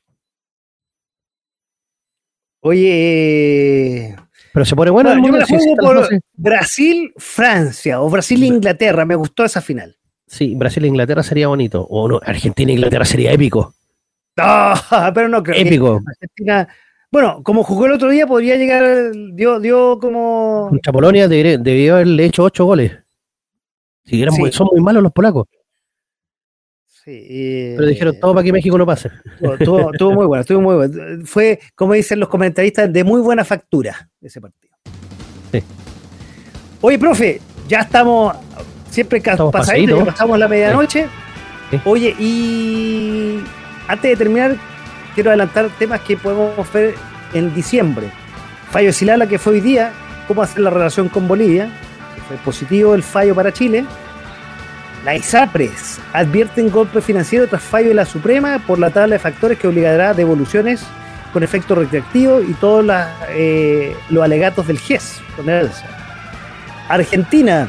Oye, pero se pone bueno, yo me la juego por Brasil-Francia o Brasil-Inglaterra. Me gustó esa final. Sí, Brasil-Inglaterra sería bonito. O no, Argentina-Inglaterra sería épico. No, pero no creo. Épico. Argentina, bueno, como jugó el otro día, podría llegar, dio como... Contra Polonia debió haberle hecho 8 goles. Si son muy malos los polacos. Sí, pero dijeron todo para que México no pase. Estuvo muy bueno. Fue, como dicen los comentaristas, de muy buena factura ese partido. Sí. Oye, profe, ya estamos siempre pasaditos, ya pasamos la medianoche. Sí. Oye, y antes de terminar, quiero adelantar temas que podemos ver en diciembre. Fallo de Silala, que fue hoy día, cómo hacer la relación con Bolivia, que fue positivo el fallo para Chile. La ISAPRES advierten golpe financiero tras fallo de la Suprema por la tabla de factores que obligará a devoluciones con efecto retroactivo y todos los alegatos del GES con el alza. Argentina,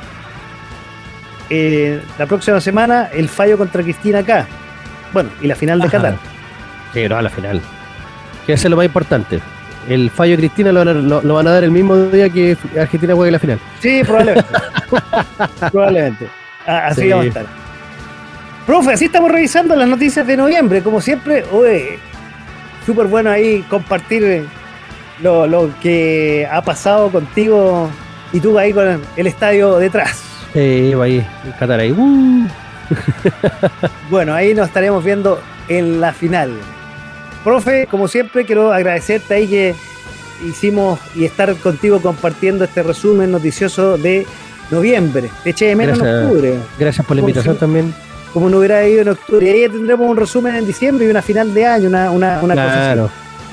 la próxima semana el fallo contra Cristina acá. Bueno, y la final de Qatar. Sí, no, la final. Que eso es lo más importante. El fallo de Cristina lo van a dar el mismo día que Argentina juegue la final. Sí, probablemente. Probablemente. Así sí. Vamos a estar. Profe, así estamos revisando las noticias de noviembre. Como siempre, súper bueno ahí compartir lo que ha pasado contigo y tú ahí con el estadio detrás. Sí, ahí, en Qatar ahí. Bueno, ahí nos estaremos viendo en la final. Profe, como siempre, quiero agradecerte ahí que hicimos y estar contigo compartiendo este resumen noticioso de noviembre. Te eché de menos en octubre. Gracias por la invitación también. Como no hubiera ido en octubre. Y ahí tendremos un resumen en diciembre y una final de año, una cosa así.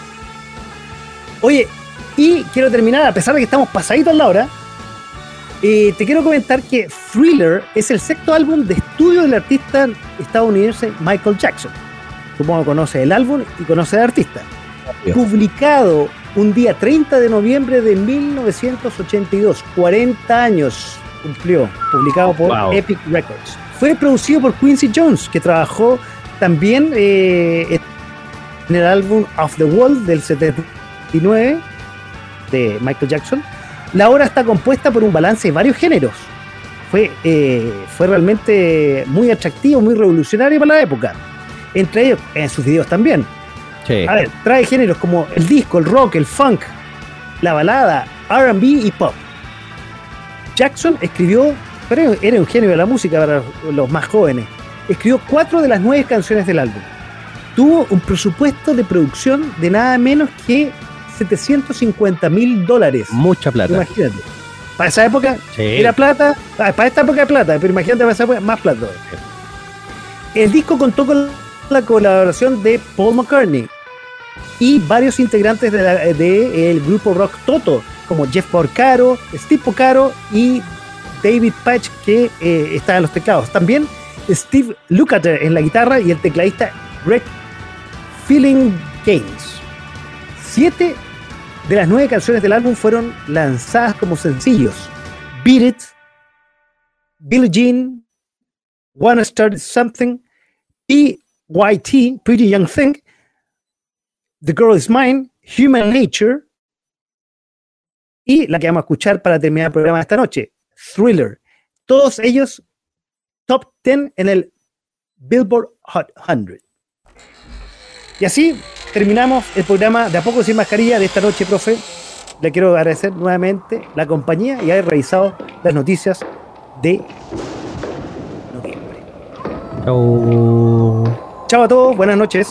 Oye, y quiero terminar, a pesar de que estamos pasaditos a la hora, te quiero comentar que Thriller es el sexto álbum de estudio del artista estadounidense Michael Jackson. Supongo que conoce el álbum y conoce al artista. Publicado un día 30 de noviembre de 1982, 40 años cumplió, publicado por Epic Records. Fue producido por Quincy Jones, que trabajó también en el álbum Off the Wall del 79 de Michael Jackson. La obra está compuesta por un balance de varios géneros. Fue realmente muy atractivo, muy revolucionario para la época. Entre ellos, en sus videos también. Sí. A ver, trae géneros como el disco, el rock, el funk, la balada, R&B y pop. Jackson escribió, pero era un genio de la música para los más jóvenes, escribió 4 de las 9 canciones del álbum. Tuvo un presupuesto de producción de nada menos que $750,000. Mucha plata. Imagínate. Para esa época era plata, para esta época es plata, pero imagínate para esa época más plata. El disco contó con la colaboración de Paul McCartney y varios integrantes del grupo rock Toto, como Jeff Porcaro, Steve Porcaro y David Patch, que está en los teclados. También Steve Lukather en la guitarra y el tecladista Greg Gaines. 7 de las 9 canciones del álbum fueron lanzadas como sencillos: Beat It, Billie Jean, Wanna Start Something, P.Y.T., Pretty Young Thing, The Girl Is Mine, Human Nature y la que vamos a escuchar para terminar el programa de esta noche, Thriller. Todos ellos top 10 en el Billboard Hot 100. Y así terminamos el programa de A Poco Sin Mascarilla de esta noche, profe. Le quiero agradecer nuevamente la compañía y haber revisado las noticias de noviembre. Chau. Chao a todos, buenas noches.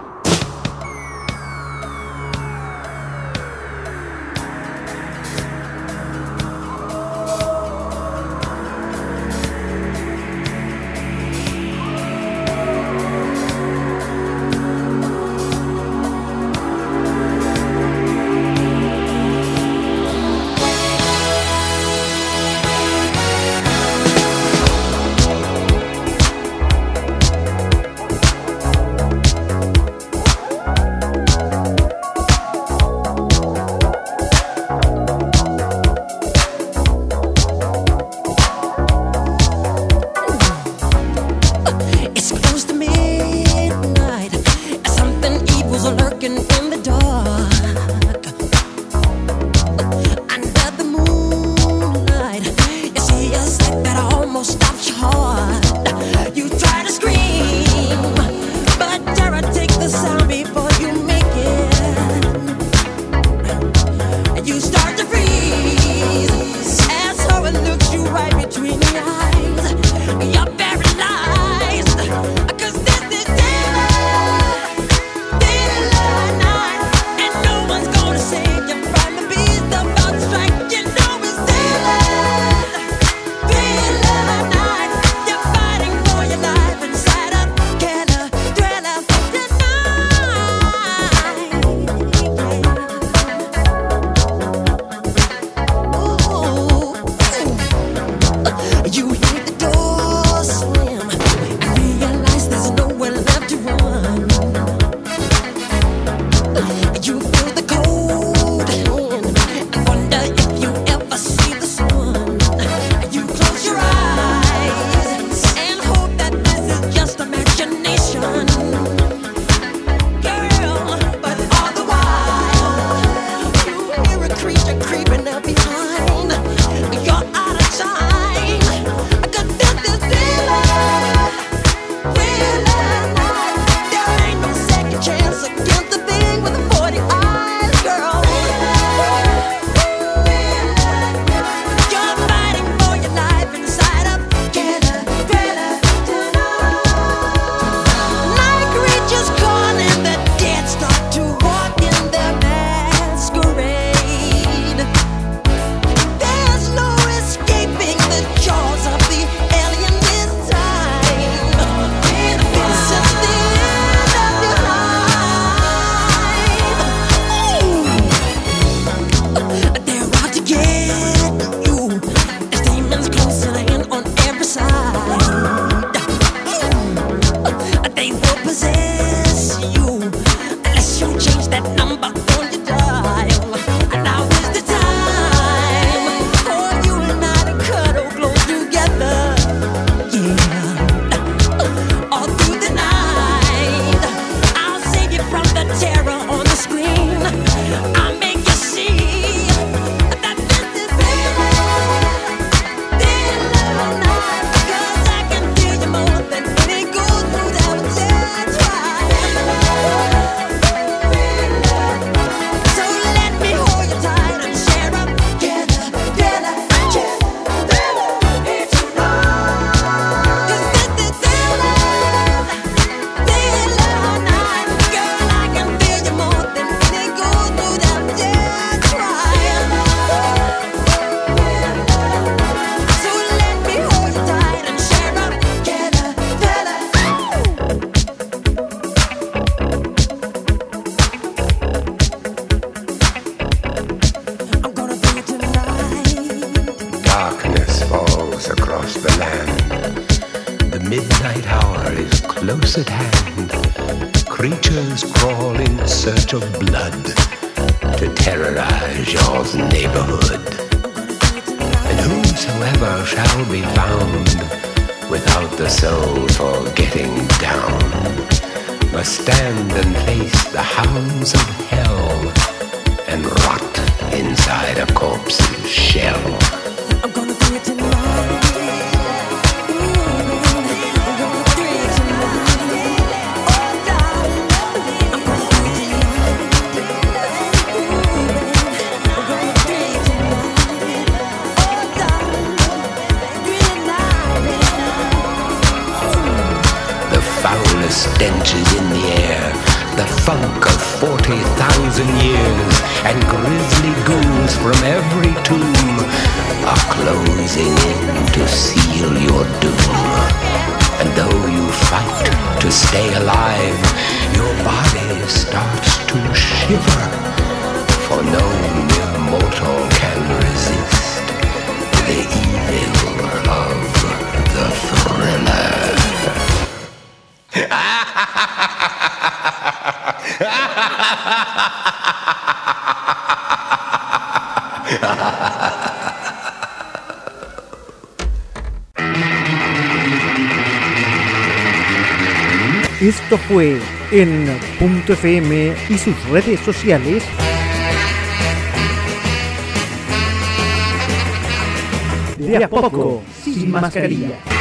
close at hand. Creatures crawl in search of blood to terrorize your neighborhood. And whosoever shall be found without the soul for getting down must stand and face the hounds of hell and rot inside a corpse's shell. I'm gonna do it tonight. Stench funk of 40,000 years, and grisly ghouls from every tomb are closing in to seal your doom. And though you fight to stay alive, your body starts to shiver, for no mere mortal can resist the evil of the thriller. Esto fue en Punto FM y sus redes sociales. De a poco, sin mascarilla.